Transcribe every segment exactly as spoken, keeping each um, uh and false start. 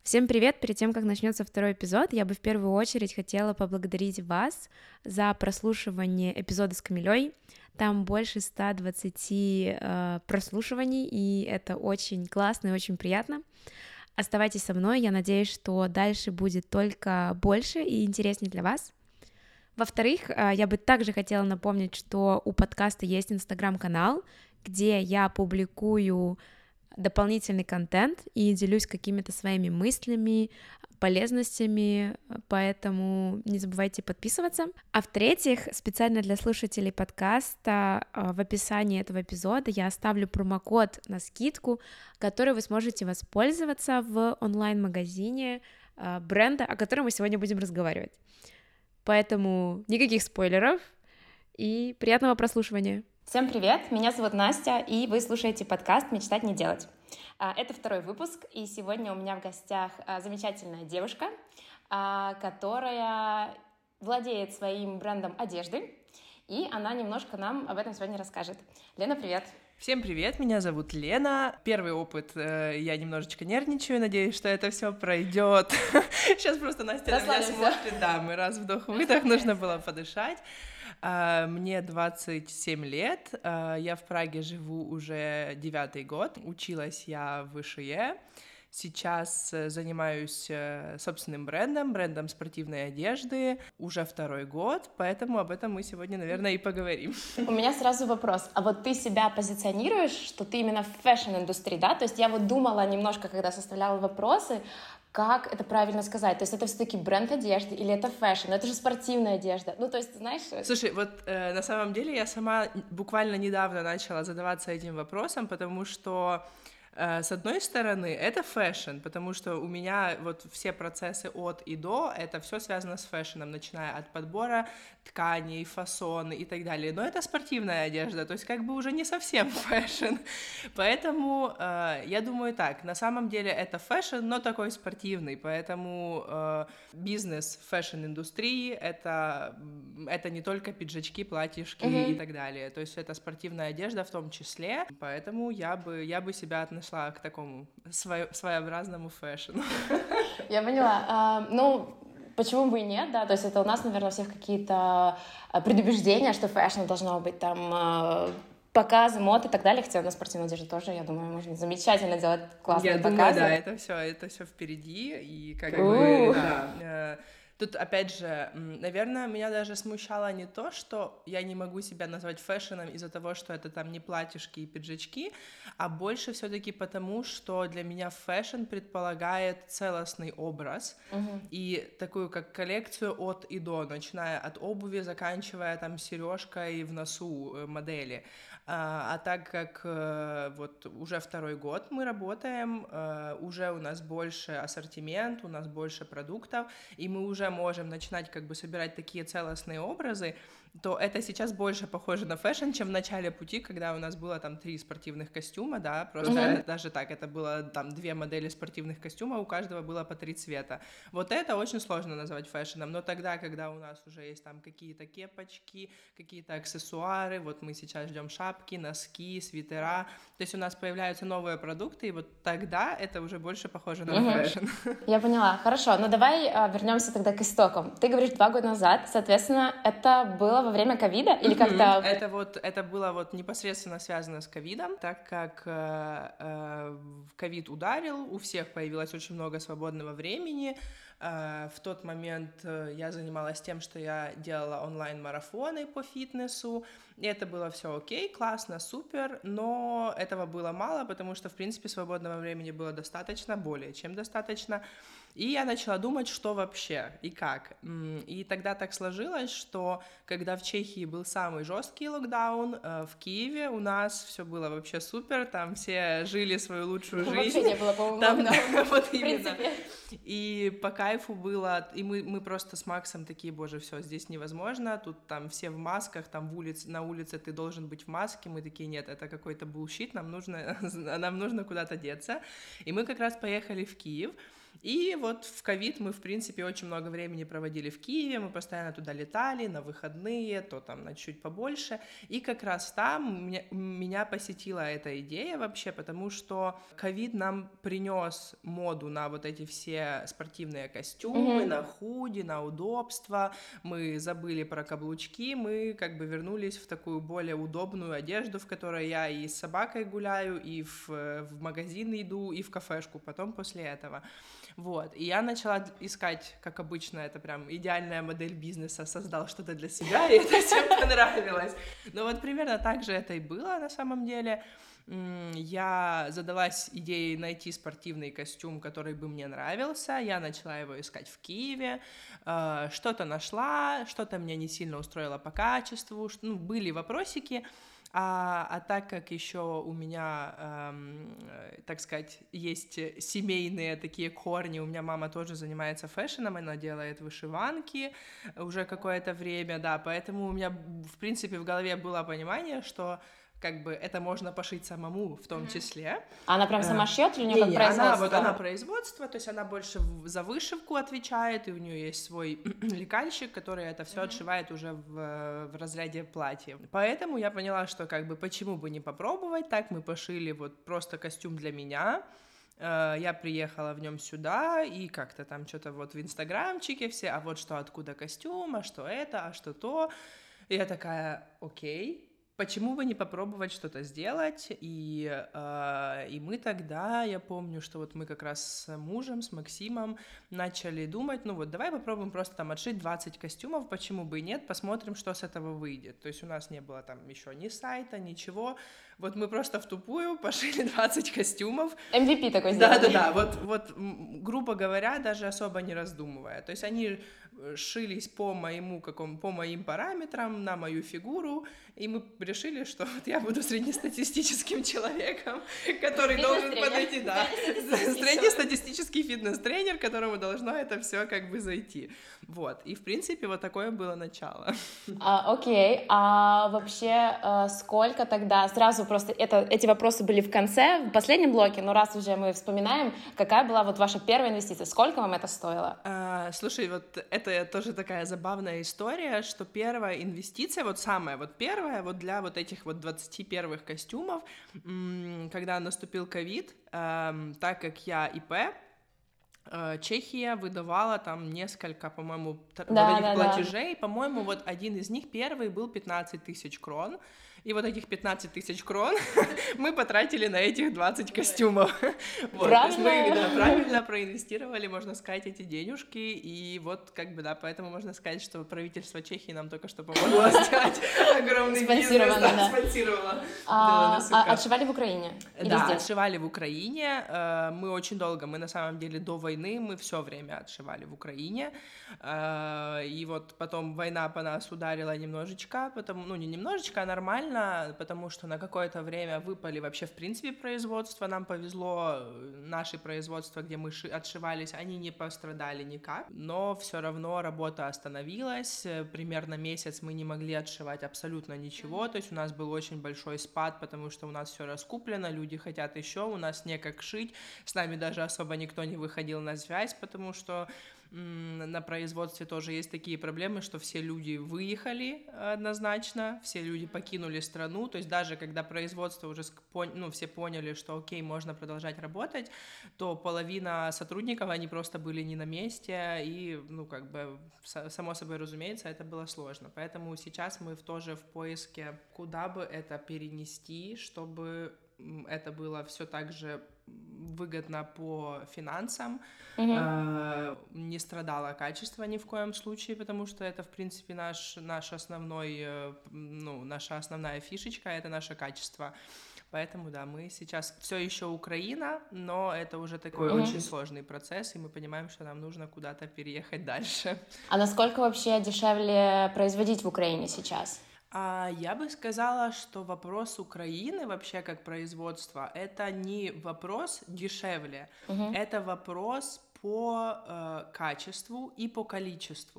Всем привет! Перед тем, как начнется второй эпизод, я бы в первую очередь хотела поблагодарить вас за прослушивание эпизода с Камилей. Там больше ста двадцати э, прослушиваний, и это очень классно и очень приятно. Оставайтесь со мной, я надеюсь, что дальше будет только больше и интереснее для вас. Во-вторых, э, я бы также хотела напомнить, что у подкаста есть инстаграм-канал, где я публикую дополнительный контент и делюсь какими-то своими мыслями, полезностями, поэтому не забывайте подписываться. А в-третьих, специально для слушателей подкаста в описании этого эпизода я оставлю промокод на скидку, который вы сможете воспользоваться в онлайн-магазине бренда, о котором мы сегодня будем разговаривать. Поэтому никаких спойлеров и приятного прослушивания. Всем привет, меня зовут Настя, и вы слушаете подкаст «Мечтать не делать». Это второй выпуск, и сегодня у меня в гостях замечательная девушка, которая владеет своим брендом одежды, и она немножко нам об этом сегодня расскажет. Лена, привет! Всем привет, меня зовут Лена. Первый опыт, э, я немножечко нервничаю, надеюсь, что это все пройдет. Сейчас просто Настя на меня смотрит, да, мы раз вдох-выдох, нужно было подышать. Мне двадцать семь лет, я в Праге живу уже девятый год, училась я в ВШЭ. Сейчас занимаюсь собственным брендом, брендом спортивной одежды уже второй год, поэтому об этом мы сегодня, наверное, и поговорим. У меня сразу вопрос. А вот ты себя позиционируешь, что ты именно в фэшн-индустрии, да? То есть я вот думала немножко, когда составляла вопросы, как это правильно сказать? То есть это все-таки бренд одежды или это фэшн? Это же спортивная одежда. Ну, то есть, знаешь... Слушай, вот э, на самом деле я сама буквально недавно начала задаваться этим вопросом, потому что с одной стороны, это фэшн, потому что у меня вот все процессы от и до, это все связано с фэшном, начиная от подбора тканей, фасона и так далее. Но это спортивная одежда, то есть как бы уже не совсем фэшн. Поэтому э, я думаю так, на самом деле это фэшн, но такой спортивный, поэтому э, бизнес фэшн-индустрии это, это не только пиджачки, платьишки mm-hmm. и так далее, то есть это спортивная одежда в том числе, поэтому я бы, я бы себя относила шла к такому свое, своеобразному фэшну. Я поняла. А, ну, почему бы и нет, да, то есть это у нас, наверное, у всех какие-то предубеждения, что фэшн должно быть там показы, мод и так далее, хотя на спортивной одежде тоже, я думаю, можно замечательно делать классные я показы. Я думаю, да, это все, это все впереди, и как бы, да. Тут, опять же, наверное, меня даже смущало не то, что я не могу себя назвать фэшном из-за того, что это там не платьишки и пиджачки, а больше все-таки потому, что для меня фэшн предполагает целостный образ uh-huh. и такую как коллекцию от и до, начиная от обуви, заканчивая там сережкой в носу модели. А, а так как э, вот уже второй год мы работаем, э, уже у нас больше ассортимент, у нас больше продуктов, и мы уже можем начинать как бы собирать такие целостные образы, то это сейчас больше похоже на фэшн, чем в начале пути, когда у нас было там три спортивных костюма, да, просто mm-hmm. даже так, это было там две модели спортивных костюмов, у каждого было по три цвета. Вот это очень сложно назвать фэшном, но тогда, когда у нас уже есть там какие-то кепочки, какие-то аксессуары, вот мы сейчас ждем шапки, носки, свитера, то есть у нас появляются новые продукты, и вот тогда это уже больше похоже на mm-hmm. фэшн. Я поняла, хорошо, ну давай а, вернемся тогда к истокам. Ты говоришь, два года назад, соответственно, это было во время ковида или mm-hmm. как-то... Это вот, это было вот непосредственно связано с ковидом, так как ковид э, э, ударил, у всех появилось очень много свободного времени. Э, в тот момент я занималась тем, что я делала онлайн-марафоны по фитнесу, и это было все окей, классно, супер, но этого было мало, потому что, в принципе, свободного времени было достаточно, более чем достаточно. И я начала думать, что вообще и как. И тогда так сложилось, что когда в Чехии был самый жесткий локдаун, в Киеве у нас все было вообще супер, там все жили свою лучшую жизнь. Вообще не было, по-моему, локдауна. Вот именно. И по кайфу было, и мы, мы просто с Максом такие, боже, все, здесь невозможно, тут там все в масках, там в улице, на улице ты должен быть в маске, мы такие, нет, это какой-то булшит, нам нужно, нам нужно куда-то деться. И мы как раз поехали в Киев. И вот в ковид мы, в принципе, очень много времени проводили в Киеве, мы постоянно туда летали на выходные, то там на чуть побольше, и как раз там меня, меня посетила эта идея вообще, потому что ковид нам принес моду на вот эти все спортивные костюмы, mm-hmm. на худи, на удобство, мы забыли про каблучки, мы как бы вернулись в такую более удобную одежду, в которой я и с собакой гуляю, и в, в магазин иду, и в кафешку потом после этого. Вот, и я начала искать, как обычно, это прям идеальная модель бизнеса, создал что-то для себя, и это всем понравилось. Но вот примерно так же это и было на самом деле. Я задалась идеей найти спортивный костюм, который бы мне нравился, я начала его искать в Киеве, что-то нашла, что-то меня не сильно устроило по качеству, ну, были вопросики. А, а так как еще у меня, эм, так сказать, есть семейные такие корни, у меня мама тоже занимается фэшном, она делает вышиванки уже какое-то время, да, поэтому у меня, в принципе, в голове было понимание, что как бы это можно пошить самому в том числе. Она прям сама шьет или у нее не, как не, производство? Она, вот она производство, то есть она больше за вышивку отвечает, и у нее есть свой лекальщик, который это все mm-hmm. отшивает уже в, в разряде платья. Поэтому я поняла, что как бы почему бы не попробовать, так мы пошили вот просто костюм для меня. Я приехала в нем сюда, и как-то там что-то вот в инстаграмчике все, а вот что, откуда костюм, а что это, а что то. И я такая, окей. Почему бы не попробовать что-то сделать? И, э, и мы тогда, я помню, что вот мы как раз с мужем, с Максимом начали думать, ну вот давай попробуем просто там отшить двадцать костюмов, почему бы и нет, посмотрим, что с этого выйдет. То есть у нас не было там еще ни сайта, ничего. Вот мы просто в тупую пошили двадцать костюмов. эм ви пи такой сделали. Да-да-да, вот, вот, грубо говоря, даже особо не раздумывая. То есть они шились по моему какому, по моим параметрам, на мою фигуру, и мы решили, что вот я буду среднестатистическим человеком, который должен подойти, да, среднестатистический фитнес-тренер, которому должно это все как бы зайти. Вот, и в принципе вот такое было начало. А, окей, а вообще а, сколько тогда, сразу просто это, эти вопросы были в конце, в последнем блоке, но раз уже мы вспоминаем, какая была вот ваша первая инвестиция, сколько вам это стоило? А, слушай, вот это тоже такая забавная история, что первая инвестиция, вот самая вот первая, вот для вот этих вот двадцати первых костюмов, когда наступил ковид, так как я ИП, Чехия выдавала там несколько, по-моему, да, вот этих да, платежей, да. По-моему, вот один из них первый был пятнадцать тысяч крон, и вот этих пятнадцать тысяч крон мы потратили на этих двадцать костюмов. Вот, правильно. Мы да, правильно проинвестировали, можно сказать, эти денежки, и вот как бы, да, поэтому можно сказать, что правительство Чехии нам только что помогло сделать огромный бизнес, да, спонсировало. А отшивали в Украине? Да, отшивали в Украине, мы очень долго, мы на самом деле до войны, мы все время отшивали в Украине, и вот потом война по нас ударила немножечко, потому, ну не немножечко, а нормально, потому что на какое-то время выпали вообще в принципе производства, нам повезло, наши производства, где мы отшивались, они не пострадали никак, но все равно работа остановилась, примерно месяц мы не могли отшивать абсолютно ничего, то есть у нас был очень большой спад, потому что у нас все раскуплено, люди хотят еще, у нас некак шить, с нами даже особо никто не выходил на связь, потому что на производстве тоже есть такие проблемы, что все люди выехали однозначно, все люди покинули страну, то есть даже когда производство уже, ну, все поняли, что окей, можно продолжать работать, то половина сотрудников, они просто были не на месте, и, ну, как бы, само собой разумеется, это было сложно, поэтому сейчас мы тоже в поиске, куда бы это перенести, чтобы это было все так же выгодно по финансам, угу. э, не страдало качество ни в коем случае, потому что это, в принципе, наш, наш основной, э, ну, наша основная фишечка, это наше качество. Поэтому, да, мы сейчас все еще Украина, но это уже такой угу. очень сложный процесс, и мы понимаем, что нам нужно куда-то переехать дальше. А насколько вообще дешевле производить в Украине сейчас? А я бы сказала, что вопрос Украины вообще как производства это не вопрос дешевле, угу. это вопрос по э, качеству и по количеству.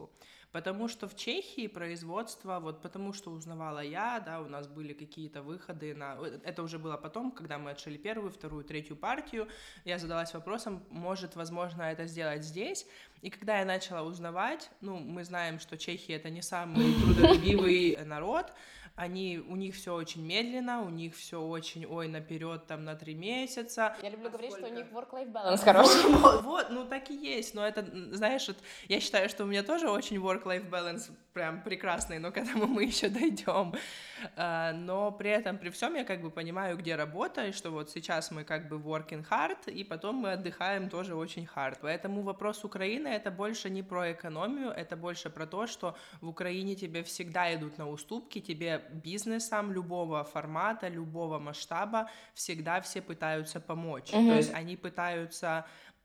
Потому что в Чехии производство, вот потому что узнавала я, да, у нас были какие-то выходы на... Это уже было потом, когда мы отшили первую, вторую, третью партию, я задалась вопросом, может, возможно, это сделать здесь. И когда я начала узнавать, ну, мы знаем, что Чехия — это не самый трудолюбивый народ, они, у них все очень медленно, у них все очень, ой, наперед там на три месяца. Я люблю а говорить, сколько... что у них work-life balance хороший. Вот, вот, ну так и есть, но это, знаешь, вот, я считаю, что у меня тоже очень work-life balance прям прекрасный, но к этому мы еще дойдем. Uh, но при этом, при всем я как бы понимаю, где работа, и что вот сейчас мы как бы working hard, и потом мы отдыхаем тоже очень hard. Поэтому вопрос Украины — это больше не про экономию, это больше про то, что в Украине тебе всегда идут на уступки, тебе бизнесам любого формата, любого масштаба всегда все пытаются помочь. Mm-hmm. То есть они пытаются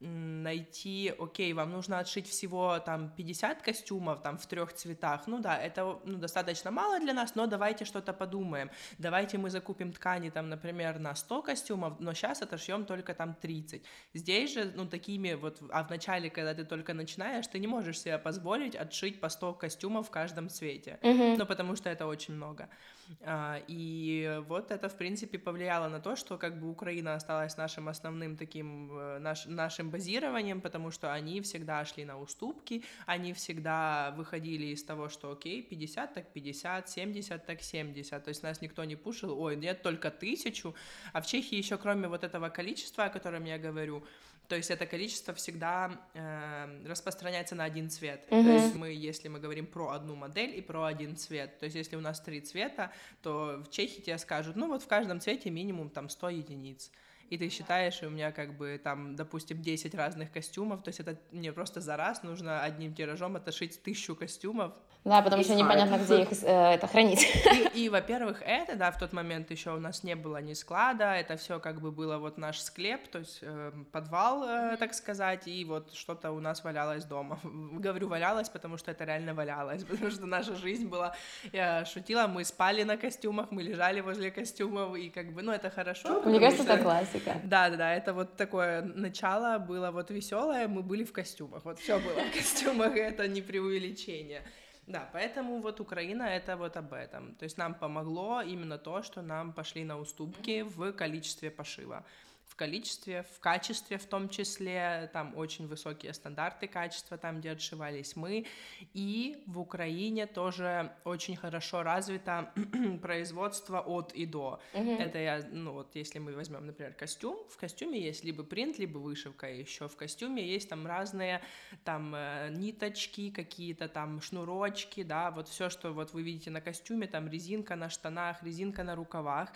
найти, окей, вам нужно отшить всего там пятьдесят костюмов там в трех цветах, ну да, это ну, достаточно мало для нас, но давайте что-то подумаем, давайте мы закупим ткани там, например, на сто костюмов, но сейчас отошьем только там тридцать. Здесь же, ну, такими вот, а в начале, когда ты только начинаешь, ты не можешь себе позволить отшить по сто костюмов в каждом цвете, mm-hmm. ну, потому что это очень много. А, и вот это, в принципе, повлияло на то, что как бы Украина осталась нашим основным таким, наш, нашим базированием, потому что они всегда шли на уступки, они всегда выходили из того, что окей, пятьдесят так пятьдесят, семьдесят так семьдесят, то есть нас никто не пушил, ой, нет, только тысячу, а в Чехии еще кроме вот этого количества, о котором я говорю, то есть это количество всегда э, распространяется на один цвет. Mm-hmm. То есть мы, если мы говорим про одну модель и про один цвет, то есть если у нас три цвета, то в Чехии тебе скажут, ну вот в каждом цвете минимум там сто единиц. И ты считаешь, и у меня как бы там, допустим, десять разных костюмов, то есть это мне просто за раз нужно одним тиражом отошить тысячу костюмов. Да, потому что непонятно, где их э, это хранить. И, и, во-первых, это, да, в тот момент еще у нас не было ни склада, это все как бы было вот наш склеп, то есть э, подвал, э, так сказать, и вот что-то у нас валялось дома. Говорю валялось, потому что это реально валялось, потому что наша жизнь была, я шутила, мы спали на костюмах, мы лежали возле костюмов, и как бы, ну, это хорошо. Мне кажется, что... это классика. Да, да, да, это вот такое начало было вот веселое, мы были в костюмах, вот все было в костюмах, это не преувеличение. Да, поэтому вот Украина — это вот об этом. То есть нам помогло именно то, что нам пошли на уступки в количестве пошива. В количестве, в качестве в том числе, там очень высокие стандарты качества, там, где отшивались мы, и в Украине тоже очень хорошо развито производство от и до. Mm-hmm. Это я, ну вот, если мы возьмем, например, костюм, в костюме есть либо принт, либо вышивка, еще в костюме есть там разные там ниточки, какие-то там шнурочки, да, вот все, что вот вы видите на костюме, там резинка на штанах, резинка на рукавах,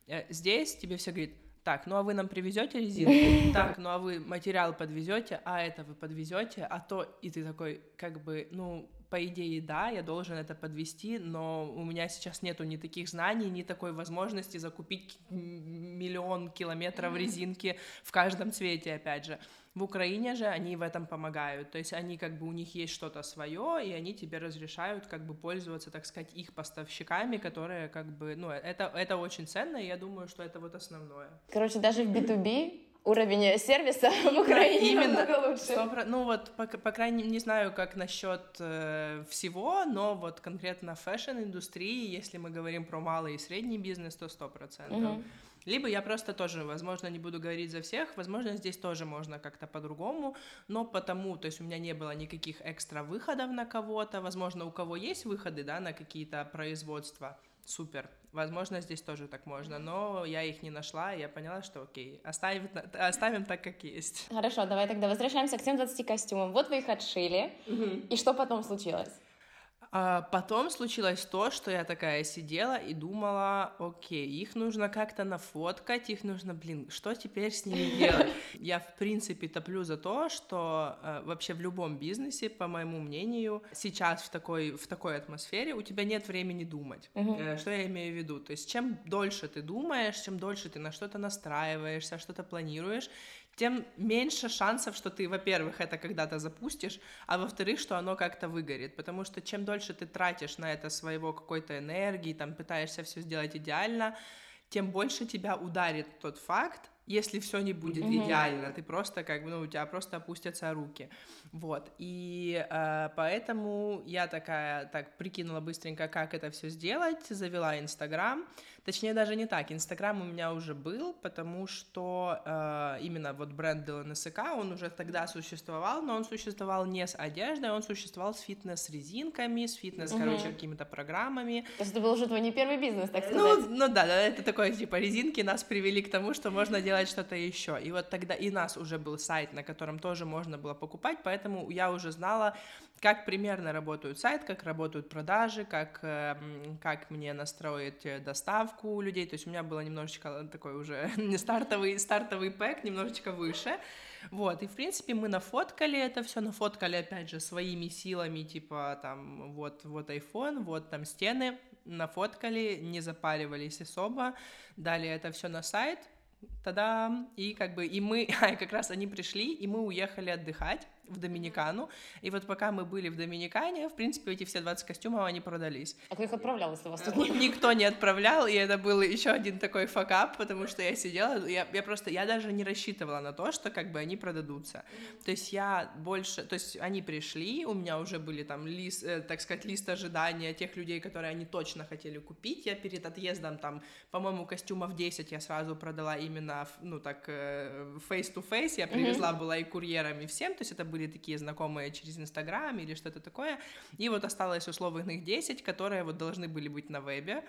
здесь тебе все говорят: так, ну а вы нам привезете резинку? Так, ну а вы материал подвезете? А это вы подвезете? А то... И ты такой, как бы, ну, по идее, да, я должен это подвести, но у меня сейчас нету ни таких знаний, ни такой возможности закупить миллион километров резинки в каждом цвете, опять же. В Украине же они в этом помогают, то есть они как бы, у них есть что-то свое, и они тебе разрешают как бы пользоваться, так сказать, их поставщиками, которые как бы, ну, это, это очень ценно, и я думаю, что это вот основное. Короче, даже в би ту би уровень сервиса в Украине именно, намного лучше. сто, ну вот, по, по крайней мере, не знаю, как насчет э, всего, но вот конкретно в фэшн-индустрии, если мы говорим про малый и средний бизнес, то сто процентов. Угу. Либо я просто тоже, возможно, не буду говорить за всех, возможно, здесь тоже можно как-то по-другому, но потому, то есть у меня не было никаких экстра выходов на кого-то, возможно, у кого есть выходы, да, на какие-то производства, супер, возможно, здесь тоже так можно, но я их не нашла, и я поняла, что окей, оставим, оставим так, как есть. Хорошо, давай тогда возвращаемся к тем двадцати костюмам. Вот вы их отшили, угу. И что потом случилось? А потом случилось то, что я такая сидела и думала, окей, их нужно как-то нафоткать, их нужно, блин, что теперь с ними делать? Я, в принципе, топлю за то, что э, вообще в любом бизнесе, по моему мнению, сейчас в такой, в такой атмосфере у тебя нет времени думать. Uh-huh. Э, что я имею в виду? То есть чем дольше ты думаешь, чем дольше ты на что-то настраиваешься, что-то планируешь, тем меньше шансов, что ты, во-первых, это когда-то запустишь, а во-вторых, что оно как-то выгорит, потому что чем дольше ты тратишь на это своего какой-то энергии, там, пытаешься все сделать идеально, тем больше тебя ударит тот факт, если все не будет mm-hmm. идеально, ты просто как бы, ну, у тебя просто опустятся руки, вот, и э, поэтому я такая, так, прикинула быстренько, как это все сделать, завела Инстаграм, точнее, даже не так, Инстаграм у меня уже был, потому что э, именно вот бренд эл эн эс ка, он уже тогда существовал, но он существовал не с одеждой, он существовал с фитнес-резинками, с фитнес, mm-hmm. короче, какими-то программами. То есть это был уже твой не первый бизнес, так сказать? Ну, ну да, да, это такое, типа, резинки нас привели к тому, что можно делать что-то еще. И вот тогда и у нас уже был сайт, на котором тоже можно было покупать, поэтому я уже знала, как примерно работают сайт, как работают продажи, как, как мне настроить доставку у людей. То есть у меня было немножечко такой уже не стартовый, стартовый пэк, немножечко выше. Вот, и в принципе мы нафоткали это все, нафоткали опять же своими силами, типа там вот, вот iPhone, вот там стены, нафоткали, не запаривались особо, дали это все на сайт, та-дам, и как бы, и мы, а, как раз они пришли, и мы уехали отдыхать в Доминикану, и вот пока мы были в Доминикане, в принципе, эти все двадцать костюмов, они продались. А кто их отправлял, если вас тут нет? Никто не отправлял, и это был еще один такой факап, потому что я сидела, я, я просто, я даже не рассчитывала на то, что как бы они продадутся. То есть я больше, то есть они пришли, у меня уже были там лист, э, так сказать, лист ожидания тех людей, которые они точно хотели купить. Я перед отъездом там, по-моему, костюмов десять я сразу продала именно, ну так, face-to-face, я привезла, mm-hmm. была и курьерами всем, то есть это были такие знакомые через Инстаграм или что-то такое, и вот осталось условных десять, которые вот должны были быть на вебе,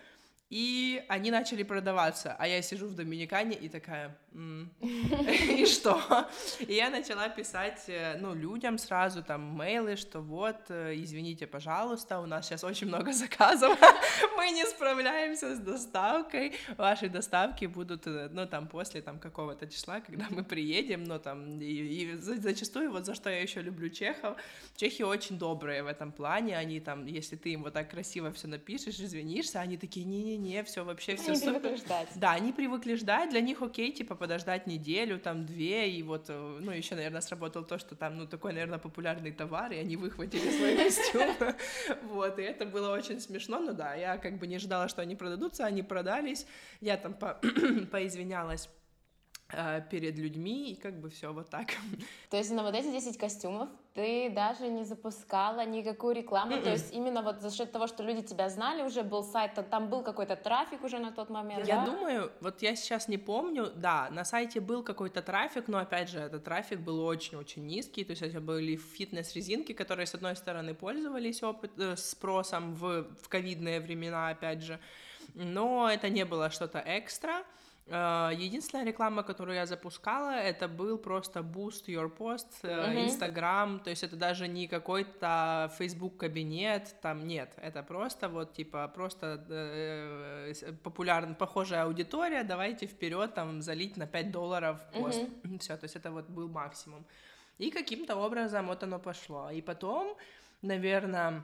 и они начали продаваться, а я сижу в Доминикане и такая, м-м, и что? И я начала писать, ну, людям сразу там мейлы, что вот, извините, пожалуйста, у нас сейчас очень много заказов, мы не справляемся с доставкой, ваши доставки будут, ну, там, после там какого-то числа, когда мы приедем, ну, там, и, и зачастую, вот за что я еще люблю чехов, чехи очень добрые в этом плане, они там, если ты им вот так красиво все напишешь, извинишься, они такие, не-не-не, не, все вообще, все супер. Они привыкли ждать. Да, они привыкли ждать, для них окей, типа, подождать неделю, там, две, и вот, ну, еще, наверное, сработало то, что там, ну, такой, наверное, популярный товар, и они выхватили свой костюм, вот, и это было очень смешно, но да, я как бы не ждала, что они продадутся, они продались, я там поизвинялась перед людьми, и как бы все вот так. То есть на вот эти десять костюмов ты даже не запускала никакую рекламу, Mm-mm. то есть именно вот за счет того, что люди тебя знали, уже был сайт, там был какой-то трафик уже на тот момент, Я да? думаю, вот я сейчас не помню, да, на сайте был какой-то трафик, но опять же, этот трафик был очень-очень низкий, то есть это были фитнес-резинки, которые, с одной стороны, пользовались опыт, э, спросом в, в ковидные времена, опять же, но это не было что-то экстра. Единственная реклама, которую я запускала, это был просто Boost Your Post, Instagram, uh-huh. то есть это даже не какой-то Facebook кабинет, там нет, это просто вот типа просто э, популярная, похожая аудитория, давайте вперед там залить на пять долларов пост, uh-huh. все, то есть это вот был максимум. И каким-то образом вот оно пошло. И потом, наверное,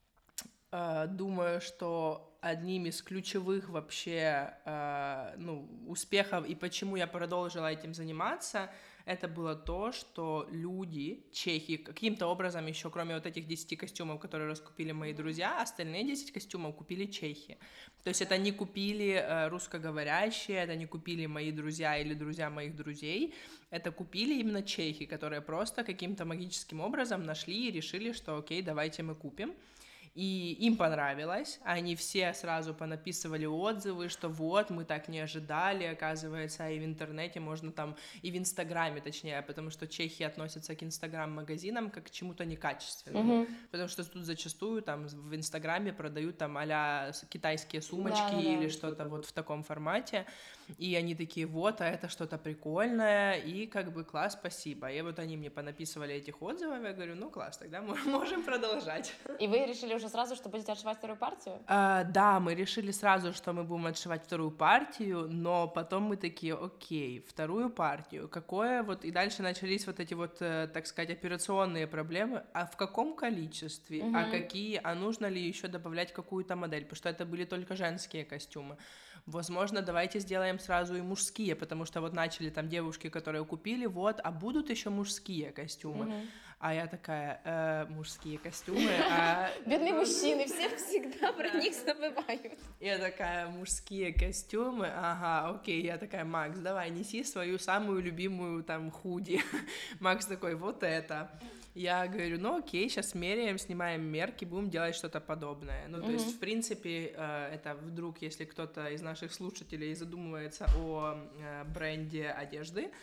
э, думаю, что одним из ключевых вообще э, ну, успехов и почему я продолжила этим заниматься, это было то, что люди, чехи, каким-то образом еще, кроме вот этих десяти костюмов, которые раскупили мои друзья, остальные десять костюмов купили чехи. То есть это не купили э, русскоговорящие, это не купили мои друзья или друзья моих друзей, это купили именно чехи, которые просто каким-то магическим образом нашли и решили, что окей, давайте мы купим. И им понравилось, они все сразу понаписывали отзывы, что вот, мы так не ожидали, оказывается, и в интернете можно там, и в Инстаграме, точнее, потому что чехи относятся к Инстаграм-магазинам как к чему-то некачественному, mm-hmm. потому что тут зачастую там в Инстаграме продают там а-ля китайские сумочки да, или да. что-то вот в таком формате, и они такие, вот, а это что-то прикольное, и как бы класс, спасибо. И вот они мне понаписывали этих отзывов, я говорю, ну класс, тогда мы можем продолжать. И вы решили уже сразу, что будете отшивать вторую партию? А, да, мы решили сразу, что мы будем отшивать вторую партию, но потом мы такие, окей, вторую партию, какое вот, и дальше начались вот эти вот, так сказать, операционные проблемы, а в каком количестве, угу. а какие, а нужно ли еще добавлять какую-то модель, потому что это были только женские костюмы. возможно, давайте сделаем сразу и мужские, потому что вот начали там девушки, которые купили, вот, а будут еще мужские костюмы. Mm-hmm. А я такая, э, мужские костюмы, а... Бедные мужчины, все всегда про них забывают. Я такая, мужские костюмы, ага, окей, я такая, Макс, давай, неси свою самую любимую там худи. Макс такой, вот это. Я говорю, ну окей, сейчас меряем, снимаем мерки, будем делать что-то подобное. Ну, то mm-hmm. есть, в принципе, это вдруг, если кто-то из наших слушателей задумывается о бренде одежды,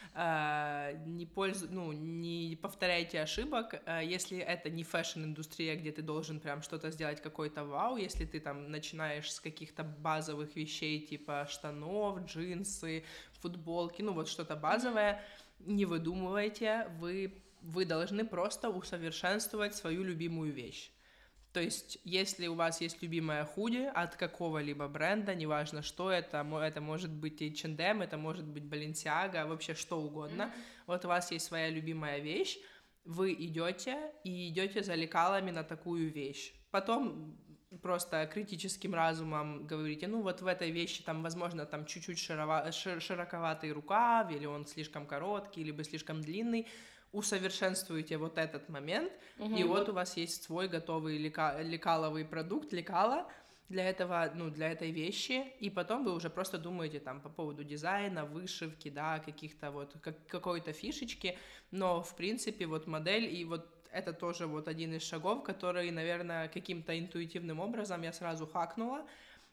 не пользу... ну, не повторяйте ошибок, если это не фэшн-индустрия, где ты должен прям что-то сделать, какой-то вау, если ты там начинаешь с каких-то базовых вещей, типа штанов, джинсы, футболки, ну вот что-то базовое, не выдумывайте, вы, вы должны просто усовершенствовать свою любимую вещь. То есть, если у вас есть любимая худи от какого-либо бренда, неважно, что это, это может быть эйч энд эм, это может быть Balenciaga, вообще что угодно, mm-hmm. вот у вас есть своя любимая вещь, вы идете и идете за лекалами на такую вещь. Потом просто критическим разумом говорите, ну вот в этой вещи там, возможно, там чуть-чуть широва, широковатый рукав, или он слишком короткий, либо слишком длинный, усовершенствуете вот этот момент, uh-huh. и вот у вас есть свой готовый лека- лекаловый продукт, лекала для этого, ну, для этой вещи, и потом вы уже просто думаете там по поводу дизайна, вышивки, да, каких-то вот, как, какой-то фишечки, но, в принципе, вот модель, и вот это тоже вот один из шагов, который, наверное, каким-то интуитивным образом я сразу хакнула,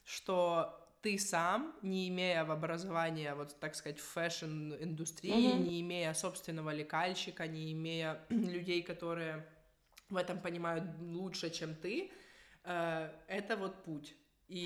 что ты сам, не имея в образовании, вот так сказать, в фэшн-индустрии, mm-hmm. не имея собственного лекальщика, не имея людей, которые в этом понимают лучше, чем ты, э, это вот путь.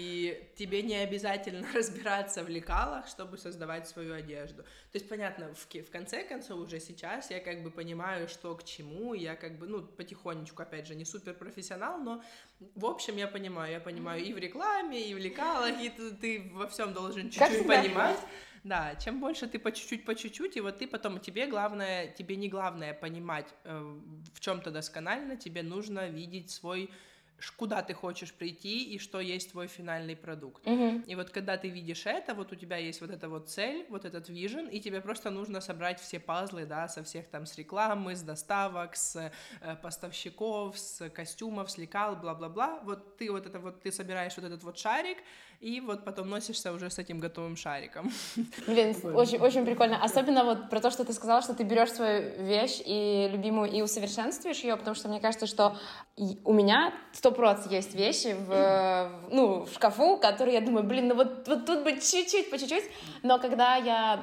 И тебе не обязательно разбираться в лекалах, чтобы создавать свою одежду. То есть, понятно, в, в конце концов, уже сейчас я как бы понимаю, что к чему, я как бы, ну, потихонечку, опять же, не суперпрофессионал, но, в общем, я понимаю, я понимаю и в рекламе, и в лекалах, и ты, ты во всем должен чуть-чуть понимать. Да, чем больше ты по чуть-чуть, по чуть-чуть, и вот ты потом, тебе главное, тебе не главное понимать э, в чем-то досконально, тебе нужно видеть свой... куда ты хочешь прийти и что есть твой финальный продукт. Mm-hmm. И вот когда ты видишь это, вот у тебя есть вот эта вот цель, вот этот вижен, и тебе просто нужно собрать все пазлы, да, со всех там, с рекламы, с доставок, с э, поставщиков, с костюмов, с лекал, бла-бла-бла. Вот ты вот это вот, ты собираешь вот этот вот шарик, и вот потом носишься уже с этим готовым шариком. Блин, очень, очень прикольно. Особенно вот про то, что ты сказала, что ты берешь свою вещь и любимую и усовершенствуешь ее, потому что мне кажется, что у меня сто процентов есть вещи в, в, ну, в шкафу, которые я думаю, блин, ну вот, вот тут бы чуть-чуть, по чуть-чуть, но когда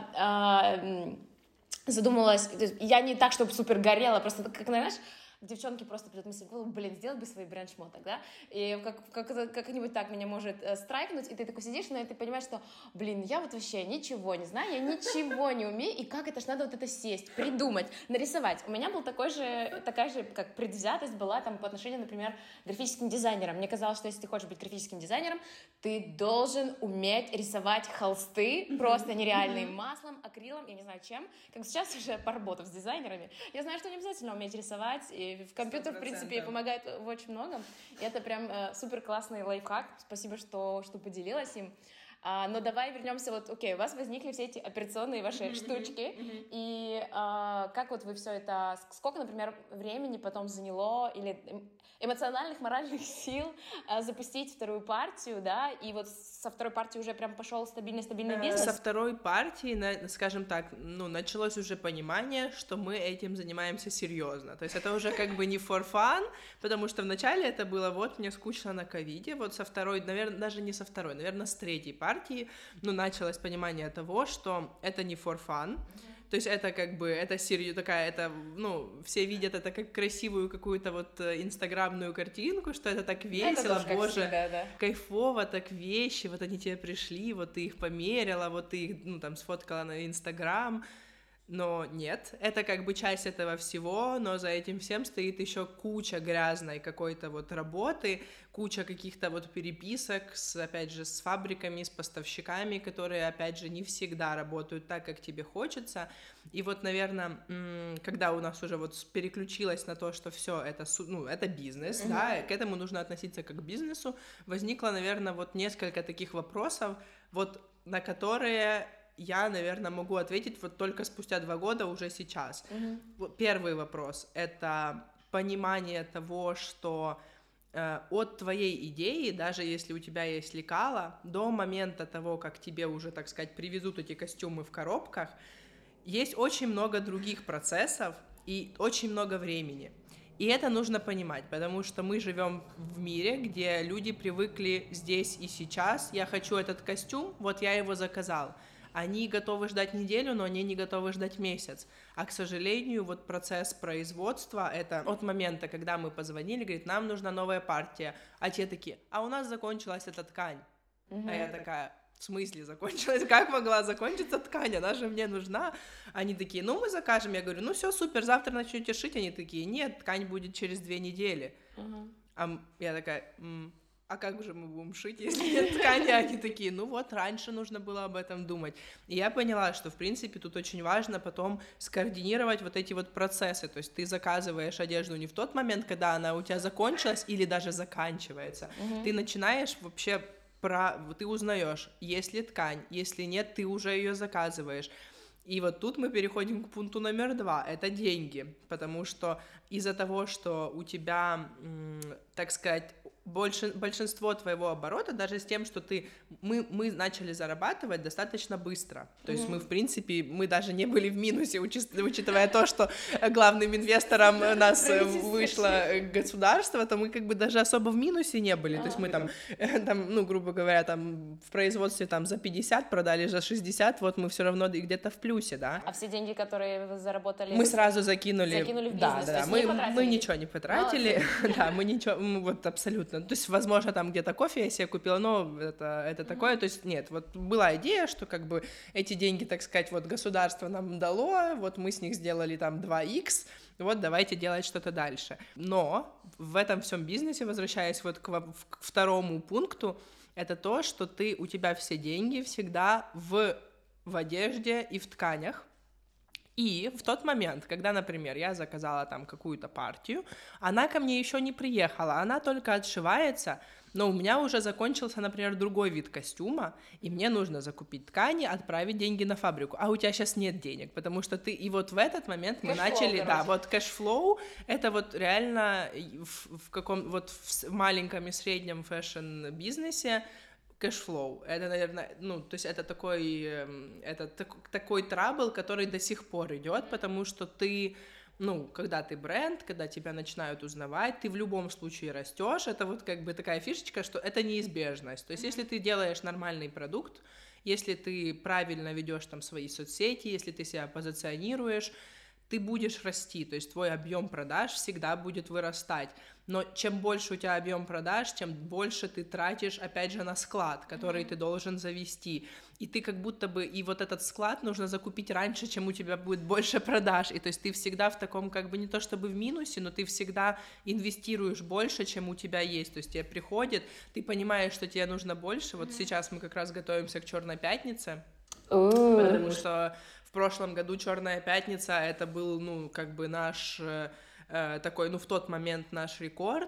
я э, задумалась, я не так, чтобы супер горела, просто, как, знаешь, девчонки просто придут мысль в голову, блин, сделай бы свои бренд-шмоток, да, и как, как, как-нибудь так меня может э, страйкнуть, и ты такой сидишь, но и ты понимаешь, что, блин, я вот вообще ничего не знаю, я ничего не умею, и как это ж надо вот это сесть, придумать, нарисовать. У меня был такой же, такая же, как предвзятость была там по отношению, например, к графическим дизайнерам. Мне казалось, что если ты хочешь быть графическим дизайнером, ты должен уметь рисовать холсты просто нереальным маслом, акрилом, я не знаю чем, как сейчас уже поработав с дизайнерами, я знаю, что не обязательно уметь рисовать, и в компьютер, сто процентов. В принципе, помогает в очень многом. И это прям э, супер классный лайфхак. Спасибо, что, что поделилась им. А, но давай вернемся, вот, окей, у вас возникли все эти операционные ваши mm-hmm, штучки, mm-hmm. и а, как вот вы все это, сколько, например, времени потом заняло, или эмоциональных, моральных сил а, запустить вторую партию, да, и вот со второй партии уже прям пошел стабильный-стабильный бизнес? Со второй партии, скажем так, ну, началось уже понимание, что мы этим занимаемся серьезно, то есть это уже как бы не for fun, потому что вначале это было, вот, мне скучно на ковиде, вот со второй, наверное, даже не со второй, наверное, с третьей партии, ну, началось понимание того, что это не for fun, mm-hmm. то есть это как бы, это серию такая, это, ну, все видят это как красивую какую-то вот инстаграмную картинку, что это так весело, это боже, всегда, да. кайфово, так вещи, вот они тебе пришли, вот ты их померила, вот ты их, ну, там, сфоткала на инстаграм, но нет, это как бы часть этого всего, но за этим всем стоит еще куча грязной какой-то вот работы, куча каких-то вот переписок, с, опять же, с фабриками, с поставщиками, которые, опять же, не всегда работают так, как тебе хочется. И вот, наверное, когда у нас уже вот переключилось на то, что все это, ну, это бизнес, mm-hmm. да, к этому нужно относиться как к бизнесу, возникло, наверное, вот несколько таких вопросов, вот на которые я, наверное, могу ответить вот только спустя два года, уже сейчас. Mm-hmm. Первый вопрос — это понимание того, что э, от твоей идеи, даже если у тебя есть лекало, до момента того, как тебе уже, так сказать, привезут эти костюмы в коробках, есть очень много других процессов и очень много времени. И это нужно понимать, потому что мы живем в мире, где люди привыкли здесь и сейчас. Я хочу этот костюм, вот я его заказал. Они готовы ждать неделю, но они не готовы ждать месяц. А, к сожалению, вот процесс производства, это от момента, когда мы позвонили, говорит, нам нужна новая партия. А те такие, а у нас закончилась эта ткань. Mm-hmm. А я такая, в смысле закончилась? Как могла закончиться ткань? Она же мне нужна. Они такие, ну мы закажем. Я говорю, ну все, супер, завтра начнете шить. Они такие, нет, ткань будет через две недели. Mm-hmm. А я такая... М- а как же мы будем шить, если нет ткани? Они такие, ну вот, раньше нужно было об этом думать. И я поняла, что, в принципе, тут очень важно потом скоординировать вот эти вот процессы, то есть ты заказываешь одежду не в тот момент, когда она у тебя закончилась или даже заканчивается, mm-hmm. ты начинаешь вообще, про... ты узнаешь, есть ли ткань, если нет, ты уже ее заказываешь. И вот тут мы переходим к пункту номер два, это деньги, потому что из-за того, что у тебя, так сказать, больше, большинство твоего оборота, даже с тем, что ты, мы, мы начали зарабатывать достаточно быстро, то есть mm-hmm. мы, в принципе, мы даже не были в минусе, учитывая то, что главным инвестором нас вышло государство, то мы как бы даже особо в минусе не были, то есть мы там, там, ну, грубо говоря, там в производстве там за пятьдесят продали, за шестьдесят, вот мы все равно где-то в плюсе, да. А все деньги, которые вы заработали... Мы сразу закинули... Закинули в бизнес, да, то да, есть мы, не потратили? Мы ничего не потратили, да, мы ничего, мы вот абсолютно, то есть, возможно, там где-то кофе я себе купила, но это, это такое, то есть, нет, вот была идея, что как бы эти деньги, так сказать, вот государство нам дало, вот мы с них сделали там два икс, вот давайте делать что-то дальше. Но в этом всем бизнесе, возвращаясь вот к, к второму пункту, это то, что ты, у тебя все деньги всегда в, в одежде и в тканях. И в тот момент, когда, например, я заказала там какую-то партию, она ко мне еще не приехала, она только отшивается, но у меня уже закончился, например, другой вид костюма, и мне нужно закупить ткани, отправить деньги на фабрику, а у тебя сейчас нет денег, потому что ты... И вот в этот момент мы кэшфлоу, начали... Короче. Да, вот кэшфлоу, это вот реально в, в каком... Вот в маленьком и среднем фэшн-бизнесе кэшфлоу, это, наверное, ну, то есть это такой, это так, такой трабл, который до сих пор идет, потому что ты, ну, когда ты бренд, когда тебя начинают узнавать, ты в любом случае растешь, это вот как бы такая фишечка, что это неизбежность, то есть если ты делаешь нормальный продукт, если ты правильно ведешь там свои соцсети, если ты себя позиционируешь, ты будешь расти, то есть твой объем продаж всегда будет вырастать. Но чем больше у тебя объем продаж, тем больше ты тратишь, опять же, на склад, который mm-hmm. ты должен завести. И ты как будто бы, и вот этот склад нужно закупить раньше, чем у тебя будет больше продаж. И то есть ты всегда в таком, как бы не то чтобы в минусе, но ты всегда инвестируешь больше, чем у тебя есть. То есть тебе приходит, ты понимаешь, что тебе нужно больше. Вот mm-hmm. сейчас мы как раз готовимся к Черной пятнице, mm-hmm. потому что в прошлом году Черная пятница это был, ну, как бы наш э, такой, ну, в тот момент наш рекорд,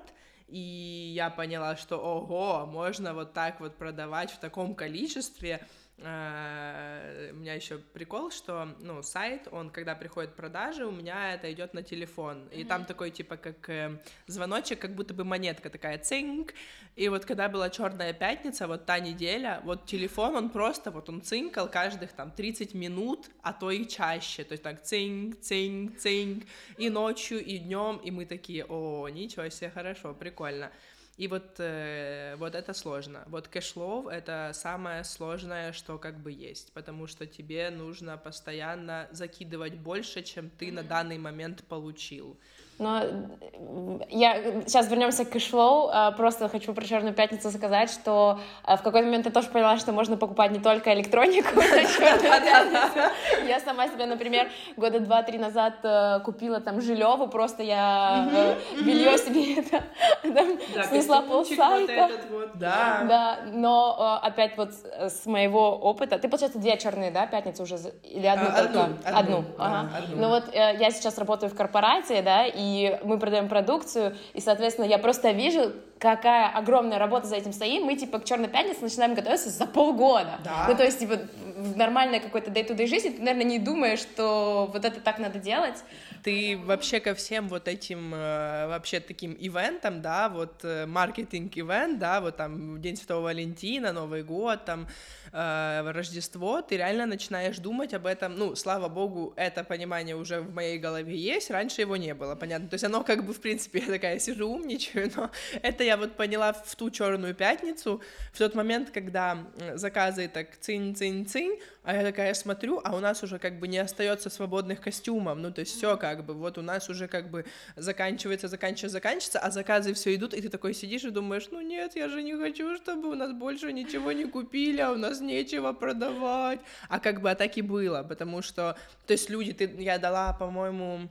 и я поняла, что ого, можно вот так вот продавать в таком количестве. Uh, у меня еще прикол, что, ну, сайт, он, когда приходит продажи, у меня это идет на телефон, mm-hmm. и там такой, типа, как э, звоночек, как будто бы монетка такая, цинк, и вот когда была Черная пятница, вот та неделя, вот телефон, он просто, вот он цинкал каждых, там, тридцать минут, а то и чаще, то есть так, цинк, цинк, цинк, и ночью, и днем, и мы такие, о, ничего себе, хорошо, прикольно. И вот, э, вот это сложно. Вот кэшфлоу — это самое сложное, что как бы есть, потому что тебе нужно постоянно закидывать больше, чем ты на данный момент получил. Но я сейчас вернемся к кэшфлоу. Просто хочу про Черную пятницу сказать, что в какой-то момент я тоже поняла, что можно покупать не только электронику. Я сама себе, например, года два-три назад купила там Жилеву, просто я белье себе снесла полсайта. Да, но опять вот с моего опыта, ты, получается, две черные, да, пятницы уже или одну только? Одну. Ну вот я сейчас работаю в корпорации, да, и и мы продаем продукцию, и, соответственно, я просто вижу, какая огромная работа за этим стоит, мы, типа, к Черной пятнице начинаем готовиться за полгода. Да. Ну, то есть, типа, в нормальной какой-то day-to-day жизни ты, наверное, не думаешь, что вот это так надо делать. Ты вообще ко всем вот этим э, вообще таким ивентам, да, вот э, маркетинг-ивент, да, вот там День Святого Валентина, Новый год, там э, Рождество, ты реально начинаешь думать об этом, ну, слава богу, это понимание уже в моей голове есть, раньше его не было, понятно, то есть оно как бы, в принципе, я такая сижу, умничаю, но это я вот поняла в ту Черную пятницу, в тот момент, когда заказы так цинь-цинь-цинь, а я такая смотрю, а у нас уже как бы не остается свободных костюмов, ну, то есть все как бы, вот у нас уже как бы заканчивается, заканчивается, заканчивается, а заказы все идут, и ты такой сидишь и думаешь, ну нет, я же не хочу, чтобы у нас больше ничего не купили, а у нас нечего продавать, а как бы а так и было, потому что, то есть люди, ты, я дала, по-моему,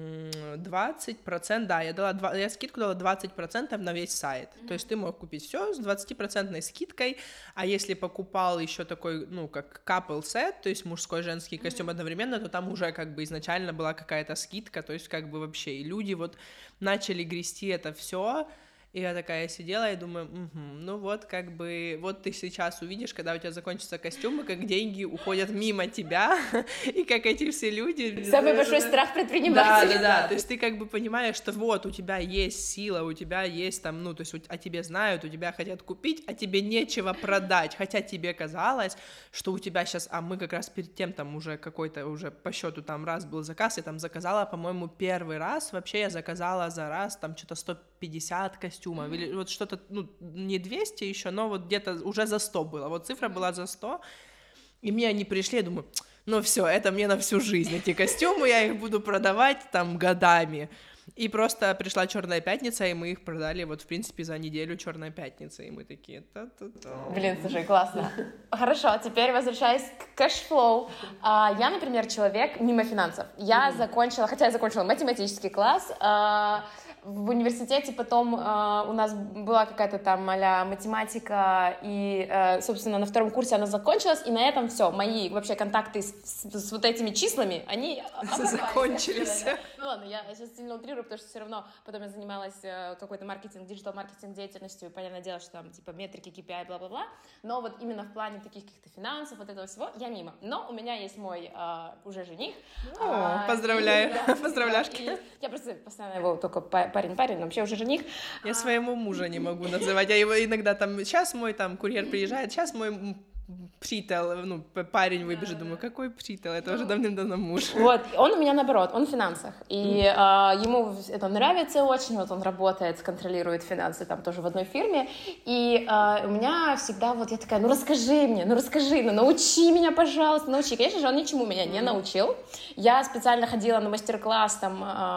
двадцать процентов, да, я дала, я скидку дала двадцать процентов на весь сайт, mm-hmm. то есть ты мог купить все с двадцатипроцентной скидкой, а если покупал еще такой, ну, как couple set, то есть мужской и женский костюм mm-hmm. одновременно, то там уже как бы изначально была какая-то скидка, то есть как бы вообще, и люди вот начали грести это все. И я такая сидела и думаю, угу, ну вот как бы, вот ты сейчас увидишь, когда у тебя закончатся костюмы, как деньги уходят мимо тебя, и как эти все люди... Самый большой страх предпринимателя. Да, да, да, то есть ты как бы понимаешь, что вот у тебя есть сила, у тебя есть там, ну, то есть о тебе знают, у тебя хотят купить, а тебе нечего продать, хотя тебе казалось, что у тебя сейчас, а мы как раз перед тем там уже какой-то уже по счету там раз был заказ, я там заказала, по-моему, первый раз, вообще я заказала за раз там что-то сто пятьдесят костюмов, mm-hmm. или вот что-то, ну, не двести еще, но вот где-то уже за сто было, вот цифра mm-hmm. была за сто, и мне они пришли, я думаю, ну все, это мне на всю жизнь, эти костюмы, я их буду продавать там годами, и просто пришла Черная пятница, и мы их продали вот, в принципе, за неделю Черной пятницы, и мы такие, та-та-та. Блин, слушай, классно. Хорошо, теперь возвращаясь к кэшфлоу. А, я, например, человек мимо финансов. Я mm-hmm. закончила, хотя я закончила математический класс, а, в университете потом э, у нас была какая-то там а-ля математика, и, э, собственно, на втором курсе она закончилась, и на этом все, мои вообще контакты с, с, с вот этими числами, они закончились. Ну ладно, я сейчас сильно утрирую, потому что все равно потом я занималась э, какой-то маркетинг, диджитал-маркетинг деятельностью, и понятное дело, что там типа метрики, кей пи ай, бла-бла-бла, но вот именно в плане таких каких-то финансов, вот этого всего, я мимо. Но у меня есть мой э, уже жених. О, поздравляю, поздравляшки. Я просто постоянно его только парень-парень, но вообще уже жених. Я а... своему мужа не могу называть, я его иногда там, сейчас мой там курьер приезжает, сейчас мой прител, ну, парень выбежит, думаю, какой прител, это ну, уже давным-давно муж. Вот, он у меня наоборот, он в финансах, и mm. а, ему это нравится очень, вот он работает, контролирует финансы там тоже в одной фирме, и а, у меня всегда вот я такая, ну расскажи мне, ну расскажи, ну научи меня, пожалуйста, научи. Конечно же, он ничему меня не научил, я специально ходила на мастер-класс там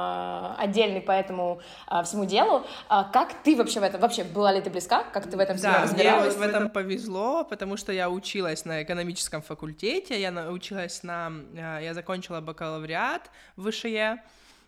а, отдельный по этому а, всему делу. А, как ты вообще в этом, вообще была ли ты близка, как ты в этом всем да, разбиралась? Да, мне в этом повезло, потому что я училась на экономическом факультете, я училась на... Я закончила бакалавриат в ВШЕ,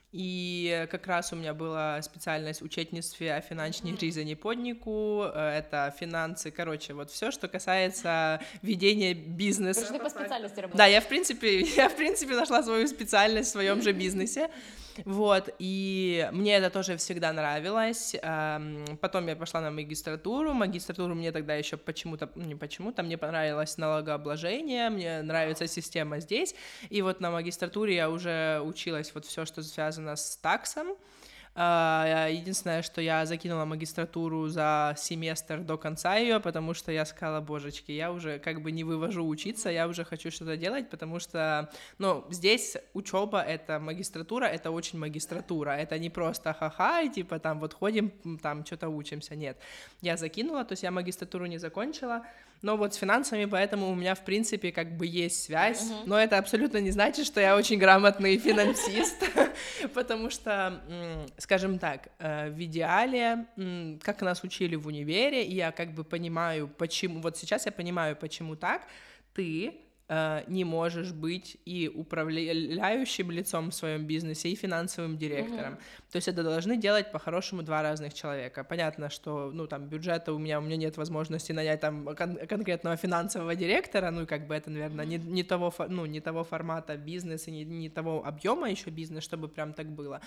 и как раз у меня была специальность учетництве о финансовой жизни поднику, это финансы, короче, вот все, что касается ведения бизнеса. Ты по специальности работаешь? Да, я в принципе, я в принципе нашла свою специальность в своем же бизнесе. Вот, и мне это тоже всегда нравилось. Потом я пошла на магистратуру. Магистратуру мне тогда еще почему-то, не почему-то, мне понравилось налогообложение, мне нравится система здесь. И вот на магистратуре я уже училась вот все, что связано с таксом. Единственное, что я закинула магистратуру за семестр до конца ее, потому что я сказала, божечки, я уже как бы не вывожу учиться, я уже хочу что-то делать, потому что, ну, здесь учеба, это магистратура, это очень магистратура, это не просто ха-ха, и типа там вот ходим, там что-то учимся, нет. Я закинула, то есть я магистратуру не закончила, но вот с финансами, поэтому у меня, в принципе, как бы есть связь, uh-huh. но это абсолютно не значит, что я очень грамотный финансист, потому что, скажем так, в идеале, как нас учили в универе, и я как бы понимаю, почему, вот сейчас я понимаю, почему так, ты не можешь быть и управляющим лицом в своем бизнесе, и финансовым директором. Mm-hmm. То есть это должны делать по-хорошему два разных человека. Понятно, что, ну, там, бюджета у меня, у меня нет возможности нанять там кон- конкретного финансового директора, ну, и как бы это, наверное, не, не, того, ну, не того формата бизнеса, не, не того объема еще бизнес, чтобы прям так было.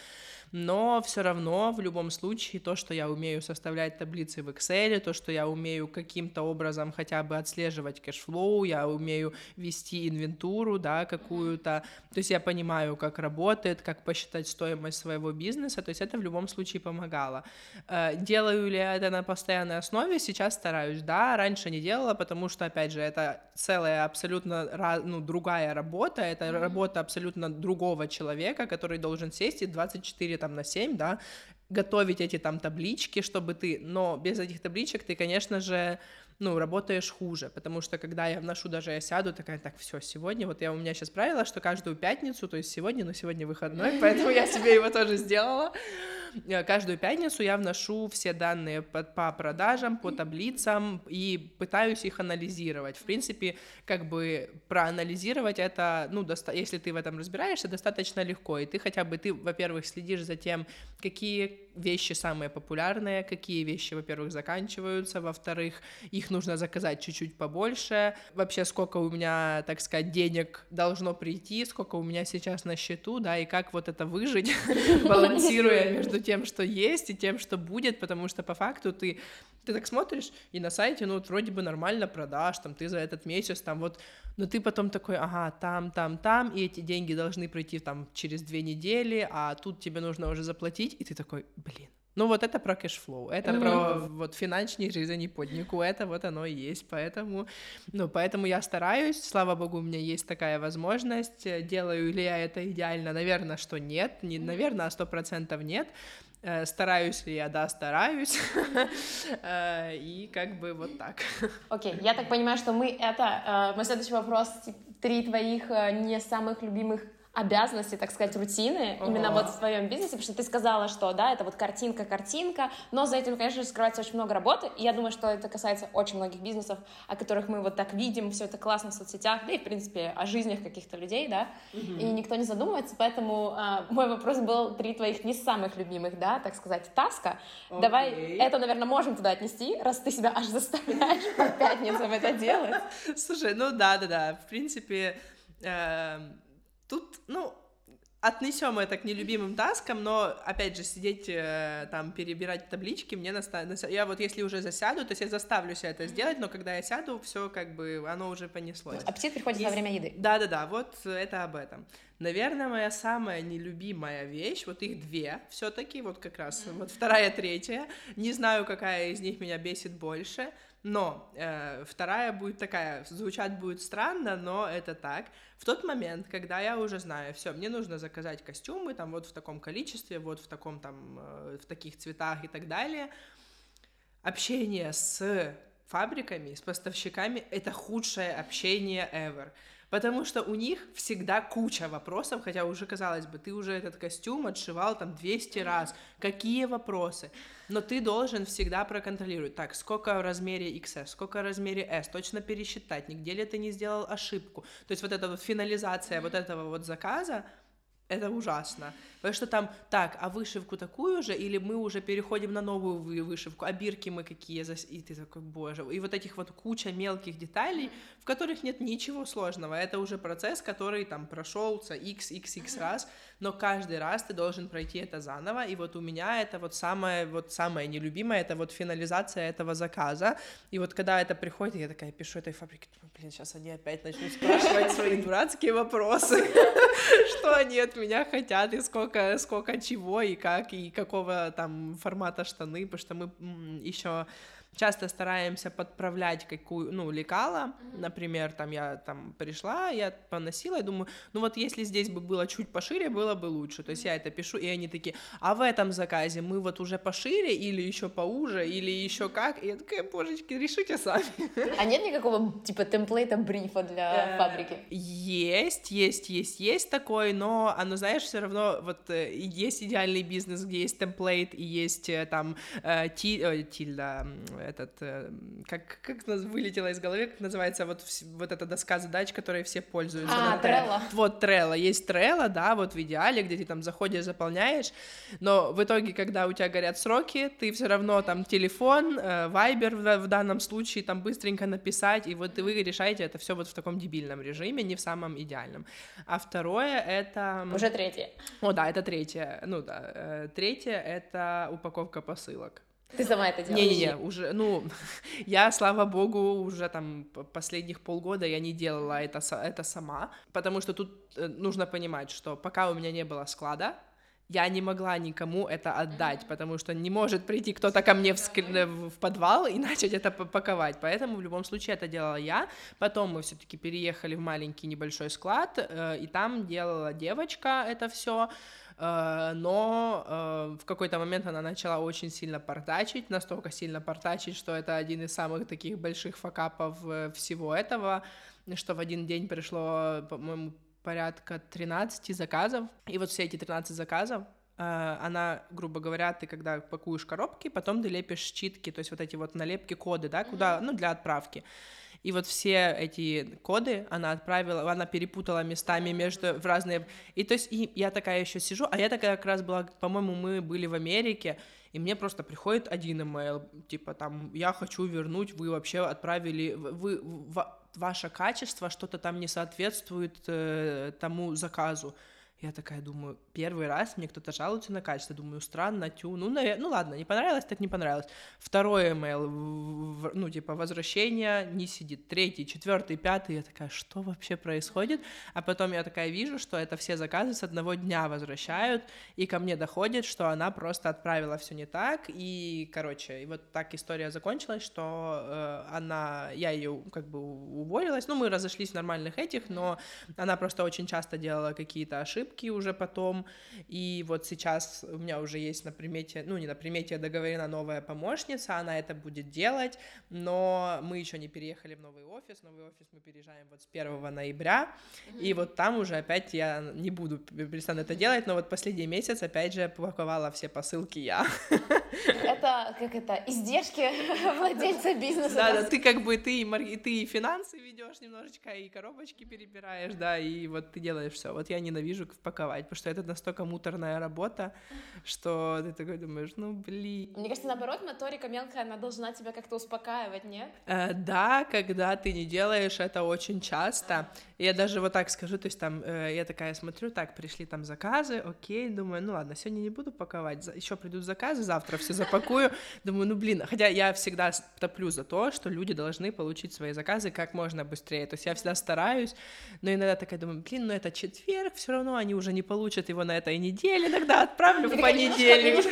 Но все равно, в любом случае, то, что я умею составлять таблицы в Excel, то, что я умею каким-то образом хотя бы отслеживать кэшфлоу, я умею вести инвентуру, да, какую-то, то есть я понимаю, как работает, как посчитать стоимость своего бизнеса, то есть это в любом случае помогало. Делаю ли я это на постоянной основе? Сейчас стараюсь, да, раньше не делала, потому что, опять же, это целая абсолютно, ну, другая работа, это mm-hmm. работа абсолютно другого человека, который должен сесть и двадцать четыре там на семь, да, готовить эти там таблички, чтобы ты, но без этих табличек ты, конечно же, ну, работаешь хуже, потому что когда я вношу, даже я сяду, такая, так, все, сегодня, вот я, у меня сейчас правило, что каждую пятницу, то есть сегодня, но сегодня выходной, поэтому я себе его тоже сделала, каждую пятницу я вношу все данные по, по продажам, по таблицам и пытаюсь их анализировать. В принципе, как бы проанализировать это, ну, доста- если ты в этом разбираешься, достаточно легко, и ты хотя бы, ты, во-первых, следишь за тем, какие вещи самые популярные, какие вещи, во-первых, заканчиваются, во-вторых, их нужно заказать чуть-чуть побольше, вообще сколько у меня, так сказать, денег должно прийти, сколько у меня сейчас на счету, да, и как вот это выжить, балансируя между тем, что есть, и тем, что будет, потому что по факту ты, ты так смотришь, и на сайте, ну, вот вроде бы нормально продашь, там, ты за этот месяц, там, вот, но ты потом такой, ага, там, там, там, и эти деньги должны прийти, там, через две недели, а тут тебе нужно уже заплатить, и ты такой, блин. Ну, вот это про кэшфлоу, это mm-hmm. про вот финансовые жизни поднику, это вот оно и есть, поэтому, ну, поэтому я стараюсь, слава богу, у меня есть такая возможность, делаю ли я это идеально, наверное, что нет, не, наверное, сто процентов нет, стараюсь ли я, да, стараюсь, и как бы вот так. Окей, okay, я так понимаю, что мы это, мой следующий вопрос, три твоих не самых любимых обязанности, так сказать, рутины, uh-huh. именно вот в своем бизнесе, потому что ты сказала, что, да, это вот картинка-картинка, но за этим, конечно же, скрывается очень много работы, и я думаю, что это касается очень многих бизнесов, о которых мы вот так видим, все это классно в соцсетях, да и, в принципе, о жизнях каких-то людей, да, uh-huh. и никто не задумывается, поэтому э, мой вопрос был три твоих не самых любимых, да, так сказать, таска. Okay. Давай это, наверное, можем туда отнести, раз ты себя аж заставляешь по пятницам это делать. Слушай, ну да-да-да, в принципе... Тут, ну, отнесем это к нелюбимым таскам, но, опять же, сидеть э, там, перебирать таблички, мне наста... я вот если уже засяду, то есть я заставлю себя это сделать, но когда я сяду, все как бы, оно уже понеслось. Аппетит приходит Есть... во время еды. Да-да-да, вот это об этом. Наверное, моя самая нелюбимая вещь, вот их две все-таки, вот как раз, mm-hmm. вот вторая, третья, не знаю, какая из них меня бесит больше, но э, вторая будет такая, звучать будет странно, но это так. В тот момент, когда я уже знаю, все, мне нужно заказать костюмы, там вот в таком количестве, вот в таком там, э, в таких цветах и так далее, общение с фабриками, с поставщиками — это худшее общение ever. Потому что у них всегда куча вопросов, хотя уже, казалось бы, ты уже этот костюм отшивал там двести раз. Какие вопросы? Но ты должен всегда проконтролировать. Так, сколько в размере икс эс, сколько в размере эс, точно пересчитать, нигде ли ты не сделал ошибку. То есть вот эта вот финализация вот этого вот заказа, это ужасно. Потому что там, так, а вышивку такую же, или мы уже переходим на новую вышивку, а бирки мы какие, и ты такой, боже. И вот этих вот куча мелких деталей, в которых нет ничего сложного. Это уже процесс, который там прошелся икс икс икс раз, но каждый раз ты должен пройти это заново. И вот у меня это вот самое, вот самое нелюбимое, это вот финализация этого заказа. И вот когда это приходит, я такая пишу этой фабрике, блин, сейчас они опять начнут спрашивать свои дурацкие вопросы, что они от меня хотят, и сколько сколько чего, и как, и какого там формата штаны, потому что мы еще часто стараемся подправлять какую, ну, лекало, например, там я там пришла, я поносила, и думаю, ну вот если здесь бы было чуть пошире, было бы лучше, то есть я это пишу, и они такие, а в этом заказе мы вот уже пошире, или еще поуже, или еще как, и я такая, божечки, решите сами. А нет никакого, типа, темплейта брифа для фабрики? Есть, есть, есть, есть такой, но оно, знаешь, все равно, вот есть идеальный бизнес, где есть темплейт, и есть там тильда, этот, как, как вылетело из головы, как называется вот, вот эта доска задач, которой все пользуются. А, Trello. Вот Trello, есть Trello, да, вот в идеале, где ты там заходишь, заполняешь, но в итоге, когда у тебя горят сроки, ты все равно там телефон, Viber в, в данном случае, там быстренько написать, и вот вы решаете это все вот в таком дебильном режиме, не в самом идеальном. А второе — это... Уже третье. О, да, это третье, ну да, третье — это упаковка посылок. Ты сама это делаешь? Не-не-не, уже, ну, я, слава богу, уже там последних полгода я не делала это, это сама, потому что тут нужно понимать, что пока у меня не было склада, я не могла никому это отдать, потому что не может прийти кто-то ко мне в, ск- в подвал и начать это паковать, поэтому в любом случае это делала я. Потом мы все-таки переехали в маленький небольшой склад, э, и там делала девочка это все. Но э, в какой-то момент она начала очень сильно портачить, настолько сильно портачить, что это один из самых таких больших факапов всего этого, что в один день пришло, по-моему, порядка тринадцать заказов, и вот все эти тринадцать заказов, э, она, грубо говоря, ты когда пакуешь коробки, потом ты лепишь щитки, то есть вот эти вот налепки, коды, да, куда, ну, для отправки. И вот все эти коды она отправила, она перепутала местами между в разные... И то есть и я такая еще сижу, а я такая как раз была, по-моему, мы были в Америке, и мне просто приходит один имейл, типа там, я хочу вернуть, вы вообще отправили, вы, в, ваше качество что-то там не соответствует э, тому заказу. Я такая думаю, первый раз мне кто-то жалуется на качество, думаю, странно, тю, ну, навер... ну ладно, не понравилось, так не понравилось. Второй имейл, ну, типа, возвращение не сидит, третий, четвертый, пятый, я такая, что вообще происходит? А потом я такая вижу, что это все заказы с одного дня возвращают, и ко мне доходит, что она просто отправила все не так, и, короче, и вот так история закончилась, что э, она, я ее как бы уволилась, ну, мы разошлись в нормальных этих, но она просто очень часто делала какие-то ошибки уже потом, и вот сейчас у меня уже есть на примете, ну не на примете, договорена новая помощница, она это будет делать, но мы еще не переехали в новый офис, новый офис мы переезжаем вот с первого ноября, mm-hmm. и вот там уже опять я не буду, перестану это делать, но вот последний месяц опять же паковала все посылки я. Это, как это, издержки владельца бизнеса. Да, да, ты как бы, ты, ты и финансы ведешь немножечко, и коробочки перебираешь, да, и вот ты делаешь все. Вот я ненавижу паковать, потому что это настолько муторная работа, что ты такой думаешь, ну, блин. Мне кажется, наоборот, моторика мелкая, она должна тебя как-то успокаивать, нет? Э, да, когда ты не делаешь это очень часто. Я даже вот так скажу, то есть там, э, я такая смотрю, так, пришли там заказы, окей, думаю, ну ладно, сегодня не буду паковать, еще придут заказы, завтра все запакую, думаю, ну, блин, хотя я всегда топлю за то, что люди должны получить свои заказы как можно быстрее, то есть я всегда стараюсь, но иногда такая думаю, блин, ну это четверг, все равно они уже не получат его на этой неделе, тогда отправлю в понедельник.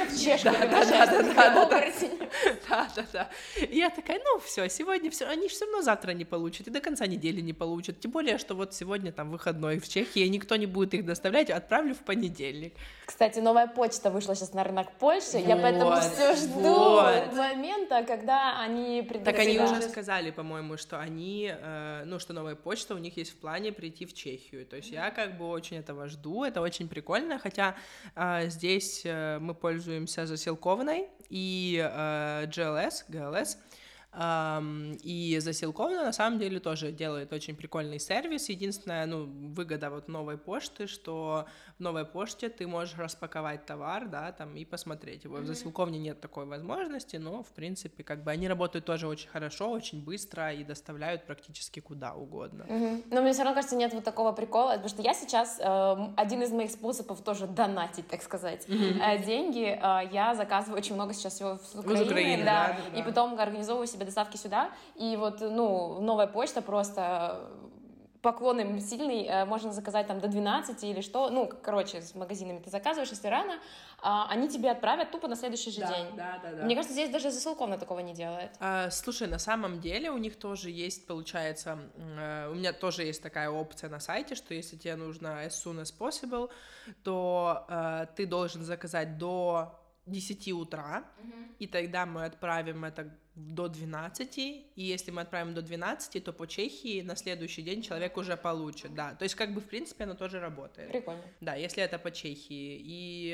Да-да-да. И я такая, ну все, сегодня все, они все равно завтра не получат, и до конца недели не получат, тем более, что вот сегодня там выходной в Чехии, никто не будет их доставлять, отправлю в понедельник. Кстати, новая почта вышла сейчас на рынок Польши, вот, я поэтому все жду вот. момента, когда они придут. Так они уже сказали, по-моему, что они, э, ну, что новая почта у них есть в плане прийти в Чехию, то есть mm-hmm. я как бы очень этого жду, это очень прикольно, хотя э, здесь э, мы пользуемся засилкованной и э, джи эл эс, джи эл эс, Um, и засилковано на самом деле тоже делает очень прикольный сервис. Единственная, ну, выгода вот новой почты, что в новой почте ты можешь распаковать товар, да, там, и посмотреть его. Mm-hmm. В засилковне нет такой возможности, но, в принципе, как бы они работают тоже очень хорошо, очень быстро и доставляют практически куда угодно. Mm-hmm. Но мне все равно кажется, нет вот такого прикола, потому что я сейчас, э, один из моих способов тоже донатить, так сказать, mm-hmm. э, деньги, э, я заказываю очень много сейчас всего с Украины, Украины да, да, да, и да. потом организовываю себе доставки сюда, и вот, ну, новая почта просто... Поклон им сильный, можно заказать там до двенадцати или что, ну, короче, с магазинами ты заказываешь, если рано, они тебе отправят тупо на следующий же да, день. Да, да, да. Мне кажется, здесь даже засилковно такого не делает. А, слушай, на самом деле у них тоже есть, получается, у меня тоже есть такая опция на сайте, что если тебе нужно as soon as possible, то э, ты должен заказать до десяти утра, mm-hmm. и тогда мы отправим это до двенадцати, и если мы отправим до двенадцати, то по Чехии на следующий день человек уже получит, да, то есть как бы в принципе оно тоже работает. Прикольно. Да, если это по Чехии, и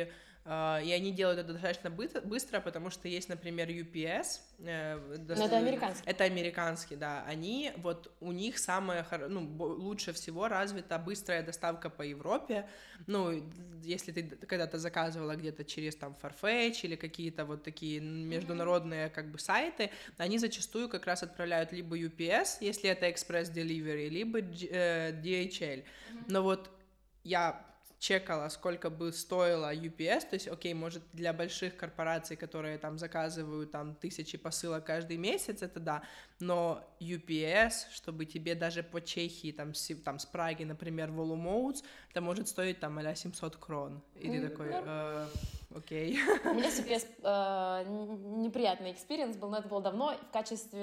и они делают это достаточно быстро, потому что есть, например, ю пи эс. Но это американский. Это американский, да. Они, вот у них самая, ну, лучше всего развита быстрая доставка по Европе. Ну, если ты когда-то заказывала где-то через там Farfetch или какие-то вот такие международные как бы сайты, они зачастую как раз отправляют либо ю пи эс, если это Express Delivery, либо ди эйч эл. Но вот я чекала, сколько бы стоило ю пи эс, то есть, окей, может, для больших корпораций, которые там заказывают там тысячи посылок каждый месяц, это да, но ю пи эс, чтобы тебе даже по Чехии, там, с, там, с Праги, например, в Olomouc, это может стоить там а-ля семьсот крон, и ты такой, э, окей. У меня с ю пи эс э, неприятный экспириенс был, но это было давно в качестве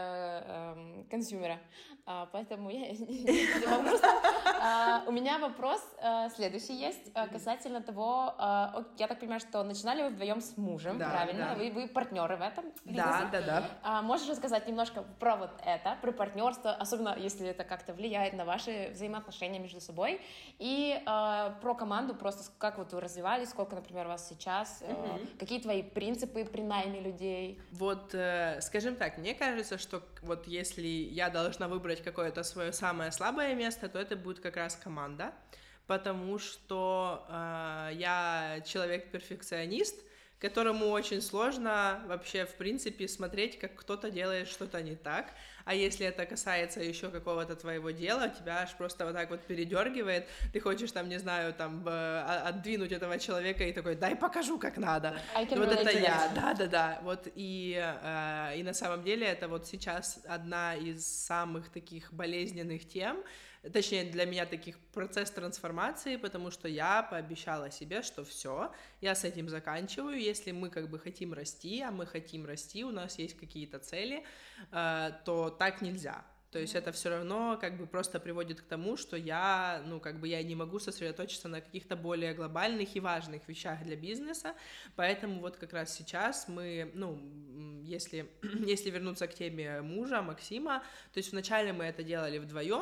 э, консюмера, э, поэтому я не могу просто. У меня вопрос э, следующий есть э, касательно того, э, я так понимаю, что начинали вы вдвоем с мужем, да, правильно? Да. Вы, вы партнеры в этом бизнесе? Да, да, да. А, можешь рассказать немножко про вот это, про партнерство, особенно если это как-то влияет на ваши взаимоотношения между собой, и э, про команду, просто как вот вы развивались, сколько, например, у вас сейчас, э, mm-hmm. какие твои принципы при найме людей? Вот, э, скажем так, мне кажется, что вот если я должна выбрать какое-то свое самое слабое место, то это будет как раз команда, потому что э, я человек-перфекционист, которому очень сложно вообще, в принципе, смотреть, как кто-то делает что-то не так, а если это касается еще какого-то твоего дела, тебя аж просто вот так вот передергивает, ты хочешь там, не знаю, там, отдвинуть этого человека и такой, дай покажу, как надо. Вот это я, да-да-да, вот, и, э, и на самом деле это вот сейчас одна из самых таких болезненных тем, точнее, для меня таких процесс трансформации, потому что я пообещала себе, что все, я с этим заканчиваю, если мы как бы хотим расти, а мы хотим расти, у нас есть какие-то цели, то так нельзя. То есть это все равно как бы просто приводит к тому, что я, ну, как бы я не могу сосредоточиться на каких-то более глобальных и важных вещах для бизнеса, поэтому вот как раз сейчас мы, ну, если, если вернуться к теме мужа, Максима, то есть вначале мы это делали вдвоем,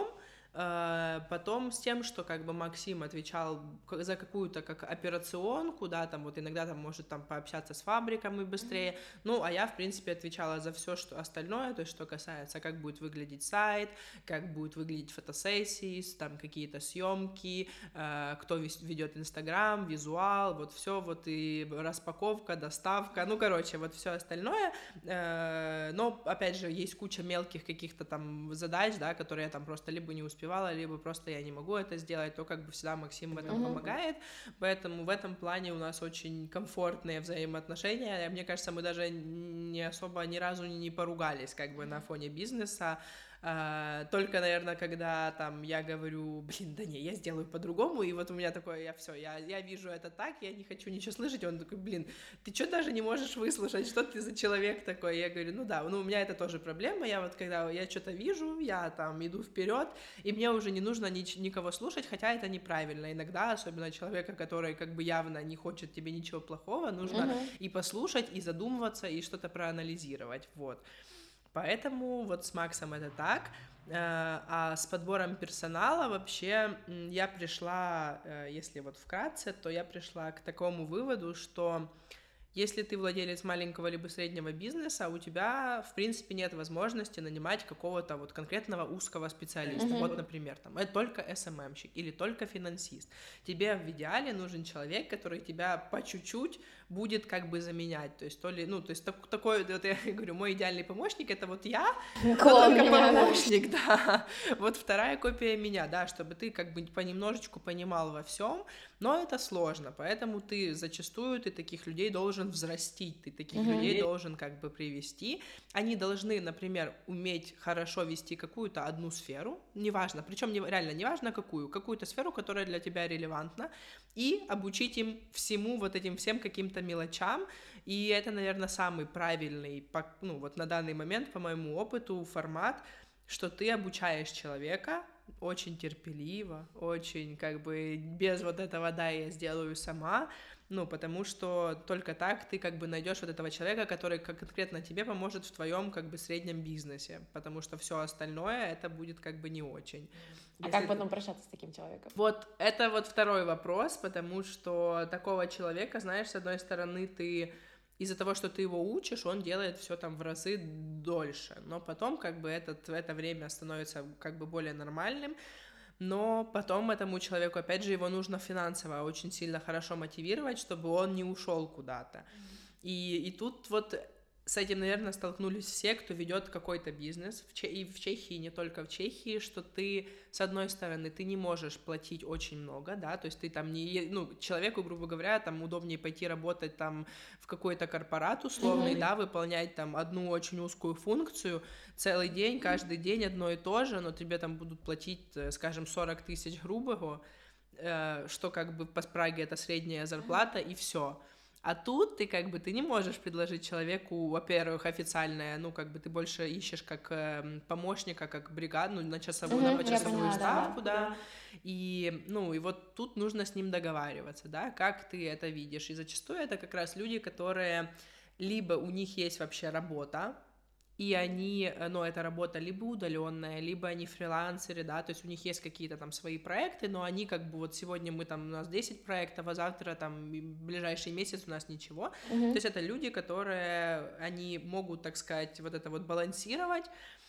потом с тем, что как бы Максим отвечал за какую-то как операционку, да, там вот иногда там может там пообщаться с фабриками быстрее, mm-hmm. ну, а я, в принципе, отвечала за все, что остальное, то есть что касается, как будет выглядеть сайт, как будет выглядеть фотосессии, там какие-то съемки, кто ведет Инстаграм, визуал, вот все, вот и распаковка, доставка, ну, короче, вот все остальное, но, опять же, есть куча мелких каких-то там задач, да, которые я там просто либо не успеваю, либо просто я не могу это сделать, то как бы всегда Максим в этом mm-hmm. помогает, поэтому в этом плане у нас очень комфортные взаимоотношения, мне кажется, мы даже не особо ни разу не поругались как бы на фоне бизнеса, а, только, наверное, когда там я говорю, блин, да не, я сделаю по-другому, и вот у меня такое, я все, я, я вижу это так, я не хочу ничего слышать, и он такой, блин, ты что даже не можешь выслушать, что ты за человек такой, я говорю, ну да, ну у меня это тоже проблема, я вот когда я что-то вижу, я там иду вперед, и мне уже не нужно ни, никого слушать, хотя это неправильно, иногда, особенно человека, который как бы явно не хочет тебе ничего плохого, нужно mm-hmm. и послушать, и задумываться, и что-то проанализировать, вот. Поэтому вот с Максом это так, а с подбором персонала вообще я пришла, если вот вкратце, то я пришла к такому выводу, что если ты владелец маленького либо среднего бизнеса, у тебя, в принципе, нет возможности нанимать какого-то вот конкретного узкого специалиста. Mm-hmm. Вот, например, там, это только эс эм эм-щик или только финансист. Тебе в идеале нужен человек, который тебя по чуть-чуть будет как бы заменять. То есть, то ли, ну, то есть так, такой, вот я говорю, мой идеальный помощник — это вот я, но только помощник, да. Вот вторая копия меня, да, чтобы ты как бы понемножечку понимал во всем, но это сложно, поэтому ты зачастую, ты таких людей должен взрастить, ты таких mm-hmm. людей должен как бы привести. Они должны, например, уметь хорошо вести какую-то одну сферу, неважно, причем не, реально неважно какую, какую-то сферу, которая для тебя релевантна, и обучить им всему вот этим всем каким-то мелочам, и это, наверное, самый правильный, ну вот на данный момент, по моему опыту, формат, что ты обучаешь человека очень терпеливо, очень как бы без вот этого «да, я сделаю сама», ну, потому что только так ты как бы найдешь вот этого человека, который конкретно тебе поможет в твоем как бы среднем бизнесе, потому что все остальное это будет как бы не очень. А Если как потом ты... прощаться с таким человеком? Вот это вот второй вопрос, потому что такого человека, знаешь, с одной стороны ты из-за того, что ты его учишь, он делает все там в разы дольше, но потом как бы этот, это время становится как бы более нормальным. Но потом этому человеку, опять же, его нужно финансово очень сильно хорошо мотивировать, чтобы он не ушел куда-то. Mm-hmm. И, и тут вот с этим, наверное, столкнулись все, кто ведет какой-то бизнес, в Че- и в Чехии, не только в Чехии, что ты, с одной стороны, ты не можешь платить очень много, да, то есть ты там не, ну, человеку, грубо говоря, там удобнее пойти работать там в какой-то корпорат условный, mm-hmm. да, выполнять там одну очень узкую функцию целый день, каждый день одно и то же, но тебе там будут платить, скажем, сорок тысяч грубого, что как бы по Праге это средняя зарплата, и все. А тут ты как бы ты не можешь предложить человеку, во-первых, официальное, ну как бы ты больше ищешь как э, помощника, как бригаду, ну, на часовую, mm-hmm, на почасовую поняла, ставку, да, да. да, и ну и вот тут нужно с ним договариваться, да, как ты это видишь, и зачастую это как раз люди, которые либо у них есть вообще работа, и они, ну, эта работа либо удаленная, либо они фрилансеры, да, то есть у них есть какие-то там свои проекты, но они как бы вот сегодня мы там, у нас десять проектов, а завтра там в ближайший месяц у нас ничего, mm-hmm. то есть это люди, которые, они могут, так сказать, вот это вот балансировать,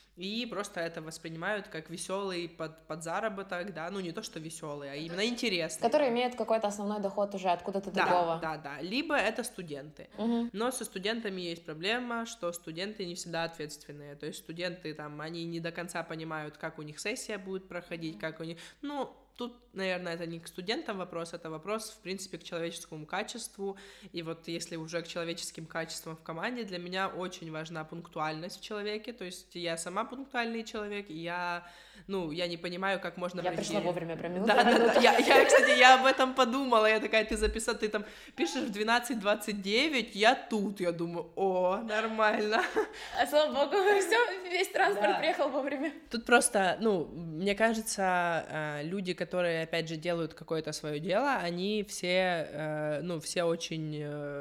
и просто это воспринимают как веселый под, подзаработок, да, ну не то, что веселый, а именно интересный. Которые имеют какой-то основной доход уже откуда-то да, другого. Да, да, либо это студенты. Угу. Но со студентами есть проблема, что студенты не всегда ответственные, то есть студенты там, они не до конца понимают, как у них сессия будет проходить, как у них, ну... Тут, наверное, это не к студентам вопрос, это вопрос, в принципе, к человеческому качеству. И вот если уже к человеческим качествам в команде, для меня очень важна пунктуальность в человеке. То есть я сама пунктуальный человек, и я, ну, я не понимаю, как можно... Я пришла вовремя, прям минуту. Да, да, да. Я, я, кстати, я об этом подумала. Я такая, ты записала, ты там пишешь в двенадцать двадцать девять, я тут. Я думаю, о, нормально. А слава богу, все, весь транспорт да. приехал вовремя. Тут просто, ну, мне кажется, люди, которые которые, опять же, делают какое-то свое дело, они все, э, ну, все очень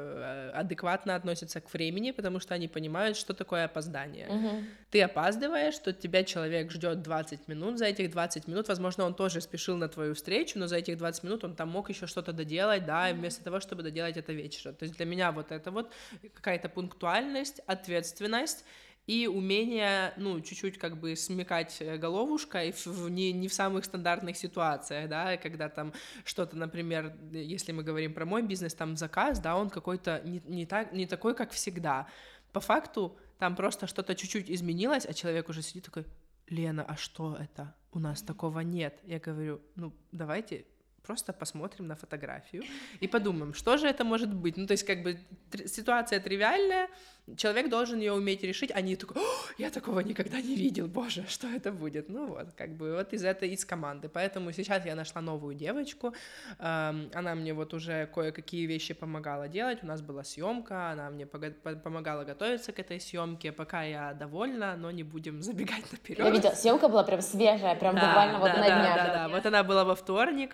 э, адекватно относятся к времени, потому что они понимают, что такое опоздание. Uh-huh. Ты опаздываешь, что тебя человек ждет двадцать минут, за этих двадцать минут, возможно, он тоже спешил на твою встречу, но за этих двадцать минут он там мог еще что-то доделать, да, и вместо того, чтобы доделать это вечером. То есть для меня вот это вот какая-то пунктуальность, ответственность, и умение, ну, чуть-чуть как бы смекать головушкой в, не, не в самых стандартных ситуациях, да, когда там что-то, например, если мы говорим про мой бизнес, там заказ, да, он какой-то не, не, так, не такой, как всегда. По факту там просто что-то чуть-чуть изменилось, а человек уже сидит такой, Лена, а что это? У нас такого нет. Я говорю, ну, давайте... просто посмотрим на фотографию и подумаем, что же это может быть. Ну, то есть, как бы, тр- ситуация тривиальная, человек должен ее уметь решить, а не такой, я такого никогда не видел, боже, что это будет? Ну, вот, как бы, вот из этой, из команды. Поэтому сейчас я нашла новую девочку, эм, она мне вот уже кое-какие вещи помогала делать, у нас была съемка, она мне пога- помогала готовиться к этой съемке, пока я довольна, но не будем забегать наперед. Я видела, съемка была прям свежая, прям да, буквально да, вот да, на днях. Да, да, да, вот она была во вторник.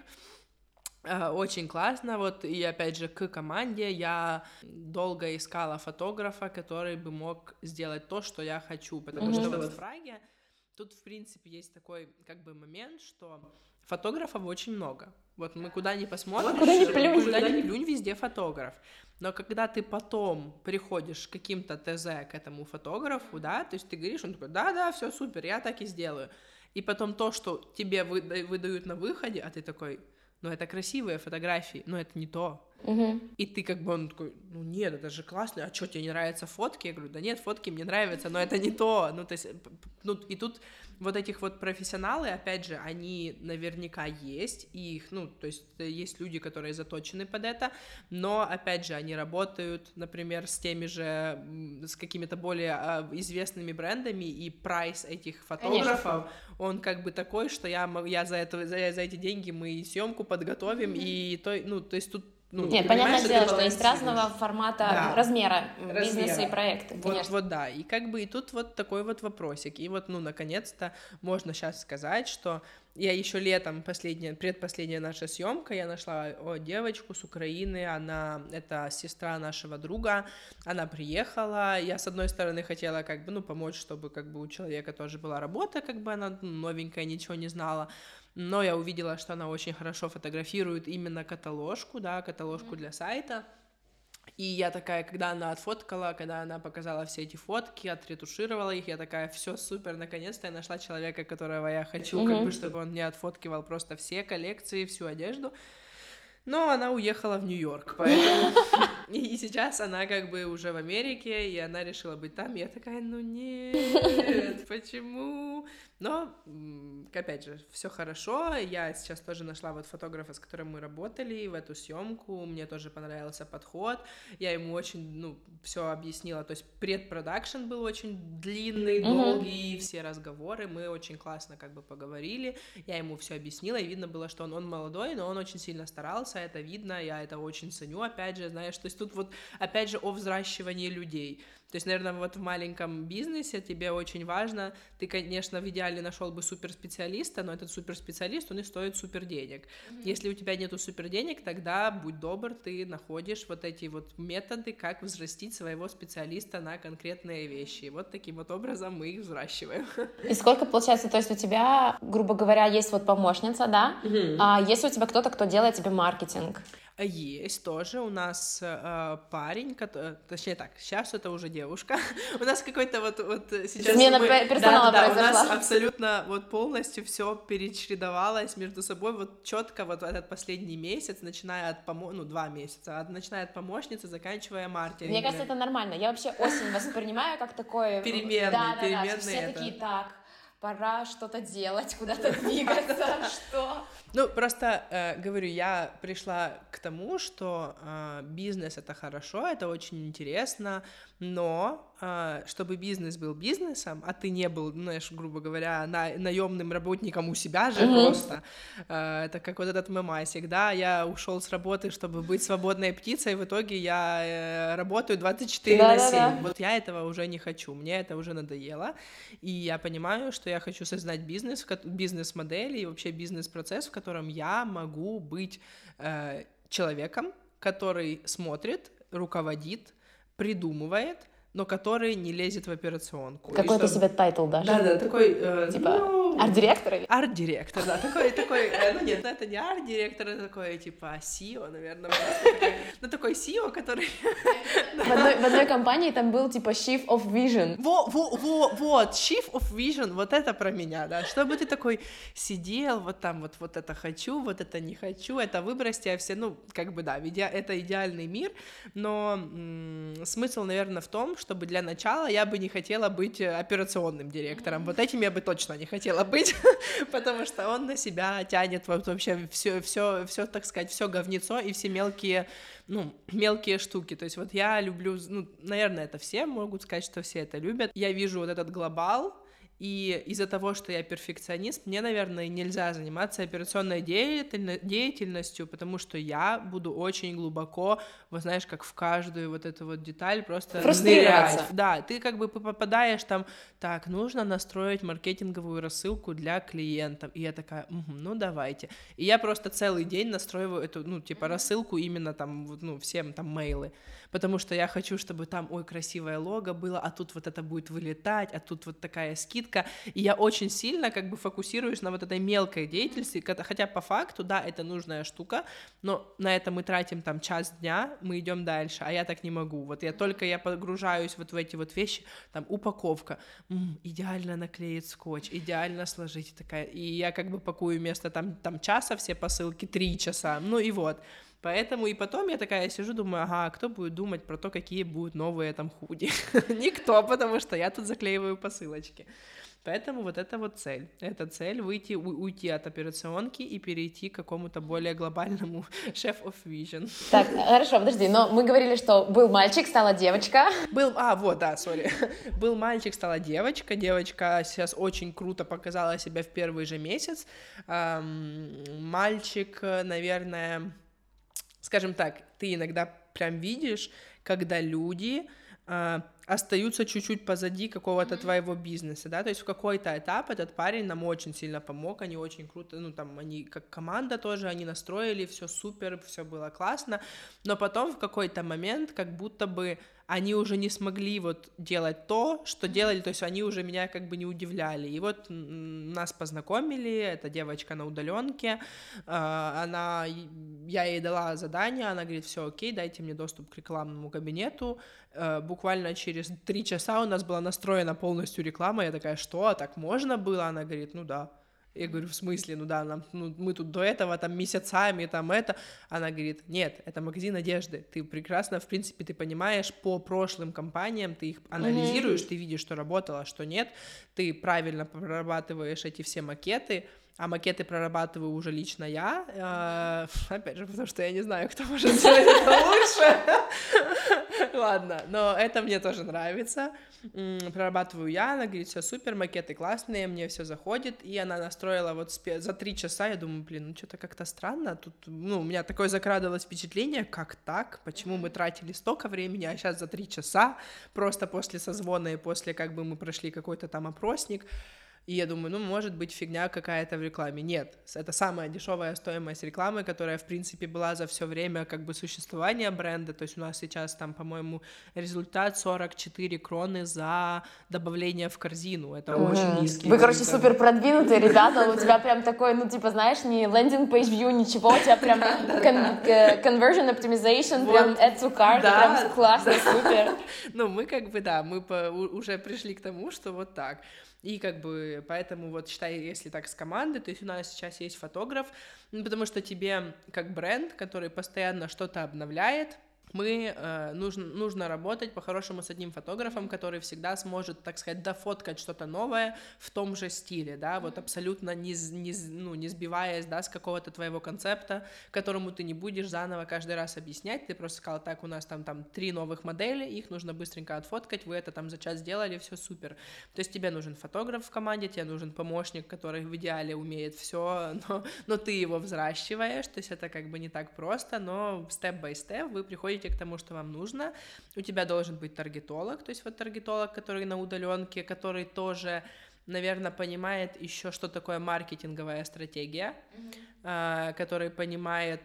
Очень классно, вот, и опять же к команде я долго искала фотографа, который бы мог сделать то, что я хочу, потому mm-hmm. что вот в Праге тут, в принципе, есть такой, как бы, момент, что фотографов очень много, вот мы куда ни посмотрим, куда ни плюнь, куда ни плюнь, везде фотограф, но когда ты потом приходишь к каким-то ТЗ к этому фотографу, да, то есть ты говоришь, он такой, да-да, все супер, я так и сделаю, и потом то, что тебе выдают на выходе, а ты такой... но это красивые фотографии, но это не то. Uh-huh. И ты как бы, он такой, ну нет, это же классно, а что, тебе не нравятся фотки? Я говорю, да нет, фотки мне нравятся, но это не то. Ну, то есть, ну, и тут вот этих вот профессионалы, опять же, они наверняка есть, и их, ну, то есть есть люди, которые заточены под это, но, опять же, они работают, например, с теми же, с какими-то более известными брендами, и прайс этих фотографов, Конечно. Он как бы такой, что я, я за, это, за, за эти деньги мы и съемку подготовим, mm-hmm. и то, ну, то есть тут Ну, Нет, понятное дело, что есть разного формата, да. размера, размера бизнеса и проекта, вот, вот, да, и как бы и тут вот такой вот вопросик, и вот, ну, наконец-то можно сейчас сказать, что я еще летом, последняя, предпоследняя наша съемка, я нашла о, девочку с Украины, она, это сестра нашего друга, она приехала, я, с одной стороны, хотела, как бы, ну, помочь, чтобы, как бы, у человека тоже была работа, как бы, она новенькая, ничего не знала, но я увидела, что она очень хорошо фотографирует именно каталожку, да, каталожку mm-hmm. для сайта. И я такая, когда она отфоткала, когда она показала все эти фотки, отретушировала их, я такая, все супер, наконец-то я нашла человека, которого я хочу, mm-hmm. как бы, чтобы он мне отфоткивал просто все коллекции, всю одежду. Но она уехала в Нью-Йорк, поэтому... И сейчас она как бы уже в Америке, и она решила быть там. Я такая, ну нет, почему? Но, опять же, все хорошо. Я сейчас тоже нашла вот фотографа, с которым мы работали в эту съемку. Мне тоже понравился подход. Я ему очень, ну, все объяснила. То есть предпродакшн был очень длинный, долгий, mm-hmm. все разговоры. Мы очень классно как бы поговорили. Я ему все объяснила, и видно было, что он, он молодой, но он очень сильно старался. Это видно, я это очень ценю. Опять же, знаешь, то есть тут вот, опять же, о взращивании людей. То есть, наверное, вот в маленьком бизнесе тебе очень важно, ты, конечно, в идеале нашел бы суперспециалиста, но этот суперспециалист, он и стоит супер денег. Mm-hmm. Если у тебя нету супер денег, тогда, будь добр, ты находишь вот эти вот методы, как взрастить своего специалиста на конкретные вещи. И вот таким вот образом мы их взращиваем. И сколько, получается, то есть у тебя, грубо говоря, есть вот помощница, да? Mm-hmm. А есть у тебя кто-то, кто делает тебе маркетинг? Есть тоже у нас э, парень, который, точнее так, сейчас это уже девушка. У нас какой-то вот, вот сейчас... Смена мы, персонала да, да, произошла. У нас абсолютно вот полностью все перечередовалось между собой, вот четко вот этот последний месяц, начиная от помо... ну, два месяца, от, начиная от помощницы, заканчивая маркетингом. Мне кажется, это нормально. Я вообще осень воспринимаю как такой... Переменный, да, да, переменный да, все это. такие, так, пора что-то делать, куда-то двигаться, что... Ну, просто, э, говорю, я пришла к тому, что э, бизнес — это хорошо, это очень интересно, но э, чтобы бизнес был бизнесом, а ты не был, знаешь, грубо говоря, на, наемным работником у себя же mm-hmm. просто, э, это как вот этот мемасик, да, я ушел с работы, чтобы быть свободной птицей, в итоге я э, работаю двадцать четыре на семь. Вот я этого уже не хочу, мне это уже надоело, и я понимаю, что я хочу создать бизнес, бизнес-модель и вообще бизнес-процесс, в котором в котором я могу быть э, человеком, который смотрит, руководит, придумывает, но который не лезет в операционку. Какой ты себе тайтл дашь? Да-да, такой... Э, типа ну, арт-директор? Или? Арт-директор, да, такой, такой, э, ну нет, ну это не арт-директор, это такой, типа, си и о, наверное, такой, ну такой си и о, который... В одной, в одной компании там был, типа, Chief of Vision. Во, во, во, вот, Chief of Vision, вот это про меня, да, чтобы ты такой сидел, вот там, вот, вот это хочу, вот это не хочу, это выбросьте, а все, ну, как бы, да, это идеальный мир, но м- смысл, наверное, в том, чтобы для начала я бы не хотела быть операционным директором. Вот этим я бы точно не хотела быть, потому что он на себя тянет вообще все, все, все, так сказать, все говнецо и все мелкие, ну, мелкие штуки. То есть вот я люблю, ну, наверное, это все могут сказать, что все это любят. Я вижу вот этот глобал, и из-за того, что я перфекционист, мне, наверное, нельзя заниматься операционной деятельностью, потому что я буду очень глубоко, вот знаешь, как в каждую вот эту вот деталь просто нырять. Да, ты как бы попадаешь там, так, нужно настроить маркетинговую рассылку для клиентов, и я такая, угу, ну давайте. И я просто целый день настраиваю эту, ну, типа, рассылку именно там, ну, всем там мейлы, потому что я хочу, чтобы там, ой, красивое лого было, а тут вот это будет вылетать, а тут вот такая скидка, и я очень сильно как бы фокусируюсь на вот этой мелкой деятельности, хотя по факту, да, это нужная штука, но на это мы тратим там час дня, мы идем дальше, а я так не могу, вот я только я погружаюсь вот в эти вот вещи, там упаковка, м-м, идеально наклеить скотч, идеально сложить такая, и я как бы пакую вместо там, там часа все посылки три часа, ну и вот. Поэтому и потом я такая сижу, думаю, ага, кто будет думать про то, какие будут новые там худи? Никто, потому что я тут заклеиваю посылочки. Поэтому вот это вот цель. Это цель выйти, у- уйти от операционки и перейти к какому-то более глобальному chef of vision. Так, хорошо, подожди, но мы говорили, что был мальчик, стала девочка. Был, а, вот, да, сори. Был мальчик, стала девочка. Девочка сейчас очень круто показала себя в первый же месяц. Эм, мальчик, наверное, скажем так, ты иногда прям видишь, когда люди э, остаются чуть-чуть позади какого-то mm-hmm. твоего бизнеса, да, то есть в какой-то этап этот парень нам очень сильно помог, они очень круто, ну, там, они как команда тоже, они настроили, все супер, все было классно, но потом в какой-то момент как будто бы они уже не смогли вот делать то, что делали, то есть они уже меня как бы не удивляли. И вот нас познакомили, эта девочка на удаленке, она, я ей дала задание, она говорит, все окей, дайте мне доступ к рекламному кабинету. Буквально через три часа у нас была настроена полностью реклама, я такая, что, а так можно было? Она говорит, ну да. Я говорю, в смысле, ну да, нам, ну, мы тут до этого там месяцами, там это. Она говорит, нет, это магазин одежды. Ты прекрасно, в принципе, ты понимаешь по прошлым компаниям, ты их анализируешь, mm-hmm. ты видишь, что работало, что нет, ты правильно прорабатываешь эти все макеты, а макеты прорабатываю уже лично я, э, опять же, потому что я не знаю, кто может сделать это лучше. Ладно, но это мне тоже нравится. Прорабатываю я, она говорит, все супер, макеты классные, мне все заходит, и она настроила вот спе- за три часа, я думаю, блин, ну что-то как-то странно, тут, ну, у меня такое закрадывалось впечатление, как так, почему мы тратили столько времени, а сейчас за три часа, просто после созвона и после, как бы мы прошли какой-то там опросник, и я думаю, ну, может быть, фигня какая-то в рекламе. Нет, это самая дешевая стоимость рекламы, которая, в принципе, была за все время как бы существования бренда. То есть у нас сейчас там, по-моему, результат сорок четыре кроны за добавление в корзину. Это mm-hmm. очень низкий. Вы, короче, супер продвинутые ребята. У тебя прям такой, ну, типа, знаешь, не лендинг-пейдж view, ничего. У тебя прям conversion optimization, прям add to cart, прям классно, супер. Ну, мы как бы, да, мы уже пришли к тому, что вот так. И как бы поэтому вот считай, если так с командой, то есть у нас сейчас есть фотограф, ну, потому что тебе как бренд, который постоянно что-то обновляет, мы, э, нужно, нужно работать по-хорошему с одним фотографом, который всегда сможет, так сказать, дофоткать что-то новое в том же стиле, да, вот абсолютно не, не, ну, не сбиваясь, да, с какого-то твоего концепта, которому ты не будешь заново каждый раз объяснять, ты просто сказал, так, у нас там, там три новых модели, их нужно быстренько отфоткать, вы это там за час сделали, все супер. То есть тебе нужен фотограф в команде, тебе нужен помощник, который в идеале умеет все, но, но ты его взращиваешь, то есть это как бы не так просто, но степ-бай-степ вы приходите к тому, что вам нужно. У тебя должен быть таргетолог, то есть вот таргетолог, который на удаленке, который тоже, наверное, понимает еще, что такое маркетинговая стратегия, mm-hmm. который понимает,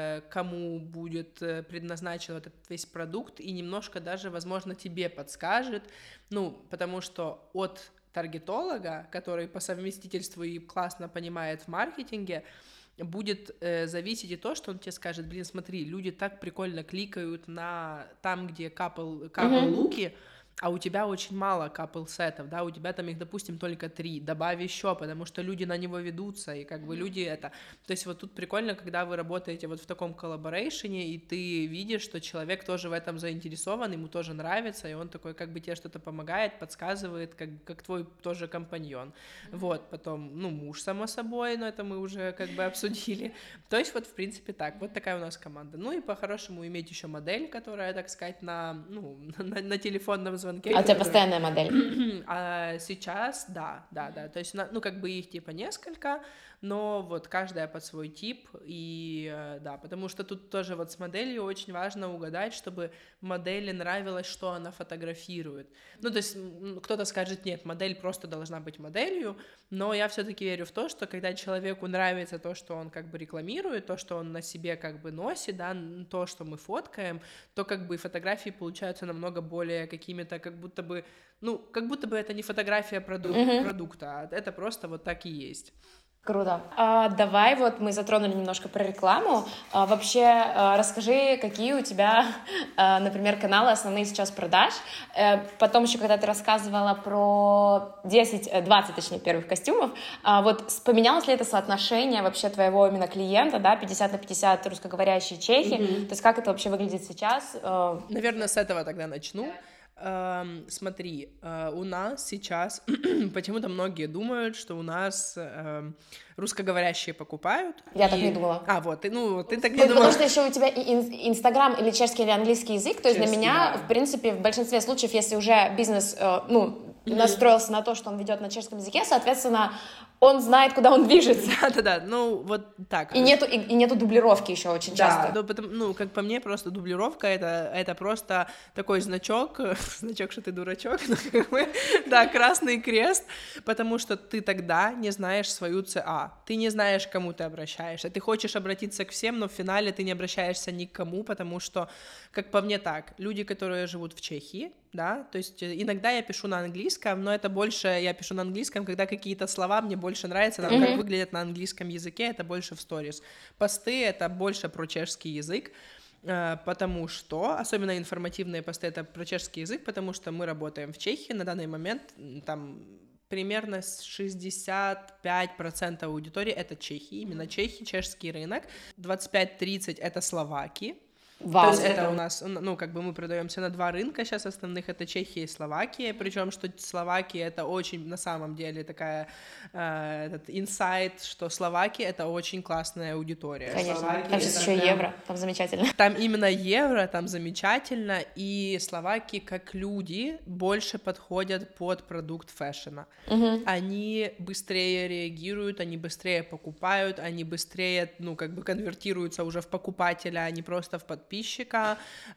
кому будет предназначен этот весь продукт и немножко даже, возможно, тебе подскажет, ну, потому что от таргетолога, который по совместительству и классно понимает в маркетинге, будет э, зависеть и то, что он тебе скажет, блин, смотри, люди так прикольно кликают на там, где couple, couple mm-hmm. луки, а у тебя очень мало couple-сетов, да, у тебя там их, допустим, только три, добавь еще, потому что люди на него ведутся, и как бы люди это... То есть вот тут прикольно, когда вы работаете вот в таком коллаборейшене, и ты видишь, что человек тоже в этом заинтересован, ему тоже нравится, и он такой как бы тебе что-то помогает, подсказывает, как, как твой тоже компаньон. Mm-hmm. Вот, потом, ну, муж, само собой, но это мы уже как бы обсудили. То есть вот, в принципе, так, вот такая у нас команда. Ну и по-хорошему иметь еще модель, которая, так сказать, на, ну, на, на телефонном звонке. А у тебя постоянная модель? А сейчас, да, да, да, то есть, ну, как бы их типа несколько, но вот каждая под свой тип, и да, потому что тут тоже вот с моделью очень важно угадать, чтобы модели нравилось, что она фотографирует. Ну, то есть кто-то скажет, нет, модель просто должна быть моделью, но я все-таки верю в то, что когда человеку нравится то, что он как бы рекламирует, то, что он на себе как бы носит, да, то, что мы фоткаем, то как бы фотографии получаются намного более какими-то, как будто бы, ну, как будто бы это не фотография продук- mm-hmm. продукта, а это просто вот так и есть. Круто. А, давай вот мы затронули немножко про рекламу. А, вообще а, расскажи, какие у тебя, а, например, каналы основные сейчас продаж. А, потом еще, когда ты рассказывала про десять, двадцать, точнее, первых костюмов, а, вот поменялось ли это соотношение вообще твоего именно клиента, да, пятьдесят на пятьдесят русскоговорящие чехи? Mm-hmm. То есть как это вообще выглядит сейчас? Наверное, с этого тогда начну. Uh, смотри, uh, у нас сейчас почему-то многие думают, что у нас uh, русскоговорящие покупают. Я и... так не думала. А, вот, ты, ну, ты так не Потому думала. Потому что еще у тебя и Инстаграм или чешский или английский язык, то есть чешский, для меня, да. В принципе, в большинстве случаев, если уже бизнес, uh, ну, mm-hmm. настроился на то, что он ведет на чешском языке, соответственно, он знает, куда он движется. Да-да-да, ну вот так. И нету, и, и нету дублировки еще очень да, часто. Да, потому, ну, как по мне, просто дублировка это, — это просто такой значок, значок, что ты дурачок, ну, как бы, да, красный крест, потому что ты тогда не знаешь свою ЦА, ты не знаешь, к кому ты обращаешься, ты хочешь обратиться к всем, но в финале ты не обращаешься ни к кому, потому что, как по мне так, люди, которые живут в Чехии, да, то есть иногда я пишу на английском, но это больше я пишу на английском, когда какие-то слова мне больше нравятся, там, mm-hmm. как выглядят на английском языке, это больше в сторис. Посты — это больше про чешский язык, потому что, особенно информативные посты — это про чешский язык, потому что мы работаем в Чехии на данный момент, там примерно шестьдесят пять процентов аудитории — это чехи, именно чехи, чешский рынок, двадцать пять-тридцать — это словаки. Вау. То есть это у нас, ну, как бы мы продаемся на два рынка сейчас основных, это Чехия и Словакия, причем что Словакия — это очень, на самом деле, такая, э, этот инсайт, что Словакия — это очень классная аудитория. Конечно, Словакия — там сейчас еще прям... евро, там замечательно. Там именно евро, там замечательно, и словаки как люди больше подходят под продукт фэшена. Угу. Они быстрее реагируют, они быстрее покупают, они быстрее, ну, как бы конвертируются уже в покупателя, а не просто в подписчика. подписчика,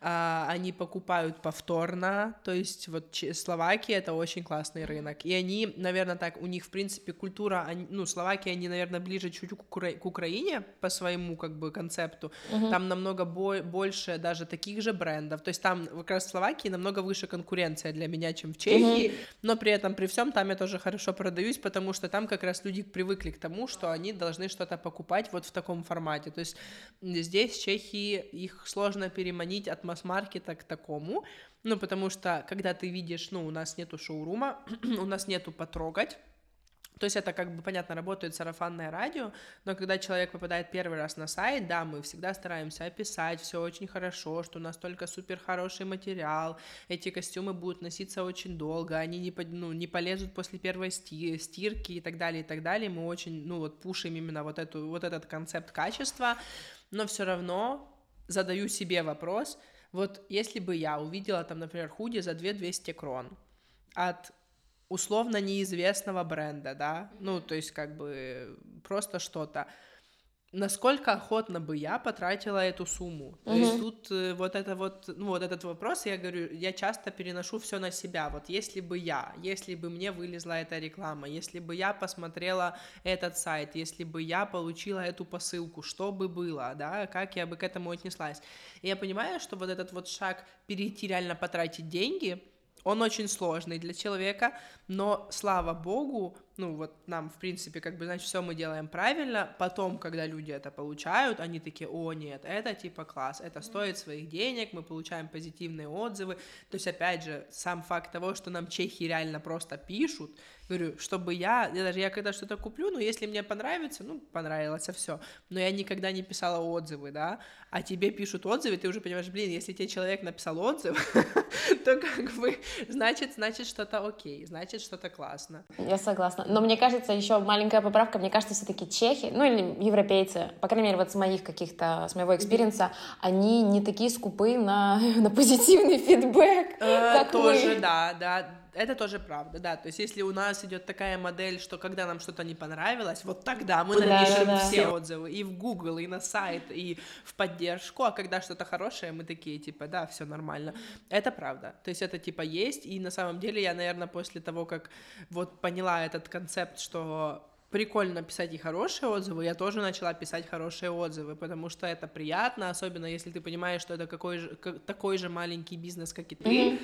они покупают повторно, то есть вот Словакия — это очень классный рынок, и они, наверное, так, у них, в принципе, культура, ну, Словакия, они, наверное, ближе чуть-чуть к, Укра... к Украине по своему, как бы, концепту, uh-huh. там намного бо... больше даже таких же брендов, то есть там как раз в Словакии намного выше конкуренция для меня, чем в Чехии, uh-huh. но при этом, при всем, там я тоже хорошо продаюсь, потому что там как раз люди привыкли к тому, что они должны что-то покупать вот в таком формате, то есть здесь в Чехии их сложно сложно переманить от масс-маркета к такому, ну, потому что, когда ты видишь, ну, у нас нету шоурума, у нас нету потрогать, то есть это, как бы, понятно, работает сарафанное радио, но когда человек попадает первый раз на сайт, да, мы всегда стараемся описать все очень хорошо, что у нас только супер хороший материал, эти костюмы будут носиться очень долго, они не, ну, не полезут после первой сти- стирки и так далее, и так далее, мы очень, ну, вот, пушим именно вот, эту, вот этот концепт качества, но все равно задаю себе вопрос, вот если бы я увидела там, например, худи за две тысячи двести крон от условно неизвестного бренда, да, ну, то есть как бы просто что-то, насколько охотно бы я потратила эту сумму? То mm-hmm. есть тут э, вот это вот, ну, вот этот вопрос, я говорю, я часто переношу все на себя, вот если бы я, если бы мне вылезла эта реклама, если бы я посмотрела этот сайт, если бы я получила эту посылку, что бы было, да, как я бы к этому отнеслась? И я понимаю, что вот этот вот шаг перейти реально потратить деньги, он очень сложный для человека, но, слава богу, ну вот нам, в принципе, как бы, значит, все мы делаем правильно, потом, когда люди это получают, они такие: о, нет, это типа класс, это стоит своих денег, мы получаем позитивные отзывы, то есть, опять же, сам факт того, что нам чехи реально просто пишут, говорю, чтобы я, я даже я когда что-то куплю, ну, если мне понравится, ну, понравилось, а все, но я никогда не писала отзывы, да, а тебе пишут отзывы, ты уже понимаешь, блин, если тебе человек написал отзыв, то как бы, значит, значит, что-то окей, значит, что-то классно. Я согласна. Но мне кажется, еще маленькая поправка, мне кажется, все-таки чехи, ну или европейцы, по крайней мере, вот с моих каких-то, с моего экспириенса, они не такие скупы на, на позитивный фидбэк, как тоже, мы. да, да. Это тоже правда, да, то есть если у нас идет такая модель, что когда нам что-то не понравилось, вот тогда мы напишем да, да, все да. отзывы и в Google, и на сайт, и в поддержку, а когда что-то хорошее, мы такие, типа, да, все нормально. Это правда, то есть это, типа, есть, и на самом деле я, наверное, после того, как вот поняла этот концепт, что прикольно писать и хорошие отзывы, я тоже начала писать хорошие отзывы, потому что это приятно, особенно если ты понимаешь, что это какой же, как, такой же маленький бизнес, как и ты, mm-hmm.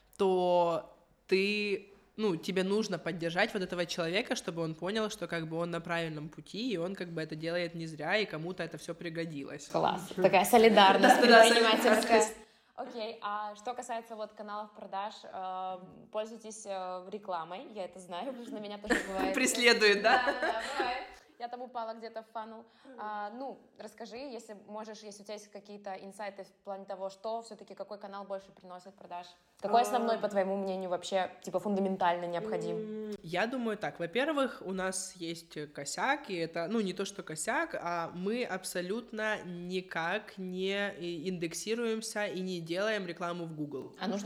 то ты, ну, тебе нужно поддержать вот этого человека, чтобы он понял, что как бы он на правильном пути, и он как бы это делает не зря, и кому-то это все пригодилось. Класс, такая солидарность предпринимательская. Окей, а что касается вот каналов продаж, э, пользуйтесь э, рекламой, я это знаю, потому что на меня тоже бывает. Преследует, да? Да, да, бывает. Я там упала где-то в фанул. А, ну, расскажи, если можешь, если у тебя есть какие-то инсайты в плане того, что все-таки, какой канал больше приносит продаж? Какой основной, по твоему мнению, вообще, типа, фундаментально необходим? Я думаю так, во-первых, у нас есть косяк, и это, ну, не то, что косяк, а мы абсолютно никак не индексируемся и не делаем рекламу в Google. А нужно ли?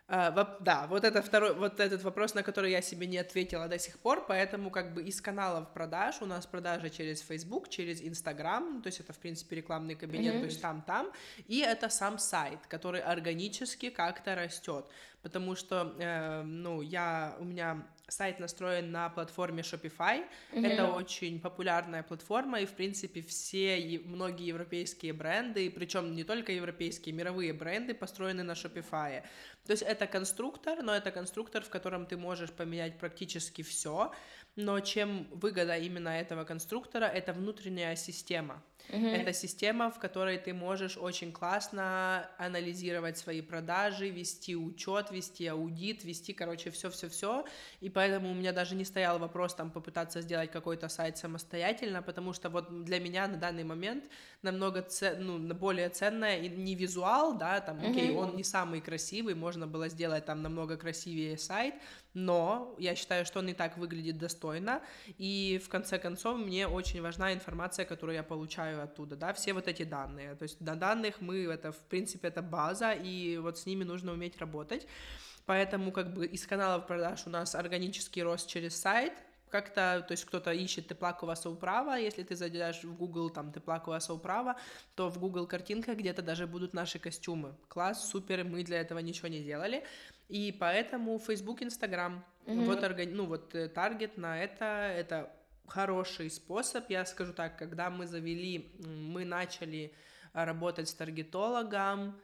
Uh, да, вот это второй, вот этот вопрос, на который я себе не ответила до сих пор, поэтому как бы из каналов продаж у нас продажи через Facebook, через Instagram, то есть это, в принципе, рекламный кабинет, mm-hmm. то есть там-там, и это сам сайт, который органически как-то растет, потому что, э, ну, я, у меня сайт настроен на платформе Shopify, mm-hmm. это очень популярная платформа, и, в принципе, все, многие европейские бренды, причем не только европейские, мировые бренды построены на Shopify. То есть это конструктор, но это конструктор, в котором ты можешь поменять практически все, но чем выгода именно этого конструктора, это внутренняя система. Mm-hmm. Это система, в которой ты можешь очень классно анализировать свои продажи, вести учет, вести аудит, вести, короче, все-все-все, и поэтому у меня даже не стоял вопрос там попытаться сделать какой-то сайт самостоятельно, потому что вот для меня на данный момент намного ц... ну, более ценное и не визуал, да, там, mm-hmm. окей, он не самый красивый, можно было сделать там намного красивее сайт, но я считаю, что он и так выглядит достойно, и в конце концов мне очень важна информация, которую я получаю оттуда, да, все вот эти данные, то есть на данных мы, это, в принципе, это база, и вот с ними нужно уметь работать, поэтому как бы из каналов продаж у нас органический рост через сайт, как-то, то есть кто-то ищет Теплакова Соуправа, если ты зайдешь в Google, там, Теплакова Соуправа, то в Google картинках где-то даже будут наши костюмы. Класс, супер, мы для этого ничего не делали, и поэтому Facebook, Instagram, mm-hmm. вот, органи... ну, вот таргет на это, это хороший способ, я скажу так, когда мы завели, мы начали работать с таргетологом,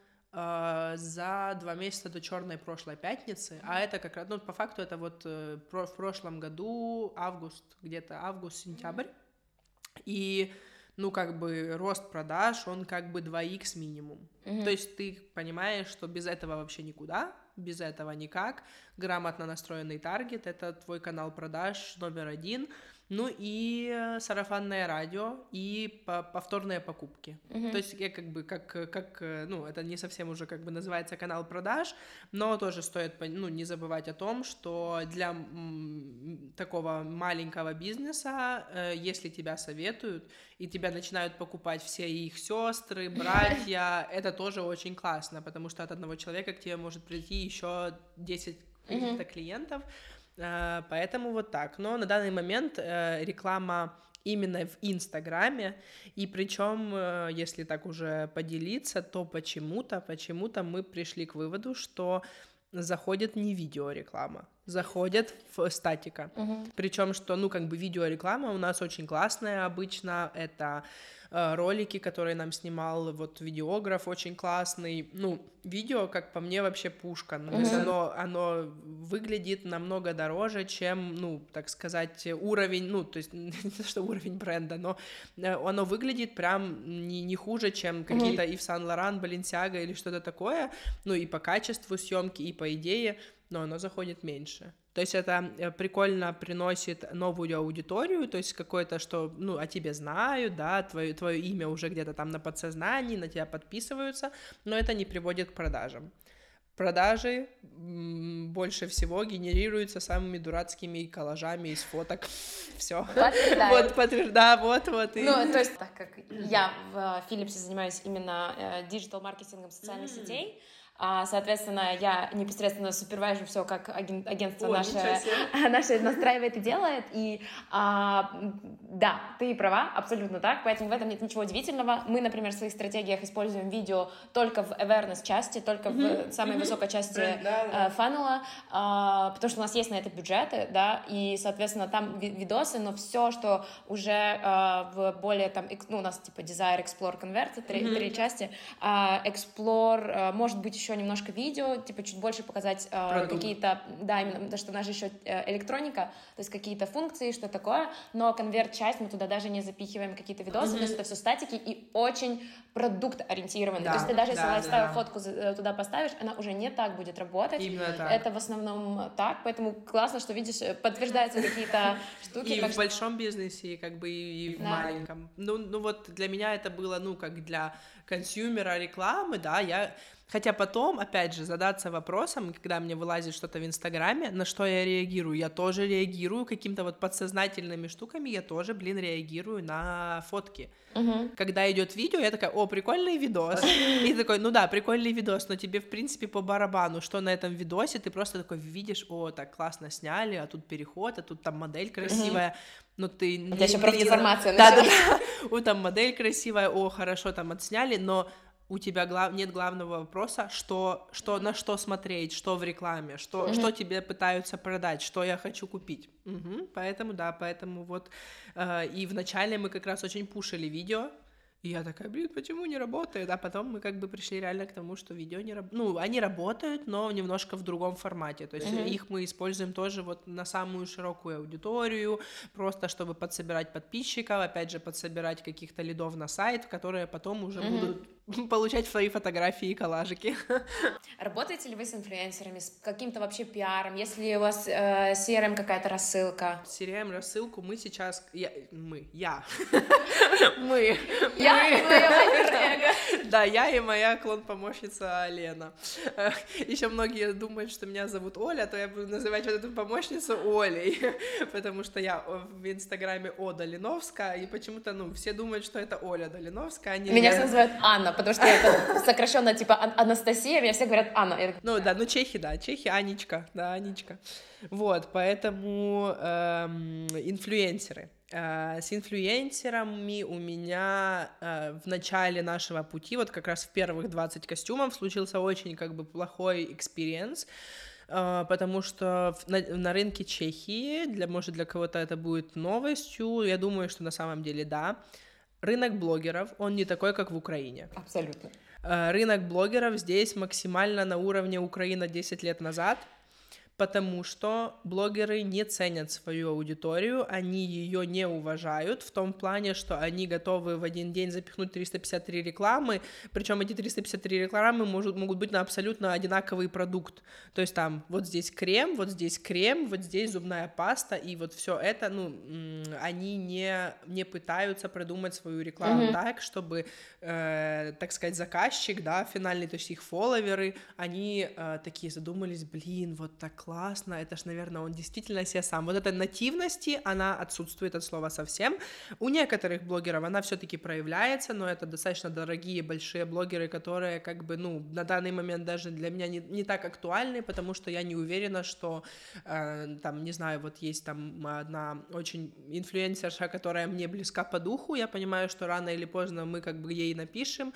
за два месяца до черной прошлой пятницы, а это как раз, ну, по факту это вот в прошлом году, август, где-то август-сентябрь, и, ну, как бы рост продаж, он как бы два икс минимум, mm-hmm. то есть ты понимаешь, что без этого вообще никуда, без этого никак, грамотно настроенный таргет, это твой канал продаж номер один, ну и сарафанное радио, и повторные покупки. Uh-huh. То есть я как бы, как, как, ну, это не совсем уже как бы называется канал продаж, но тоже стоит, ну, не забывать о том, что для м, такого маленького бизнеса, э, если тебя советуют, и тебя начинают покупать все их сестры, братья, это тоже очень классно, потому что от одного человека к тебе может прийти еще десять каких-то uh-huh. клиентов, поэтому вот так. Но на данный момент э, реклама именно в Инстаграме, и причем, э, если так уже поделиться, то почему-то, почему-то мы пришли к выводу, что заходит не видеореклама, заходит в статика. Uh-huh. Причем, что, ну, как бы видеореклама у нас очень классная обычно, это э, ролики, которые нам снимал вот видеограф, очень классный. Ну, видео, как по мне, вообще пушка. Uh-huh. То есть оно, оно выглядит намного дороже, чем, ну, так сказать, уровень, ну, то есть не то, что уровень бренда, но оно выглядит прям не, не хуже, чем какие-то Yves Saint Laurent, Balenciaga или что-то такое, ну, и по качеству съемки, и по идее, но оно заходит меньше. То есть это прикольно приносит новую аудиторию, то есть какое-то, что, ну, о тебе знают, да, твое, твое имя уже где-то там на подсознании, на тебя подписываются, но это не приводит к продажам. Продажи м- больше всего генерируются самыми дурацкими коллажами из фоток. Все. Вот, подтверждаю, вот, вот. И... Ну, то есть, так как я в Philips занимаюсь именно э, диджитал-маркетингом социальных mm. сетей, А, соответственно, я непосредственно супервайжу все, как аген- агентство О, наше, наше настраивает и делает. И а, да, ты права, абсолютно так, поэтому в этом нет ничего удивительного. Мы, например, в своих стратегиях используем видео только в awareness части, только mm-hmm. в самой mm-hmm. высокой части mm-hmm. э, фаннела, э, потому что у нас есть на это бюджеты, да, и, соответственно, там ви- видосы, но все, что уже э, в более там, ну, у нас типа Desire, Explore, Convert, три, mm-hmm. три части, э, Explore, э, может быть, еще немножко видео, типа чуть больше показать э, какие-то, да, именно, потому что у нас же еще электроника, то есть какие-то функции, что такое, но конверт-часть мы туда даже не запихиваем какие-то видосы, mm-hmm. то есть это все статики и очень продукт-ориентированно, да, то есть ты даже да, если лайфстайл да. фотку туда поставишь, она уже не так будет работать, именно так. Это в основном так, поэтому классно, что видишь, подтверждаются какие-то штуки. И в большом бизнесе, как бы и в маленьком. Ну, ну вот для меня это было, ну, как для консюмера рекламы, да, я Хотя потом, опять же, задаться вопросом, когда мне вылазит что-то в Инстаграме, на что я реагирую, я тоже реагирую какими-то вот подсознательными штуками, я тоже, блин, реагирую на фотки. Uh-huh. Когда идет видео, я такая, о, прикольный видос. И такой, ну да, прикольный видос, но тебе, в принципе, по барабану, что на этом видосе, ты просто такой видишь, о, так классно сняли, а тут переход, а тут там модель красивая, но ты... У тебя еще просто информация началась. Да-да-да, у там модель красивая, о, хорошо, там отсняли, но у тебя глав... нет главного вопроса, что, что, на что смотреть, что в рекламе, что, mm-hmm. что тебе пытаются продать, что я хочу купить. Угу. Поэтому, да, поэтому вот... Э, и вначале мы как раз очень пушили видео, и я такая, блин, почему не работает? А потом мы как бы пришли реально к тому, что видео не работают. Ну, они работают, но немножко в другом формате. То есть mm-hmm. их мы используем тоже вот на самую широкую аудиторию, просто чтобы подсобирать подписчиков, опять же, подсобирать каких-то лидов на сайт, которые потом уже mm-hmm. будут получать свои фотографии и коллажики. Работаете ли вы с инфлюенсерами, с каким-то вообще пиаром? Есть ли у вас э, си эр эм какая-то рассылка? си эр эм-рассылку мы сейчас... Я... Мы. Я. Мы. Я и моя Да, я и моя клон-помощница Лена. Еще многие думают, что меня зовут Оля, то я буду называть вот эту помощницу Олей, потому что я в Инстаграме О Долиновская, и почему-то, ну, все думают, что это Оля Долиновская. Они меня все называют Анна, потому что это сокращенно типа Анастасия, меня все говорят Анна. Ну да, ну чехи, да, чехи, Анечка, да, Анечка. Вот, поэтому эм, инфлюенсеры. С инфлюенсерами у меня э, в начале нашего пути, вот как раз в первых двадцать костюмов, случился очень как бы плохой экспириенс, э, потому что на, на рынке Чехии, для, может для кого-то это будет новостью, я думаю, что на самом деле да, рынок блогеров, он не такой, как в Украине. Абсолютно. Э, рынок блогеров здесь максимально на уровне Украины десять лет назад, потому что блогеры не ценят свою аудиторию, они ее не уважают в том плане, что они готовы в один день запихнуть триста пятьдесят три рекламы, причем эти триста пятьдесят три рекламы может, могут быть на абсолютно одинаковый продукт, то есть там вот здесь крем, вот здесь крем, вот здесь зубная паста, и вот все это, ну, они не, не пытаются продумать свою рекламу mm-hmm. так, чтобы, э, так сказать, заказчик, да, финальный, то есть их фолловеры, они э, такие задумались, блин, вот так классно, это ж, наверное, он действительно себе сам. Вот эта нативности, она отсутствует от слова совсем. У некоторых блогеров она все-таки проявляется, но это достаточно дорогие, большие блогеры, которые, как бы, ну, на данный момент даже для меня не, не так актуальны, потому что я не уверена, что, э, там, не знаю, вот есть там одна очень инфлюенсерша, которая мне близка по духу, я понимаю, что рано или поздно мы, как бы, ей напишем,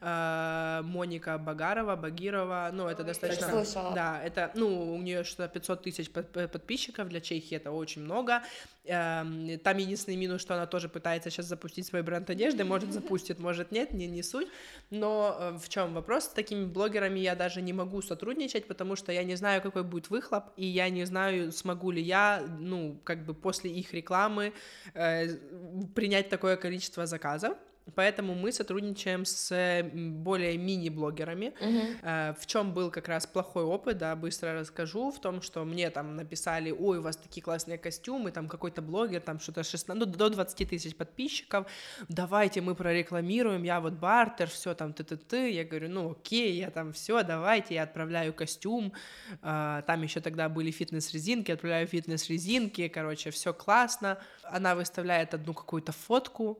э, Моника Багарова, Багирова, ну, это достаточно... Слышала. Да, это, ну, у нее что пятьсот тысяч подписчиков, для Чехии это очень много. Там единственный минус, что она тоже пытается сейчас запустить свой бренд одежды, может запустит, может нет, не, не суть, но в чем вопрос? С такими блогерами я даже не могу сотрудничать, потому что я не знаю, какой будет выхлоп, и я не знаю, смогу ли я, ну, как бы после их рекламы э, принять такое количество заказов. Поэтому мы сотрудничаем с более мини-блогерами. Uh-huh. В чем был как раз плохой опыт, да, быстро расскажу, в том, что мне там написали, ой, у вас такие классные костюмы, там какой-то блогер, там что-то шестнадцать, ну, до двадцать тысяч подписчиков, давайте мы прорекламируем, я вот бартер, все там ты-ты-ты, я говорю, ну окей, я там все, давайте, я отправляю костюм, там еще тогда были фитнес-резинки, отправляю фитнес-резинки, короче, все классно, она выставляет одну какую-то фотку.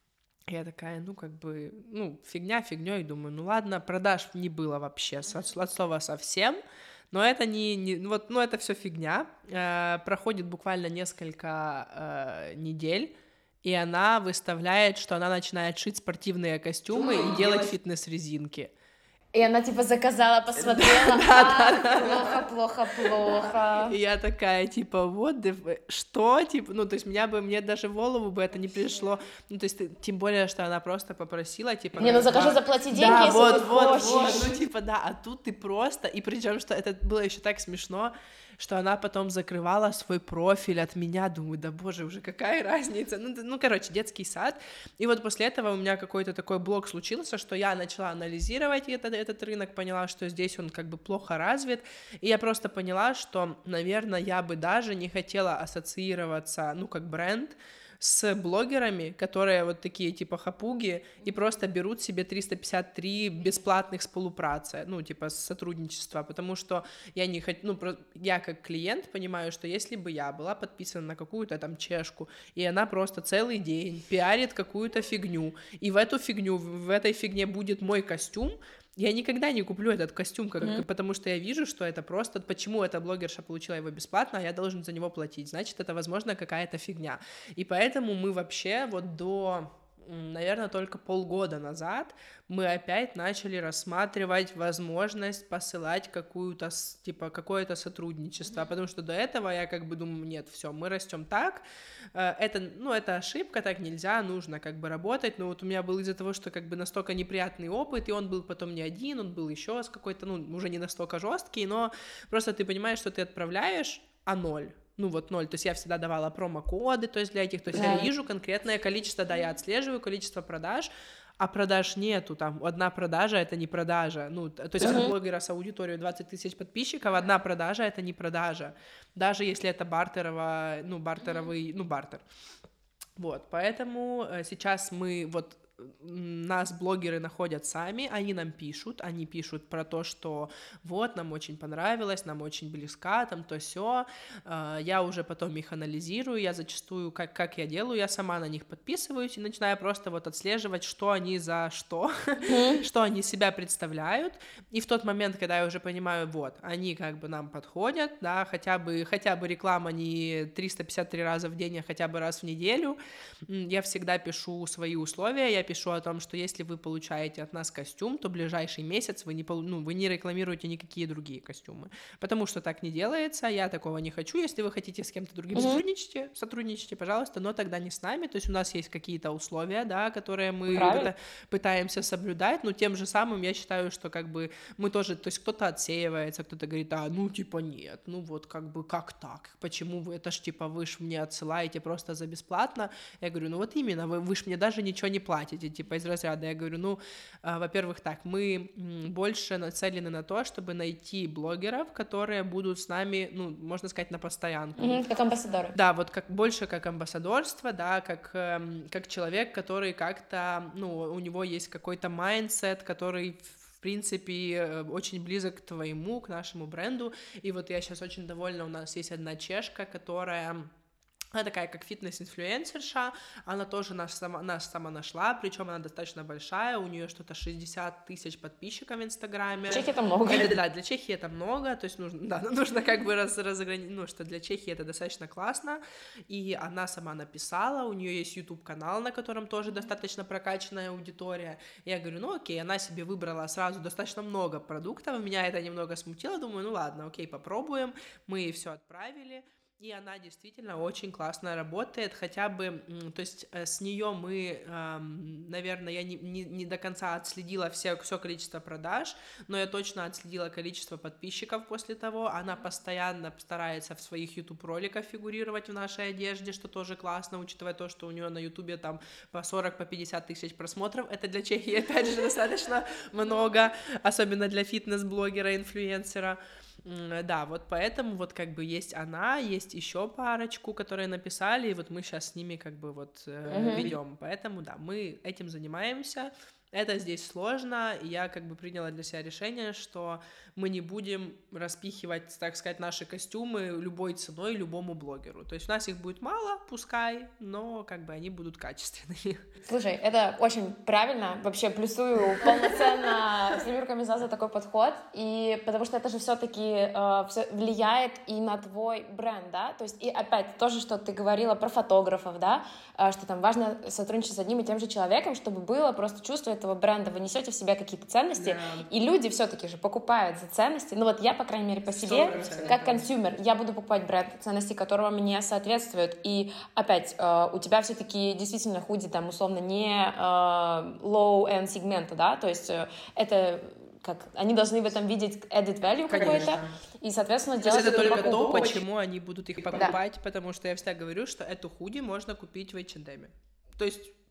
Я такая, ну, как бы, ну, фигня фигнёй, думаю, ну, ладно, продаж не было вообще, от слова совсем, но это не, не вот, ну, это все фигня, э, проходит буквально несколько э, недель, и она выставляет, что она начинает шить спортивные костюмы и делать фитнес-резинки. И она, типа, заказала, посмотрела, а, плохо, плохо, плохо. И я такая, типа, вот, что, типа, ну, то есть меня бы, мне даже в голову бы это не пришло, ну, то есть, тем более, что она просто попросила, типа... Не, ну, закажи, заплати деньги, да, если вот, ты вот, хочешь. Вот, ну, типа, да, а тут ты просто, и причем, что это было еще так смешно, что она потом закрывала свой профиль от меня, думаю, да боже, уже какая разница, ну, ну, короче, детский сад, и вот после этого у меня какой-то такой блок случился, что я начала анализировать этот, этот рынок, поняла, что здесь он как бы плохо развит, и я просто поняла, что, наверное, я бы даже не хотела ассоциироваться, ну, как бренд, с блогерами, которые вот такие типа хапуги, и просто берут себе триста пятьдесят три бесплатных спolupрацы, ну, типа сотрудничества, потому что я не хочу, ну, про... я как клиент понимаю, что если бы я была подписана на какую-то там чешку, и она просто целый день пиарит какую-то фигню, и в эту фигню, в этой фигне будет мой костюм, я никогда не куплю этот костюм, как, mm-hmm. потому что я вижу, что это просто... Почему эта блогерша получила его бесплатно, а я должен за него платить? Значит, это, возможно, какая-то фигня. И поэтому мы вообще вот до... наверное, только полгода назад мы опять начали рассматривать возможность посылать какую-то, типа, какое-то сотрудничество, mm-hmm. потому что до этого я как бы думаю, нет, все, мы растем так, это, ну, это ошибка, так нельзя, нужно как бы работать, но вот у меня был из-за того, что как бы настолько неприятный опыт, и он был потом не один, он был еще с какой-то, ну, уже не настолько жесткий, но просто ты понимаешь, что ты отправляешь, а ноль. Ну вот ноль, то есть я всегда давала промокоды, то есть для этих, то есть yeah. я вижу конкретное количество, да, я отслеживаю количество продаж, а продаж нету, там, одна продажа — это не продажа, ну, то есть uh-huh. у блогера с аудиторией двадцать тысяч подписчиков, одна продажа — это не продажа, даже если это бартерово, ну, бартеровый, ну, бартер, вот, поэтому сейчас мы вот нас блогеры находят сами, они нам пишут, они пишут про то, что вот, нам очень понравилось, нам очень близка, там то сё, я уже потом их анализирую, я зачастую, как, как я делаю, я сама на них подписываюсь и начинаю просто вот отслеживать, что они за что, mm-hmm. что они себя представляют, и в тот момент, когда я уже понимаю, вот, они как бы нам подходят, да, хотя бы, хотя бы реклама не триста пятьдесят три раза в день, а хотя бы раз в неделю, я всегда пишу свои условия, я пишу о том, что если вы получаете от нас костюм, то ближайший месяц вы не, ну, вы не рекламируете никакие другие костюмы, потому что так не делается, я такого не хочу, если вы хотите с кем-то другим mm-hmm. сотрудничайте, сотрудничайте, пожалуйста, но тогда не с нами, то есть у нас есть какие-то условия, да, которые мы пыта- пытаемся соблюдать, но тем же самым я считаю, что как бы мы тоже, то есть кто-то отсеивается, кто-то говорит, а, ну, типа, нет, ну, вот как бы, как так, почему вы, это ж, типа, вы ж мне отсылаете просто за бесплатно, я говорю, ну, вот именно, вы, вы ж мне даже ничего не платите, типа из разряда, я говорю, ну, э, во-первых, так, мы больше нацелены на то, чтобы найти блогеров, которые будут с нами, ну, можно сказать, на постоянку. Mm-hmm, как амбассадоры. Да, вот как, больше как амбассадорство, да, как, э, как человек, который как-то, ну, у него есть какой-то майндсет, который в принципе, очень близок к твоему, к нашему бренду, и вот я сейчас очень довольна, у нас есть одна чешка, которая... Она такая, как фитнес-инфлюенсерша, она тоже нас сама, нас сама нашла, причем она достаточно большая, у нее что-то шестьдесят тысяч подписчиков в Инстаграме. В Чехии это много. Это, да, для Чехии это много, то есть нужно, да, нужно как бы раз, разограничить, ну, что для Чехии это достаточно классно, и она сама написала, у нее есть YouTube-канал, на котором тоже достаточно прокачанная аудитория. Я говорю, ну окей, она себе выбрала сразу достаточно много продуктов, меня это немного смутило, думаю, ну ладно, окей, попробуем, мы ей все отправили. И она действительно очень классно работает, хотя бы, то есть с нее мы, наверное, я не, не, не до конца отследила все, все количество продаж, но я точно отследила количество подписчиков после того, она постоянно старается в своих YouTube-роликах фигурировать в нашей одежде, что тоже классно, учитывая то, что у нее на YouTube там по сорок, по пятьдесят тысяч просмотров, это для Чехии, опять же, достаточно много, особенно для фитнес-блогера, инфлюенсера. Да, вот поэтому вот как бы есть она, есть еще парочку, которые написали, и вот мы сейчас с ними как бы вот э, uh-huh. ведем, поэтому да, мы этим занимаемся. Это здесь сложно, и я как бы приняла для себя решение, что мы не будем распихивать, так сказать, наши костюмы любой ценой любому блогеру. То есть у нас их будет мало, пускай, но как бы они будут качественными. Слушай, это очень правильно, вообще плюсую полноценно всеми руками за такой подход, и потому что это же все-таки э, все влияет и на твой бренд, да, то есть и опять тоже, что ты говорила про фотографов, да, э, что там важно сотрудничать с одним и тем же человеком, чтобы было просто чувство этого бренда, вы несете в себя какие-то ценности, yeah. и люди все-таки же покупают за ценности. Ну вот я, по крайней мере, по себе, сто процентов как консюмер, я буду покупать бренд, ценности которого мне соответствуют. И опять, э, у тебя все-таки действительно худи там условно не э, low-end сегмента, да, то есть э, это как они должны в этом видеть added value какой-то, и, соответственно, делать это только покупку. То, почему они будут их покупать, да. Потому что я всегда говорю, что эту худи можно купить в эйч энд эм. То есть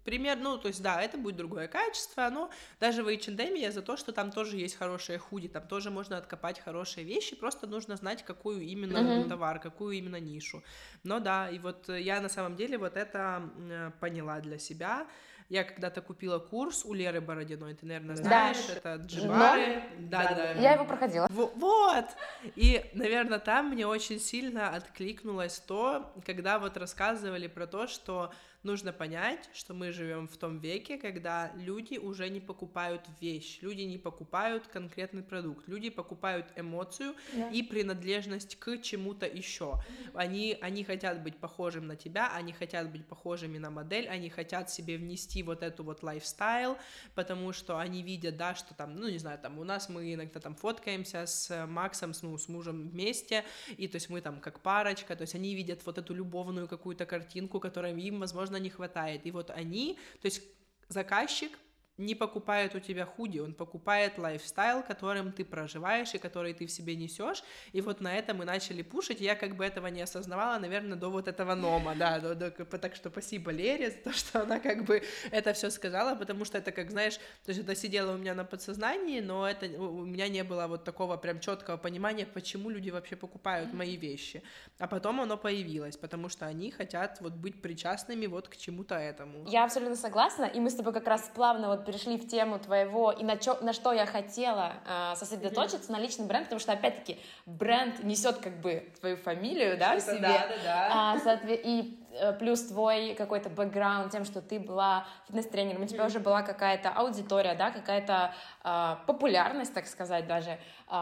пример, ну, то есть, да, это будет другое качество, но даже в эйч энд эм я за то, что там тоже есть хорошие худи, там тоже можно откопать хорошие вещи, просто нужно знать, какую именно mm-hmm. товар, какую именно нишу. Но да, и вот я на самом деле вот это поняла для себя. Я когда-то купила курс у Леры Бородиной, ты, наверное, знаешь, да. это Джибары. Да, да, да. Я его проходила. Вот! И, наверное, там мне очень сильно откликнулось то, когда вот рассказывали про то, что нужно понять, что мы живем в том веке, когда люди уже не покупают вещь, люди не покупают конкретный продукт, люди покупают эмоцию yeah. и принадлежность к чему-то еще. Mm-hmm. Они, они хотят быть похожим на тебя, они хотят быть похожими на модель, они хотят себе внести вот эту вот лайфстайл, потому что они видят, да, что там, ну, не знаю, там у нас мы иногда там фоткаемся с Максом, с, ну, с мужем вместе, и то есть мы там как парочка, то есть они видят вот эту любовную какую-то картинку, которая им, возможно, не хватает. И вот они, то есть заказчик не покупает у тебя худи, он покупает лайфстайл, которым ты проживаешь и который ты в себе несешь, и вот на это мы начали пушить, я как бы этого не осознавала, наверное, до вот этого нома, да, до, до, так что спасибо Лере за то, что она как бы это все сказала, потому что это, как знаешь, то есть это сидело у меня на подсознании, но это у меня не было вот такого прям четкого понимания, почему люди вообще покупают мои вещи, а потом оно появилось, потому что они хотят вот быть причастными вот к чему-то этому. Я абсолютно согласна, и мы с тобой как раз плавно вот перешли в тему твоего, и на, чё, на что я хотела э, сосредоточиться, mm-hmm. на личный бренд, потому что, опять-таки, бренд несет как бы твою фамилию, да, в себе. Да, да, да. А, соответ... И э, плюс твой какой-то бэкграунд, тем, что ты была фитнес-тренером, у тебя mm-hmm. уже была какая-то аудитория, да, какая-то э, популярность, так сказать, даже.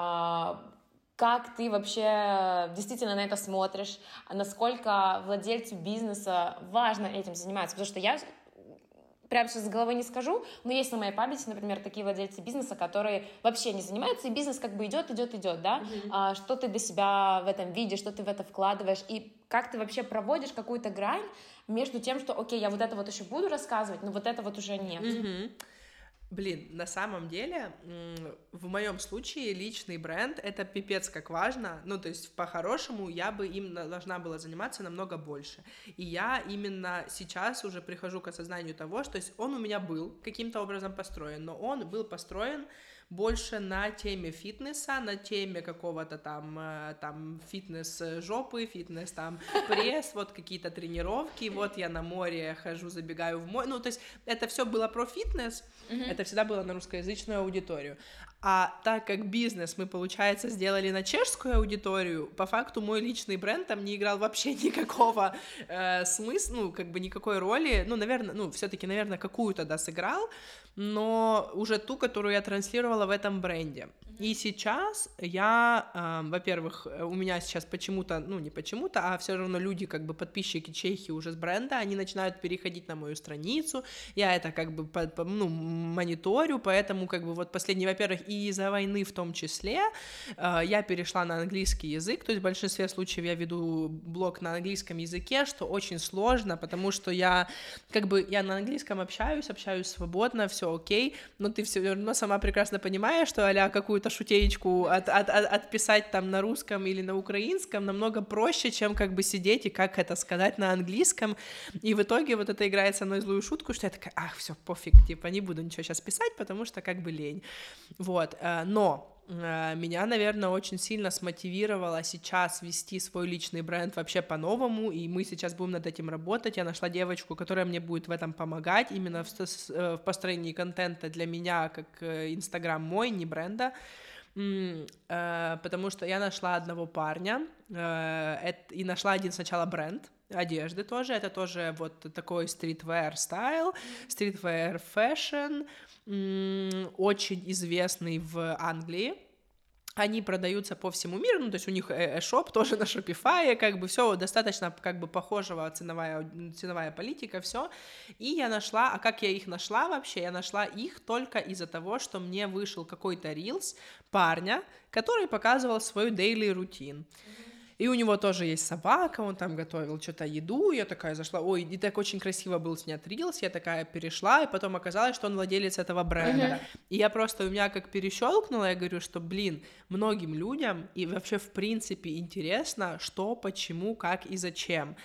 Э, как ты вообще действительно на это смотришь, насколько владельцу бизнеса важно этим заниматься, потому что я... Прямо сейчас с головы не скажу, но есть на моей памяти, например, такие владельцы бизнеса, которые вообще не занимаются, и бизнес как бы идет, идет, идет, да? Mm-hmm. А, что ты для себя в этом видишь, что ты в это вкладываешь, и как ты вообще проводишь какую-то грань между тем, что, окей, я вот это вот еще буду рассказывать, но вот это вот уже нет. Mm-hmm. Блин, на самом деле, в моем случае личный бренд — это пипец как важно, ну, то есть по-хорошему я бы им должна была заниматься намного больше, и я именно сейчас уже прихожу к осознанию того, что то есть он у меня был каким-то образом построен, но он был построен больше на теме фитнеса, на теме какого-то там, там фитнес-жопы, фитнес там пресс, вот какие-то тренировки, вот я на море хожу, забегаю в море, ну, то есть это все было про фитнес, mm-hmm. это всегда было на русскоязычную аудиторию. А так как бизнес мы, получается, сделали на чешскую аудиторию, по факту мой личный бренд там не играл вообще никакого э, смысла, ну, как бы никакой роли, ну, наверное, ну, все-таки, наверное, какую-то, да, сыграл, но уже ту, которую я транслировала в этом бренде. И сейчас я, э, во-первых, у меня сейчас почему-то, ну, не почему-то, а все равно люди, как бы подписчики чехи уже с бренда, они начинают переходить на мою страницу, я это как бы, по, по, ну, мониторю, поэтому, как бы, вот последний, во-первых, и из-за войны в том числе э, я перешла на английский язык, то есть в большинстве случаев я веду блог на английском языке, что очень сложно, потому что я, как бы, я на английском общаюсь, общаюсь свободно, все окей, но ты все равно сама прекрасно понимаешь, что а-ля какую-то шутеечку от, от, от, отписать там на русском или на украинском намного проще, чем как бы сидеть и как это сказать на английском, и в итоге вот это играет со мной злую шутку, что я такая, ах, все, пофиг, типа, не буду ничего сейчас писать, потому что как бы лень, вот. Вот, но меня, наверное, очень сильно смотивировало сейчас вести свой личный бренд вообще по-новому, и мы сейчас будем над этим работать. Я нашла девочку, которая мне будет в этом помогать, именно в, в построении контента для меня, как Инстаграм мой, не бренда, потому что я нашла одного парня, и нашла один сначала бренд одежды тоже, это тоже вот такой стритвеар стайл, стритвеар фэшн, очень известный в Англии. Они продаются по всему миру, ну, то есть у них e-shop тоже на Shopify, как бы все достаточно как бы похожего, ценовая, ценовая политика, все. И я нашла, а как я их нашла вообще? Я нашла их только из-за того, что мне вышел какой-то рилс парня, который показывал свой daily рутин. И у него тоже есть собака, он там готовил что-то еду, я такая зашла, ой, и так очень красиво был снят рилс, я такая перешла, и потом оказалось, что он владелец этого бренда. Uh-huh. И я просто, у меня как перещелкнула, я говорю, что, блин, многим людям и вообще в принципе интересно, что, почему, как и зачем.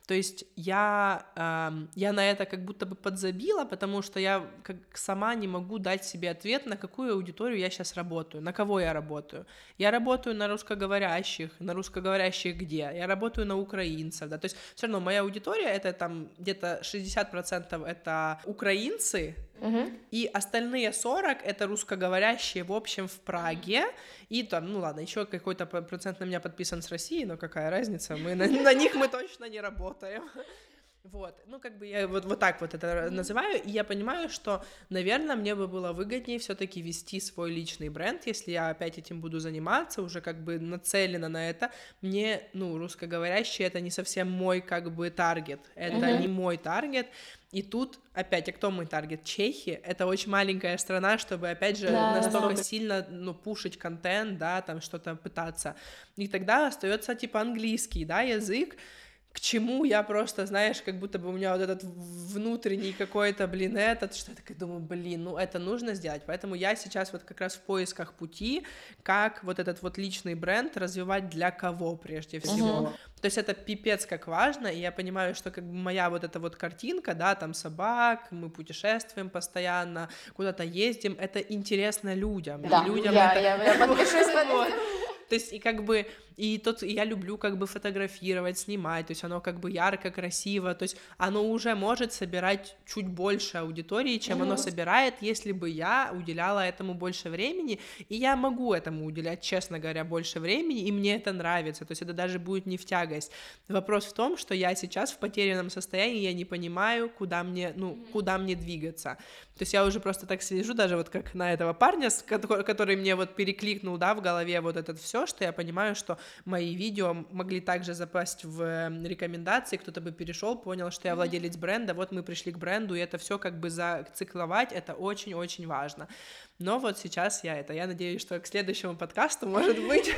То есть я, э, я на это как будто бы подзабила, потому что я как сама не могу дать себе ответ, на какую аудиторию я сейчас работаю, на кого я работаю. Я работаю на русскоговорящих, на русскоговорящих где? Я работаю на украинцев, да, то есть все равно моя аудитория — это там где-то шестьдесят процентов это украинцы, Uh-huh. и остальные сорок это русскоговорящие, в общем, в Праге, и там, ну ладно, еще какой-то процент на меня подписан с России, но какая разница, мы на, на них мы точно не работаем. Вот, ну как бы я вот, вот так вот это называю, и я понимаю, что, наверное, мне бы было выгоднее все-таки вести свой личный бренд, если я опять этим буду заниматься, уже как бы нацелена на это. Мне, ну, русскоговорящие — это не совсем мой как бы таргет, это uh-huh. не мой таргет. И тут, опять, а кто мой таргет? Чехи — это очень маленькая страна, чтобы, опять же, да, настолько да. сильно, ну, пушить контент, да, там что-то пытаться. И тогда остается типа английский, да, язык, к чему я просто, знаешь, как будто бы у меня вот этот внутренний какой-то, блин, этот, что я такая думаю, блин, ну это нужно сделать, поэтому я сейчас вот как раз в поисках пути, как вот этот вот личный бренд развивать для кого прежде всего. Uh-huh. То есть это пипец как важно, и я понимаю, что как бы моя вот эта вот картинка, да, там собак, мы путешествуем постоянно, куда-то ездим, это интересно людям. Да, людям я, это... я, я подпишусь под это. То есть, и как бы, и тот, и я люблю как бы фотографировать, снимать, то есть оно как бы ярко, красиво, то есть оно уже может собирать чуть больше аудитории, чем mm-hmm. оно собирает, если бы я уделяла этому больше времени, и я могу этому уделять, честно говоря, больше времени, и мне это нравится, то есть это даже будет не в тягость. Вопрос в том, что я сейчас в потерянном состоянии, я не понимаю, куда мне, ну, mm-hmm. куда мне двигаться. То есть я уже просто так слежу, даже вот как на этого парня, который мне вот перекликнул, да, в голове вот это все, что я понимаю, что мои видео могли также запасть в рекомендации, кто-то бы перешел, понял, что я владелец бренда, вот мы пришли к бренду, и это все как бы зацикловать, это очень-очень важно. Но вот сейчас я это, я надеюсь, что к следующему подкасту, может быть,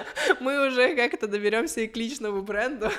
мы уже как-то доберемся и к личному бренду.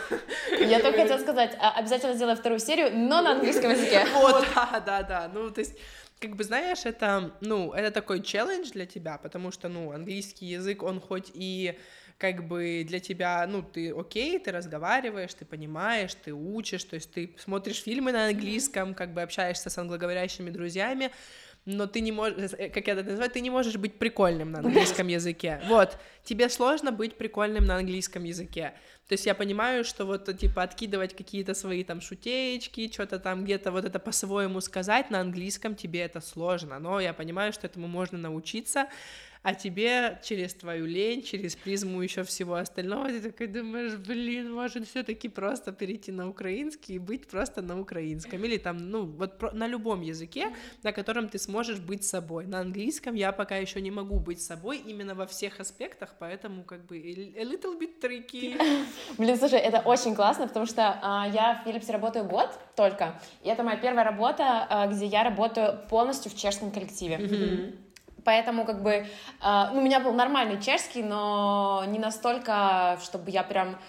Я только хотела сказать, обязательно сделаю вторую серию, но на английском языке. Вот, да, да, да, ну, то есть... Как бы, знаешь, это, ну, это такой челлендж для тебя, потому что, ну, английский язык, он хоть и как бы для тебя, ну, ты окей, ты разговариваешь, ты понимаешь, ты учишь, то есть ты смотришь фильмы на английском, как бы общаешься с англоговорящими друзьями, но ты не можешь, как я это называю, ты не можешь быть прикольным на английском языке. Вот, тебе сложно быть прикольным на английском языке. То есть я понимаю, что вот, типа, откидывать какие-то свои там шутеечки, что-то там где-то вот это по-своему сказать на английском тебе это сложно, но я понимаю, что этому можно научиться, а тебе через твою лень, через призму еще всего остального, ты такой думаешь, блин, может все-таки просто перейти на украинский и быть просто на украинском, или там, ну, вот про- на любом языке, на котором ты сможешь быть собой. На английском я пока еще не могу быть собой именно во всех аспектах, поэтому как бы a little bit tricky. Блин, слушай, это очень классно, потому что а, я в Philips работаю год только, и это моя первая работа, а, где я работаю полностью в чешском коллективе. Mm-hmm. Поэтому, как бы, э, ну, у меня был нормальный чешский, но не настолько, чтобы я прям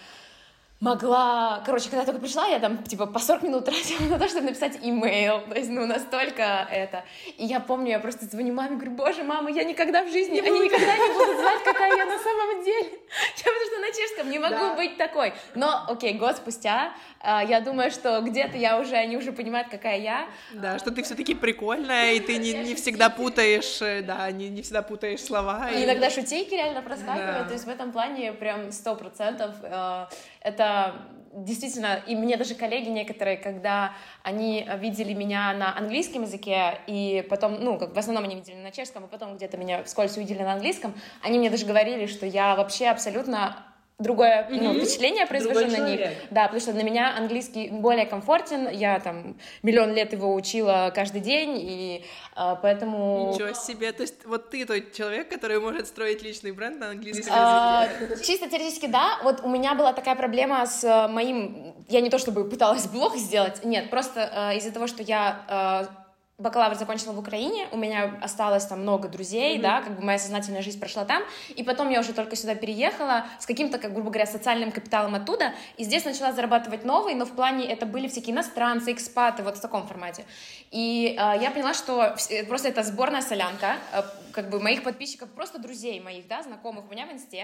могла... Короче, когда я только пришла, я там, типа, по сорок минут тратила на то, чтобы написать имейл, то есть, ну, настолько это... И я помню, я просто звоню маме, говорю, боже, мама, я никогда в жизни, они никогда не будут знать, какая я на самом деле. Я потому что на чешском не могу да. быть такой. Но, окей, год спустя, э, я думаю, что где-то я уже, они уже понимают, какая я. Да, что ты все-таки прикольная, и ты не, не всегда путаешь, да, не, не всегда путаешь слова. И иногда шутейки реально проскакивают, да. То есть в этом плане прям сто процентов э, это действительно, и мне даже коллеги некоторые, когда они видели меня на английском языке, и потом, ну, как в основном они видели на чешском, а потом где-то меня вскользь увидели на английском, они мне даже говорили, что я вообще абсолютно другое mm-hmm. ну, впечатление произвожу на них. Да, потому что для меня английский более комфортен, я там миллион лет его учила каждый день, и а, поэтому... Ничего себе, то есть вот ты тот человек, который может строить личный бренд на английском а, языке? Чисто теоретически, да. Вот у меня была такая проблема с моим... Я не то чтобы пыталась блог сделать, нет, просто а, из-за того, что я... А, бакалавр закончила в Украине, у меня осталось там много друзей, mm-hmm. да, как бы моя сознательная жизнь прошла там, и потом я уже только сюда переехала с каким-то, как грубо говоря, социальным капиталом оттуда, и здесь начала зарабатывать новый, но в плане это были всякие иностранцы, экспаты, вот в таком формате. И э, я поняла, что просто это сборная солянка, э, как бы моих подписчиков, просто друзей моих, да, знакомых у меня в инсте,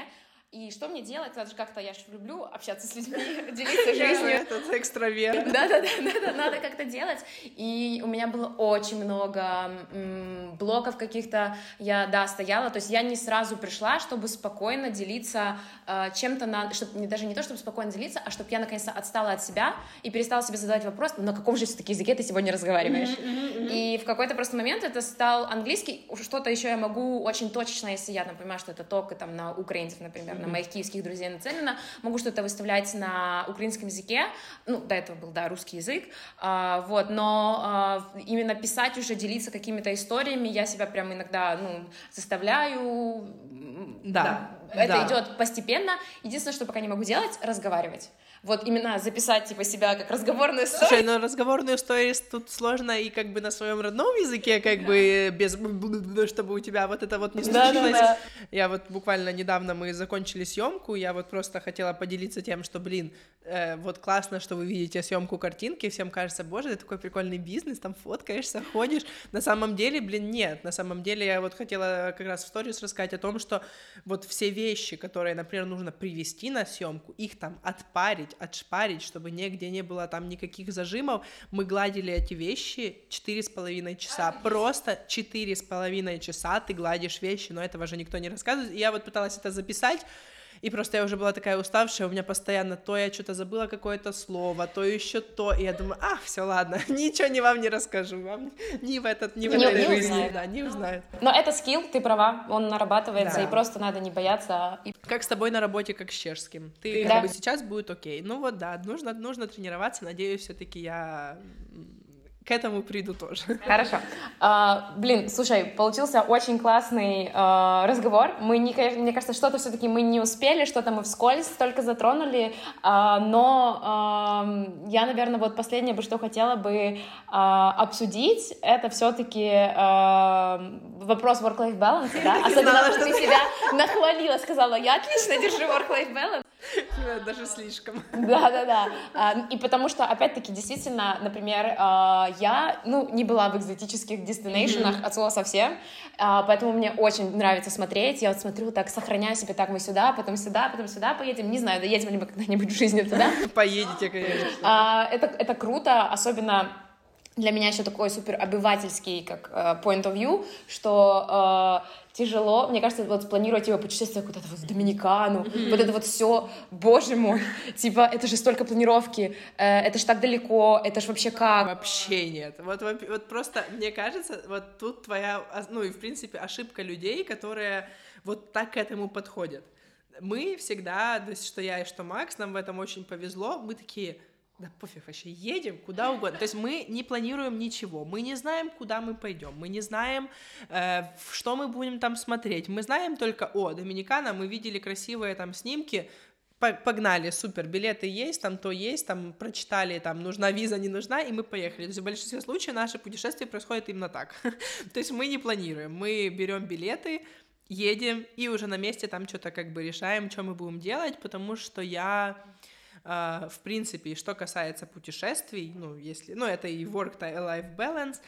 И что мне делать? Надо же как-то, я же люблю общаться с людьми, делиться жизнью. Этот экстраверт. Да-да-да, надо как-то делать. И у меня было очень много м, блоков каких-то, я, да, стояла, то есть я не сразу пришла, чтобы спокойно делиться э, чем-то, на, чтобы, не, даже не то, чтобы спокойно делиться, а чтобы я наконец-то отстала от себя и перестала себе задавать вопрос, на каком же все-таки языке ты сегодня разговариваешь. Mm-hmm, mm-hmm. И в какой-то просто момент это стал английский, что-то еще я могу очень точечно, если я там, понимаю, что это только там на украинцев, например, на моих киевских друзей нацелено, могу что-то выставлять на украинском языке, ну, до этого был, да, русский язык, а, вот, но а, именно писать уже, делиться какими-то историями, я себя прям иногда, ну, заставляю, да, да. это да. идет постепенно, единственное, что пока не могу делать, разговаривать. Вот именно записать, типа, себя как разговорную сторис. Слушай, ну разговорную сторис тут сложно и как бы на своем родном языке, как бы без... чтобы у тебя вот это вот не случилось. Да, да, да. Я вот буквально недавно мы закончили съемку, я вот просто хотела поделиться тем, что, блин, э, вот классно, что вы видите съемку картинки, всем кажется, боже, это такой прикольный бизнес, там фоткаешься, ходишь. На самом деле, блин, нет. На самом деле я вот хотела как раз в сторис рассказать о том, что вот все вещи, которые, например, нужно привезти на съемку, их там отпарить, отшпарить, чтобы нигде не было там никаких зажимов. Мы гладили эти вещи четыре с половиной часа. Просто четыре с половиной часа ты гладишь вещи, но этого же никто не рассказывает. И я вот пыталась это записать, и просто я уже была такая уставшая, у меня постоянно то я что-то забыла какое-то слово, то еще то, и я думаю, ах, все, ладно, ничего не вам не расскажу, вам ни в этот, ни в не, этой не жизни, узнает. да, не узнают. Но это скилл, ты права, он нарабатывается, да. И просто надо не бояться. Как с тобой на работе, как с чешским, ты да. как бы сейчас будет окей, ну вот да, нужно, нужно тренироваться, надеюсь, все-таки я... к этому приду тоже. Хорошо. А, блин, слушай, получился очень классный а, разговор. Мы не, мне кажется, что-то все-таки мы не успели, что-то мы вскользь только затронули, а, но а, я, наверное, вот последнее бы, что хотела бы а, обсудить, это все-таки а, вопрос work-life balance, да? Особенно, что ты себя нахвалила, сказала, я отлично держу work-life balance. Даже слишком. Да-да-да. И потому что, опять-таки, действительно, например, я, ну, не была в экзотических дестинейшенах от слова совсем, поэтому мне очень нравится смотреть. Я вот смотрю, так, сохраняю себе, так, мы сюда, потом сюда, потом сюда поедем. Не знаю, доедем ли мы когда-нибудь в жизни туда. Поедете, конечно. Это, это круто, особенно... Для меня еще такой супер обывательский как uh, point of view, что uh, тяжело, мне кажется, вот спланировать его путешествие куда-то вот в Доминикану, mm-hmm. вот это вот все, боже мой, типа это же столько планировки, э, это же так далеко, это же вообще как? Вообще нет, вот, вот просто мне кажется, вот тут твоя, ну и в принципе ошибка людей, которые вот так к этому подходят. Мы всегда, то есть что я и что Макс, нам в этом очень повезло, мы такие... Да пофиг вообще, едем куда угодно. То есть мы не планируем ничего, мы не знаем, куда мы пойдем, мы не знаем, э, что мы будем там смотреть. Мы знаем только, о, Доминикана, мы видели красивые там снимки, погнали, супер, билеты есть, там то есть, там прочитали, там нужна виза, не нужна, и мы поехали. То есть в большинстве случаев наше путешествие происходит именно так. То есть мы не планируем, мы берем билеты, едем и уже на месте там что-то как бы решаем, что мы будем делать, потому что я... Uh, в принципе, что касается путешествий, ну, если, ну, это и work-life balance,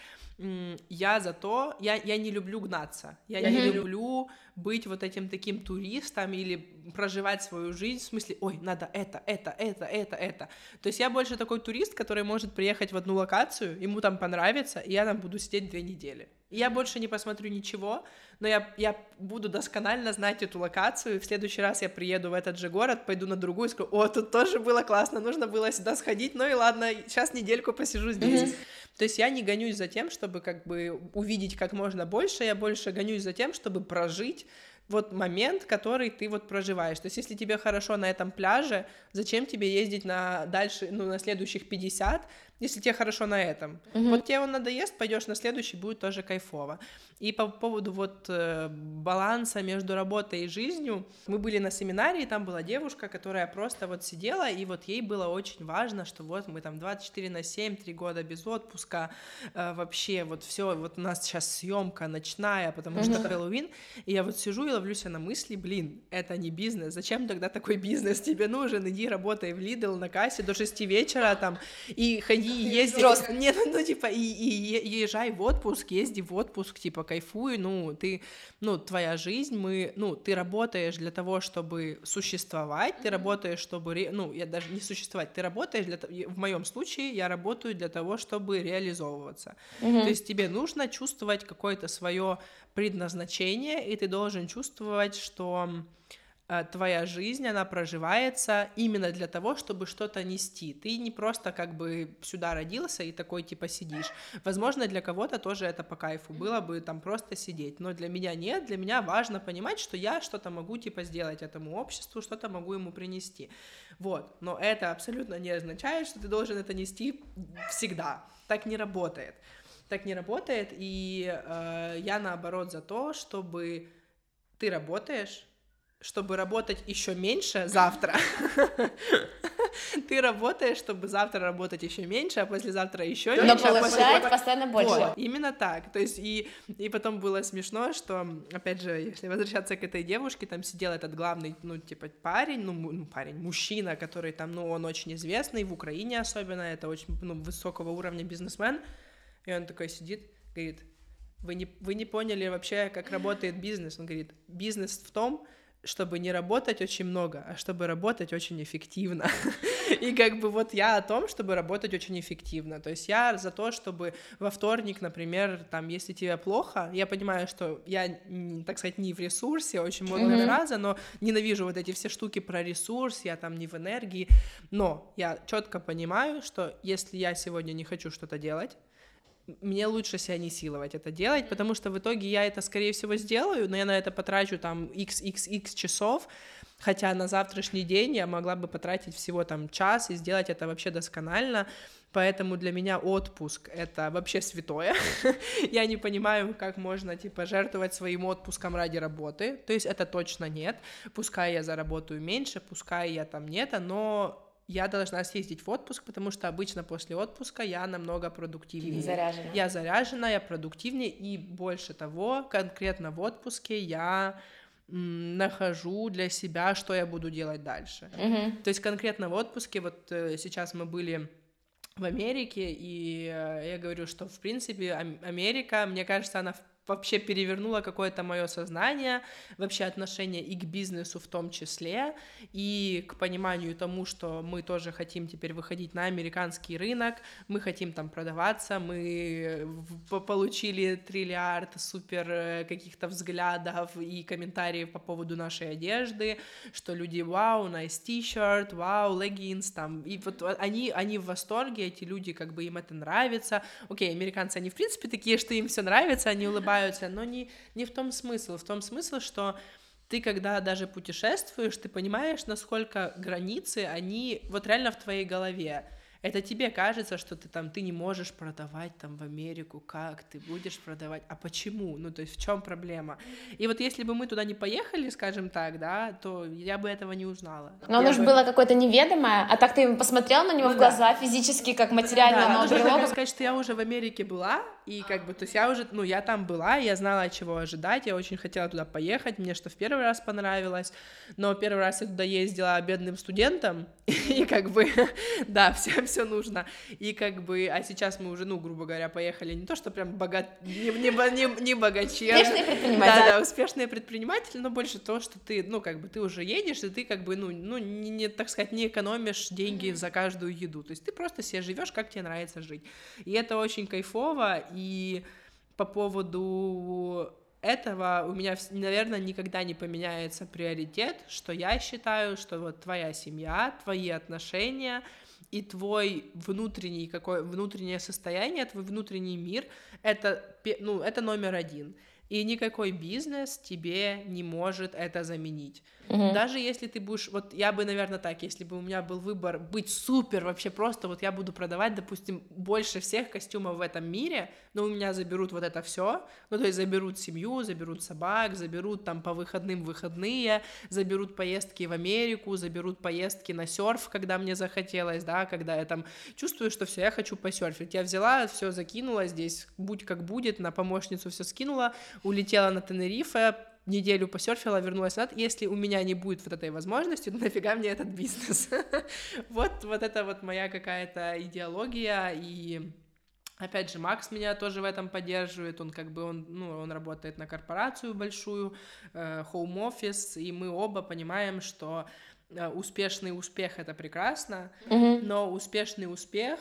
я за то, я, я не люблю гнаться, я mm-hmm. не люблю быть вот этим таким туристом или проживать свою жизнь в смысле, ой, надо это, это, это, это, это. То есть я больше такой турист, который может приехать в одну локацию, ему там понравится, и я там буду сидеть две недели. И я больше не посмотрю ничего, но я, я буду досконально знать эту локацию, и в следующий раз я приеду в этот же город, пойду на другую и скажу, о, тут тоже было классно, нужно было сюда сходить, ну и ладно, сейчас недельку посижу здесь. Mm-hmm. То есть я не гонюсь за тем, чтобы как бы увидеть как можно больше, я больше гонюсь за тем, чтобы прожить вот момент, который ты вот проживаешь. То есть если тебе хорошо на этом пляже, зачем тебе ездить на дальше, ну, на следующих пятьдесят, если тебе хорошо на этом. Mm-hmm. Вот тебе он надоест, пойдешь на следующий, будет тоже кайфово. И по поводу вот э, баланса между работой и жизнью, мы были на семинаре, и там была девушка, которая просто вот сидела, и вот ей было очень важно, что вот мы там двадцать четыре на семь, три года без отпуска, э, вообще вот все, вот у нас сейчас съемка ночная, потому mm-hmm. что Хэллоуин, и я вот сижу и ловлю себя на мысли, блин, это не бизнес, зачем тогда такой бизнес тебе нужен, иди работай в Lidl на кассе до шести вечера там, и ходи езди, Жестко. не, ну, ну, типа, и, и езжай в отпуск, езди в отпуск, типа, кайфуй, ну, ты, ну, твоя жизнь, мы, ну, ты работаешь для того, чтобы существовать, ты работаешь, чтобы, ну, я даже не существовать, ты работаешь для того, в моем случае я работаю для того, чтобы реализовываться, Мгм. то есть тебе нужно чувствовать какое-то свое предназначение, и ты должен чувствовать, что э, твоя жизнь, она проживается именно для того, чтобы что-то нести. Ты не просто как бы сюда родился и такой типа сидишь. Возможно, для кого-то тоже это по кайфу было бы там просто сидеть, но для меня нет, для меня важно понимать, что я что-то могу типа сделать этому обществу, что-то могу ему принести. Вот, но это абсолютно не означает, что ты должен это нести всегда. Так не работает. Так не работает, и э, я наоборот за то, чтобы ты работаешь, чтобы работать еще меньше завтра. Ты работаешь, чтобы завтра работать еще меньше, а послезавтра еще Но меньше. а получать после- постоянно больше. Вот, именно так. То есть и, и потом было смешно, что, опять же, если возвращаться к этой девушке, там сидел этот главный, ну, типа, парень, ну, му- ну, парень, мужчина, который там, ну, он очень известный, в Украине особенно, это очень, ну, высокого уровня бизнесмен, и он такой сидит, говорит, вы не, вы не поняли вообще, как работает бизнес. Он говорит, бизнес в том, чтобы не работать очень много, а чтобы работать очень эффективно. И как бы вот я о том, чтобы работать очень эффективно. То есть я за то, чтобы во вторник, например, там, если тебе плохо, я понимаю, что я, так сказать, не в ресурсе, очень модная Мгм. фраза, но ненавижу вот эти все штуки про ресурс, я там не в энергии, но я четко понимаю, что если я сегодня не хочу что-то делать, мне лучше себя не силовать это делать, потому что в итоге я это, скорее всего, сделаю, но я на это потрачу там икс икс икс часов, хотя на завтрашний день я могла бы потратить всего там час и сделать это вообще досконально, поэтому для меня отпуск — это вообще святое. Я не понимаю, как можно, типа, жертвовать своим отпуском ради работы, то есть это точно нет, пускай я заработаю меньше, пускай я там нет, но я должна съездить в отпуск, потому что обычно после отпуска я намного продуктивнее. Заряжена. Я заряжена, я продуктивнее, и больше того, конкретно в отпуске я м, нахожу для себя, что я буду делать дальше. Мгм. То есть конкретно в отпуске, вот э, сейчас мы были в Америке, и э, я говорю, что, в принципе, Ам- Америка, мне кажется, она в- вообще перевернула какое-то мое сознание, вообще отношение и к бизнесу в том числе, и к пониманию тому, что мы тоже хотим теперь выходить на американский рынок, мы хотим там продаваться, мы в- по- получили триллиард супер э, каких-то взглядов и комментариев по поводу нашей одежды, что люди, вау, nice t-shirt, вау, leggings, там, и вот они, они в восторге, эти люди, как бы им это нравится, окей, американцы, они в принципе такие, что им все нравится, они улыбаются, но не, не в том смысл, в том смысл, что ты, когда даже путешествуешь, ты понимаешь, насколько границы, они вот реально в твоей голове. Это тебе кажется, что ты там, ты не можешь продавать там в Америку, как ты будешь продавать, а почему? Ну, то есть в чем проблема? И вот если бы мы туда не поехали, скажем так, да, то я бы этого не узнала. Но оно Я же бы- было какое-то неведомое, а так ты посмотрел на него Ну в да. глаза физически, как материально, Да, оно нужно обрело. как сказать, что я уже в Америке была, и как бы, то есть я уже, ну, я там была, и я знала, чего ожидать, я очень хотела туда поехать, мне что в первый раз понравилось, но первый раз я туда ездила бедным студентом, и как бы, да, все, все нужно, и как бы, а сейчас мы уже, ну, грубо говоря, поехали не то, что прям богат, не, не, бо- не, не богачи, а- Успешные предприниматели. да, да, успешные предприниматели, но больше то, что ты, ну, как бы, ты уже едешь, и ты, как бы, ну, ну не, не, так сказать, не экономишь деньги за каждую еду, то есть ты просто себе живешь, как тебе нравится жить, и это очень кайфово, и по поводу этого у меня, наверное, никогда не поменяется приоритет, что я считаю, что вот твоя семья, твои отношения и твой внутренний, какое внутреннее состояние, твой внутренний мир, это, ну, это номер один. И никакой бизнес тебе не может это заменить. Мгм. Даже если ты будешь, вот я бы, наверное, так, если бы у меня был выбор быть супер, вообще просто, вот я буду продавать, допустим, больше всех костюмов в этом мире, но у меня заберут вот это все, ну, то есть заберут семью, заберут собак, заберут там по выходным выходные, заберут поездки в Америку, заберут поездки на серф, когда мне захотелось, да, когда я там чувствую, что все, я хочу посерфить. Я взяла, все закинула здесь, будь как будет, на помощницу все скинула, улетела на Тенерифе, неделю посерфила, вернулась назад, если у меня не будет вот этой возможности, то нафига мне этот бизнес? Вот, вот это вот моя какая-то идеология, и опять же, Макс меня тоже в этом поддерживает, он как бы, он, ну, он работает на корпорацию большую, home office, и мы оба понимаем, что успешный успех — это прекрасно, mm-hmm. но успешный успех,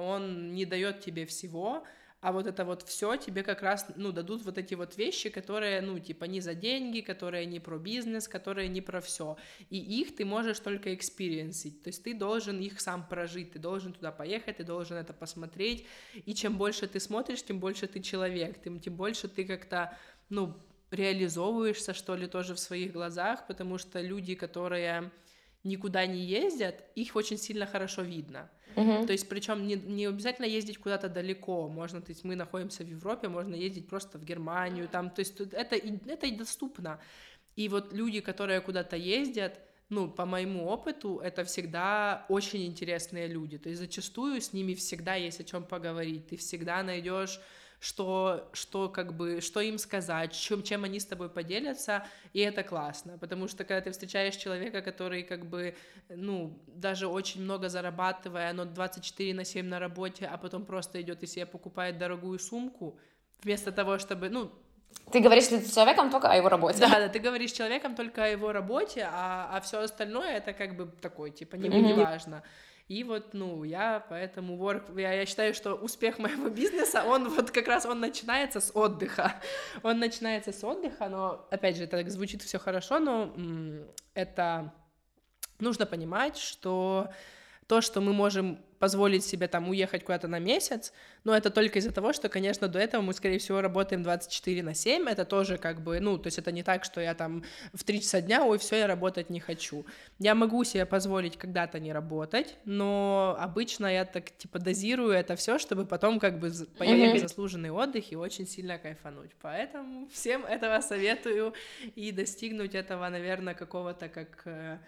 он не дает тебе всего, а вот это вот все тебе как раз, ну, дадут вот эти вот вещи, которые, ну, типа, не за деньги, которые не про бизнес, которые не про все, и их ты можешь только экспириенсить, то есть ты должен их сам прожить, ты должен туда поехать, ты должен это посмотреть, и чем больше ты смотришь, тем больше ты человек, тем, тем больше ты как-то, ну, реализовываешься, что ли, тоже в своих глазах, потому что люди, которые никуда не ездят, их очень сильно хорошо видно. Uh-huh. То есть, причем не, не обязательно ездить куда-то далеко, можно, то есть мы находимся в Европе, можно ездить просто в Германию, там, то есть это, это и доступно. И вот люди, которые куда-то ездят, ну, по моему опыту, это всегда очень интересные люди, то есть зачастую с ними всегда есть о чем поговорить, ты всегда найдешь что, что, как бы, что им сказать, чем, чем они с тобой поделятся, и это классно, потому что когда ты встречаешь человека, который, как бы, ну, даже очень много зарабатывая, но двадцать четыре на семь на работе, а потом просто идет и себе покупает дорогую сумку, вместо того, чтобы, ну... Ты говоришь с человеком только о его работе. Да, да, ты говоришь с человеком только о его работе, а, а все остальное это как бы такой, типа, не, не важно. И вот, ну, я поэтому work, я, я считаю, что успех моего бизнеса, он вот как раз, он начинается с отдыха, он начинается с отдыха, но, опять же, это так звучит все хорошо, но м- это нужно понимать, что то, что мы можем позволить себе там уехать куда-то на месяц, но это только из-за того, что, конечно, до этого мы, скорее всего, работаем двадцать четыре на семь, это тоже как бы, ну, то есть это не так, что я там в три часа дня, ой, все, я работать не хочу. Я могу себе позволить когда-то не работать, но обычно я так, типа, дозирую это все, чтобы потом как бы поехать в заслуженный отдых и очень сильно кайфануть. Поэтому всем этого советую и достигнуть этого, наверное, какого-то как...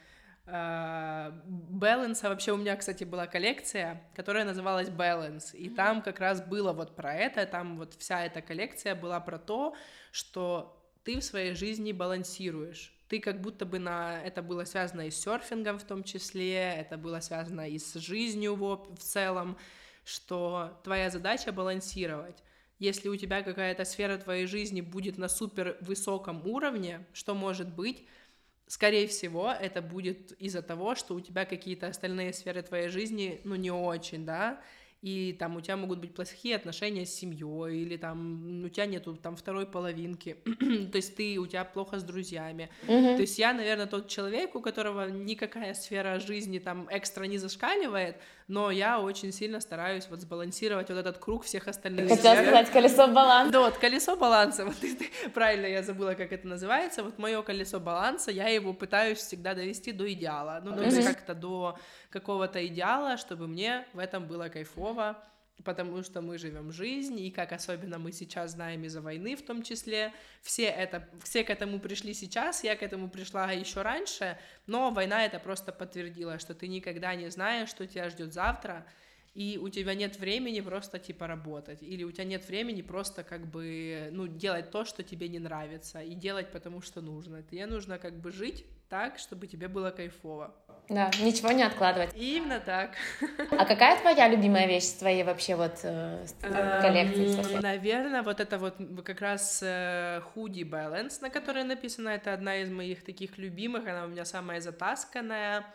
Баланса. Вообще у меня, кстати, была коллекция, которая называлась Balance, и там как раз было вот про это, там вот вся эта коллекция была про то, что ты в своей жизни балансируешь. Ты как будто бы на... Это было связано и с серфингом в том числе, это было связано и с жизнью в, в целом, что твоя задача балансировать. Если у тебя какая-то сфера твоей жизни будет на супер высоком уровне, что может быть, скорее всего, это будет из-за того, что у тебя какие-то остальные сферы твоей жизни, ну, не очень, да, и там у тебя могут быть плохие отношения с семьей, или там у тебя нету там второй половинки, то есть ты, у тебя плохо с друзьями. Mm-hmm. То есть я, наверное, тот человек, у которого никакая сфера жизни там экстра не зашкаливает, но я очень сильно стараюсь вот сбалансировать вот этот круг всех остальных. Хотела сказать колесо баланса. Да, вот колесо баланса, вот правильно я забыла, как это называется, вот мое колесо баланса, я его пытаюсь всегда довести до идеала, ну, то есть mm-hmm. как-то до какого-то идеала, чтобы мне в этом было кайфово, потому что мы живем жизнь, и как особенно мы сейчас знаем из-за войны в том числе, все, это, все к этому пришли сейчас, я к этому пришла еще раньше, но война это просто подтвердила, что ты никогда не знаешь, что тебя ждет завтра, и у тебя нет времени просто, типа, работать, или у тебя нет времени просто, как бы, ну, делать то, что тебе не нравится, и делать потому, что нужно. Тебе нужно, как бы, жить так, чтобы тебе было кайфово. Да, ничего не откладывать. Именно так. А какая твоя любимая вещь в твоей вообще вот э, коллекции? Наверное, вот это вот как раз э, Hoodie Balance, на которой написано, это одна из моих таких любимых, она у меня самая затасканная.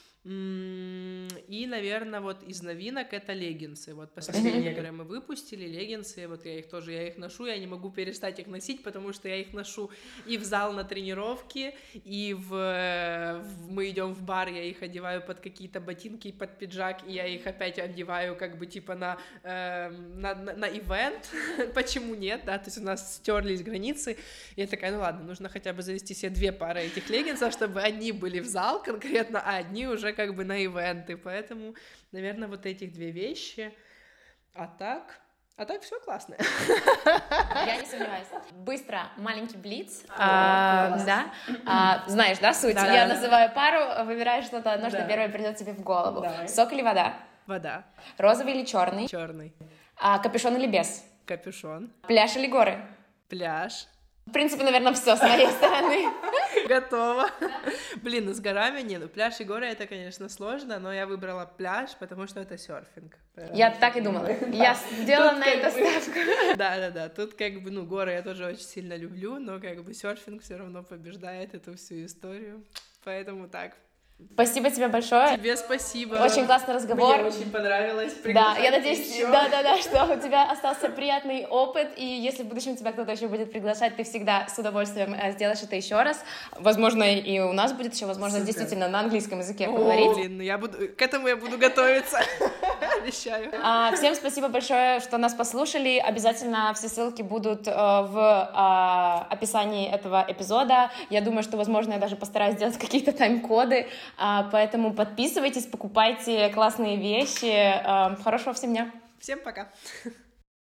И, наверное, вот из новинок это леггинсы, вот последние, которые мы выпустили, леггинсы, вот я их тоже, я их ношу, я не могу перестать их носить, потому что я их ношу и в зал на тренировки, и в, в мы идем в бар, я их одеваю под какие-то ботинки, под пиджак, и я их опять одеваю как бы типа на, э, на, на, на ивент, почему нет, да, то есть у нас стерлись границы, и я такая, ну ладно, нужно хотя бы завести себе две пары этих леггинсов, чтобы одни были в зал конкретно, а одни уже как бы на ивенты, поэтому, наверное, вот этих две вещи, а так, а так все классно. Я не сомневаюсь. Быстро, маленький блиц, а, да, а, знаешь, да, суть? Да, я да, называю да. пару, выбираешь что-то одно, да. что первое придет тебе в голову. Давай. Сок или вода? Вода. Розовый или черный? Черный. А, капюшон или без? Капюшон. Пляж или горы? Пляж. В принципе, наверное, все с моей стороны. Готово. Блин, ну с горами не, ну пляж и горы это, конечно, сложно, но я выбрала пляж, потому что это серфинг. Я так и думала. Я сделала на это ставку. Да-да-да, тут как бы, ну, горы я тоже очень сильно люблю, но как бы серфинг все равно побеждает эту всю историю, поэтому так. Спасибо тебе большое. Тебе спасибо. Очень классный разговор. Мне очень понравилось. Да, я надеюсь, да-да-да, что у тебя остался приятный опыт, и если в будущем тебя кто-то еще будет приглашать, ты всегда с удовольствием сделаешь это еще раз. Возможно, и у нас будет еще возможность Супер. Действительно на английском языке О, поговорить. Блин, я буду, к этому я буду готовиться. Обещаю. А, всем спасибо большое, что нас послушали. Обязательно все ссылки будут а, в а, описании этого эпизода. Я думаю, что, возможно, я даже постараюсь сделать какие-то тайм-коды. А, поэтому подписывайтесь, покупайте классные вещи. А, хорошего всем дня. Всем пока.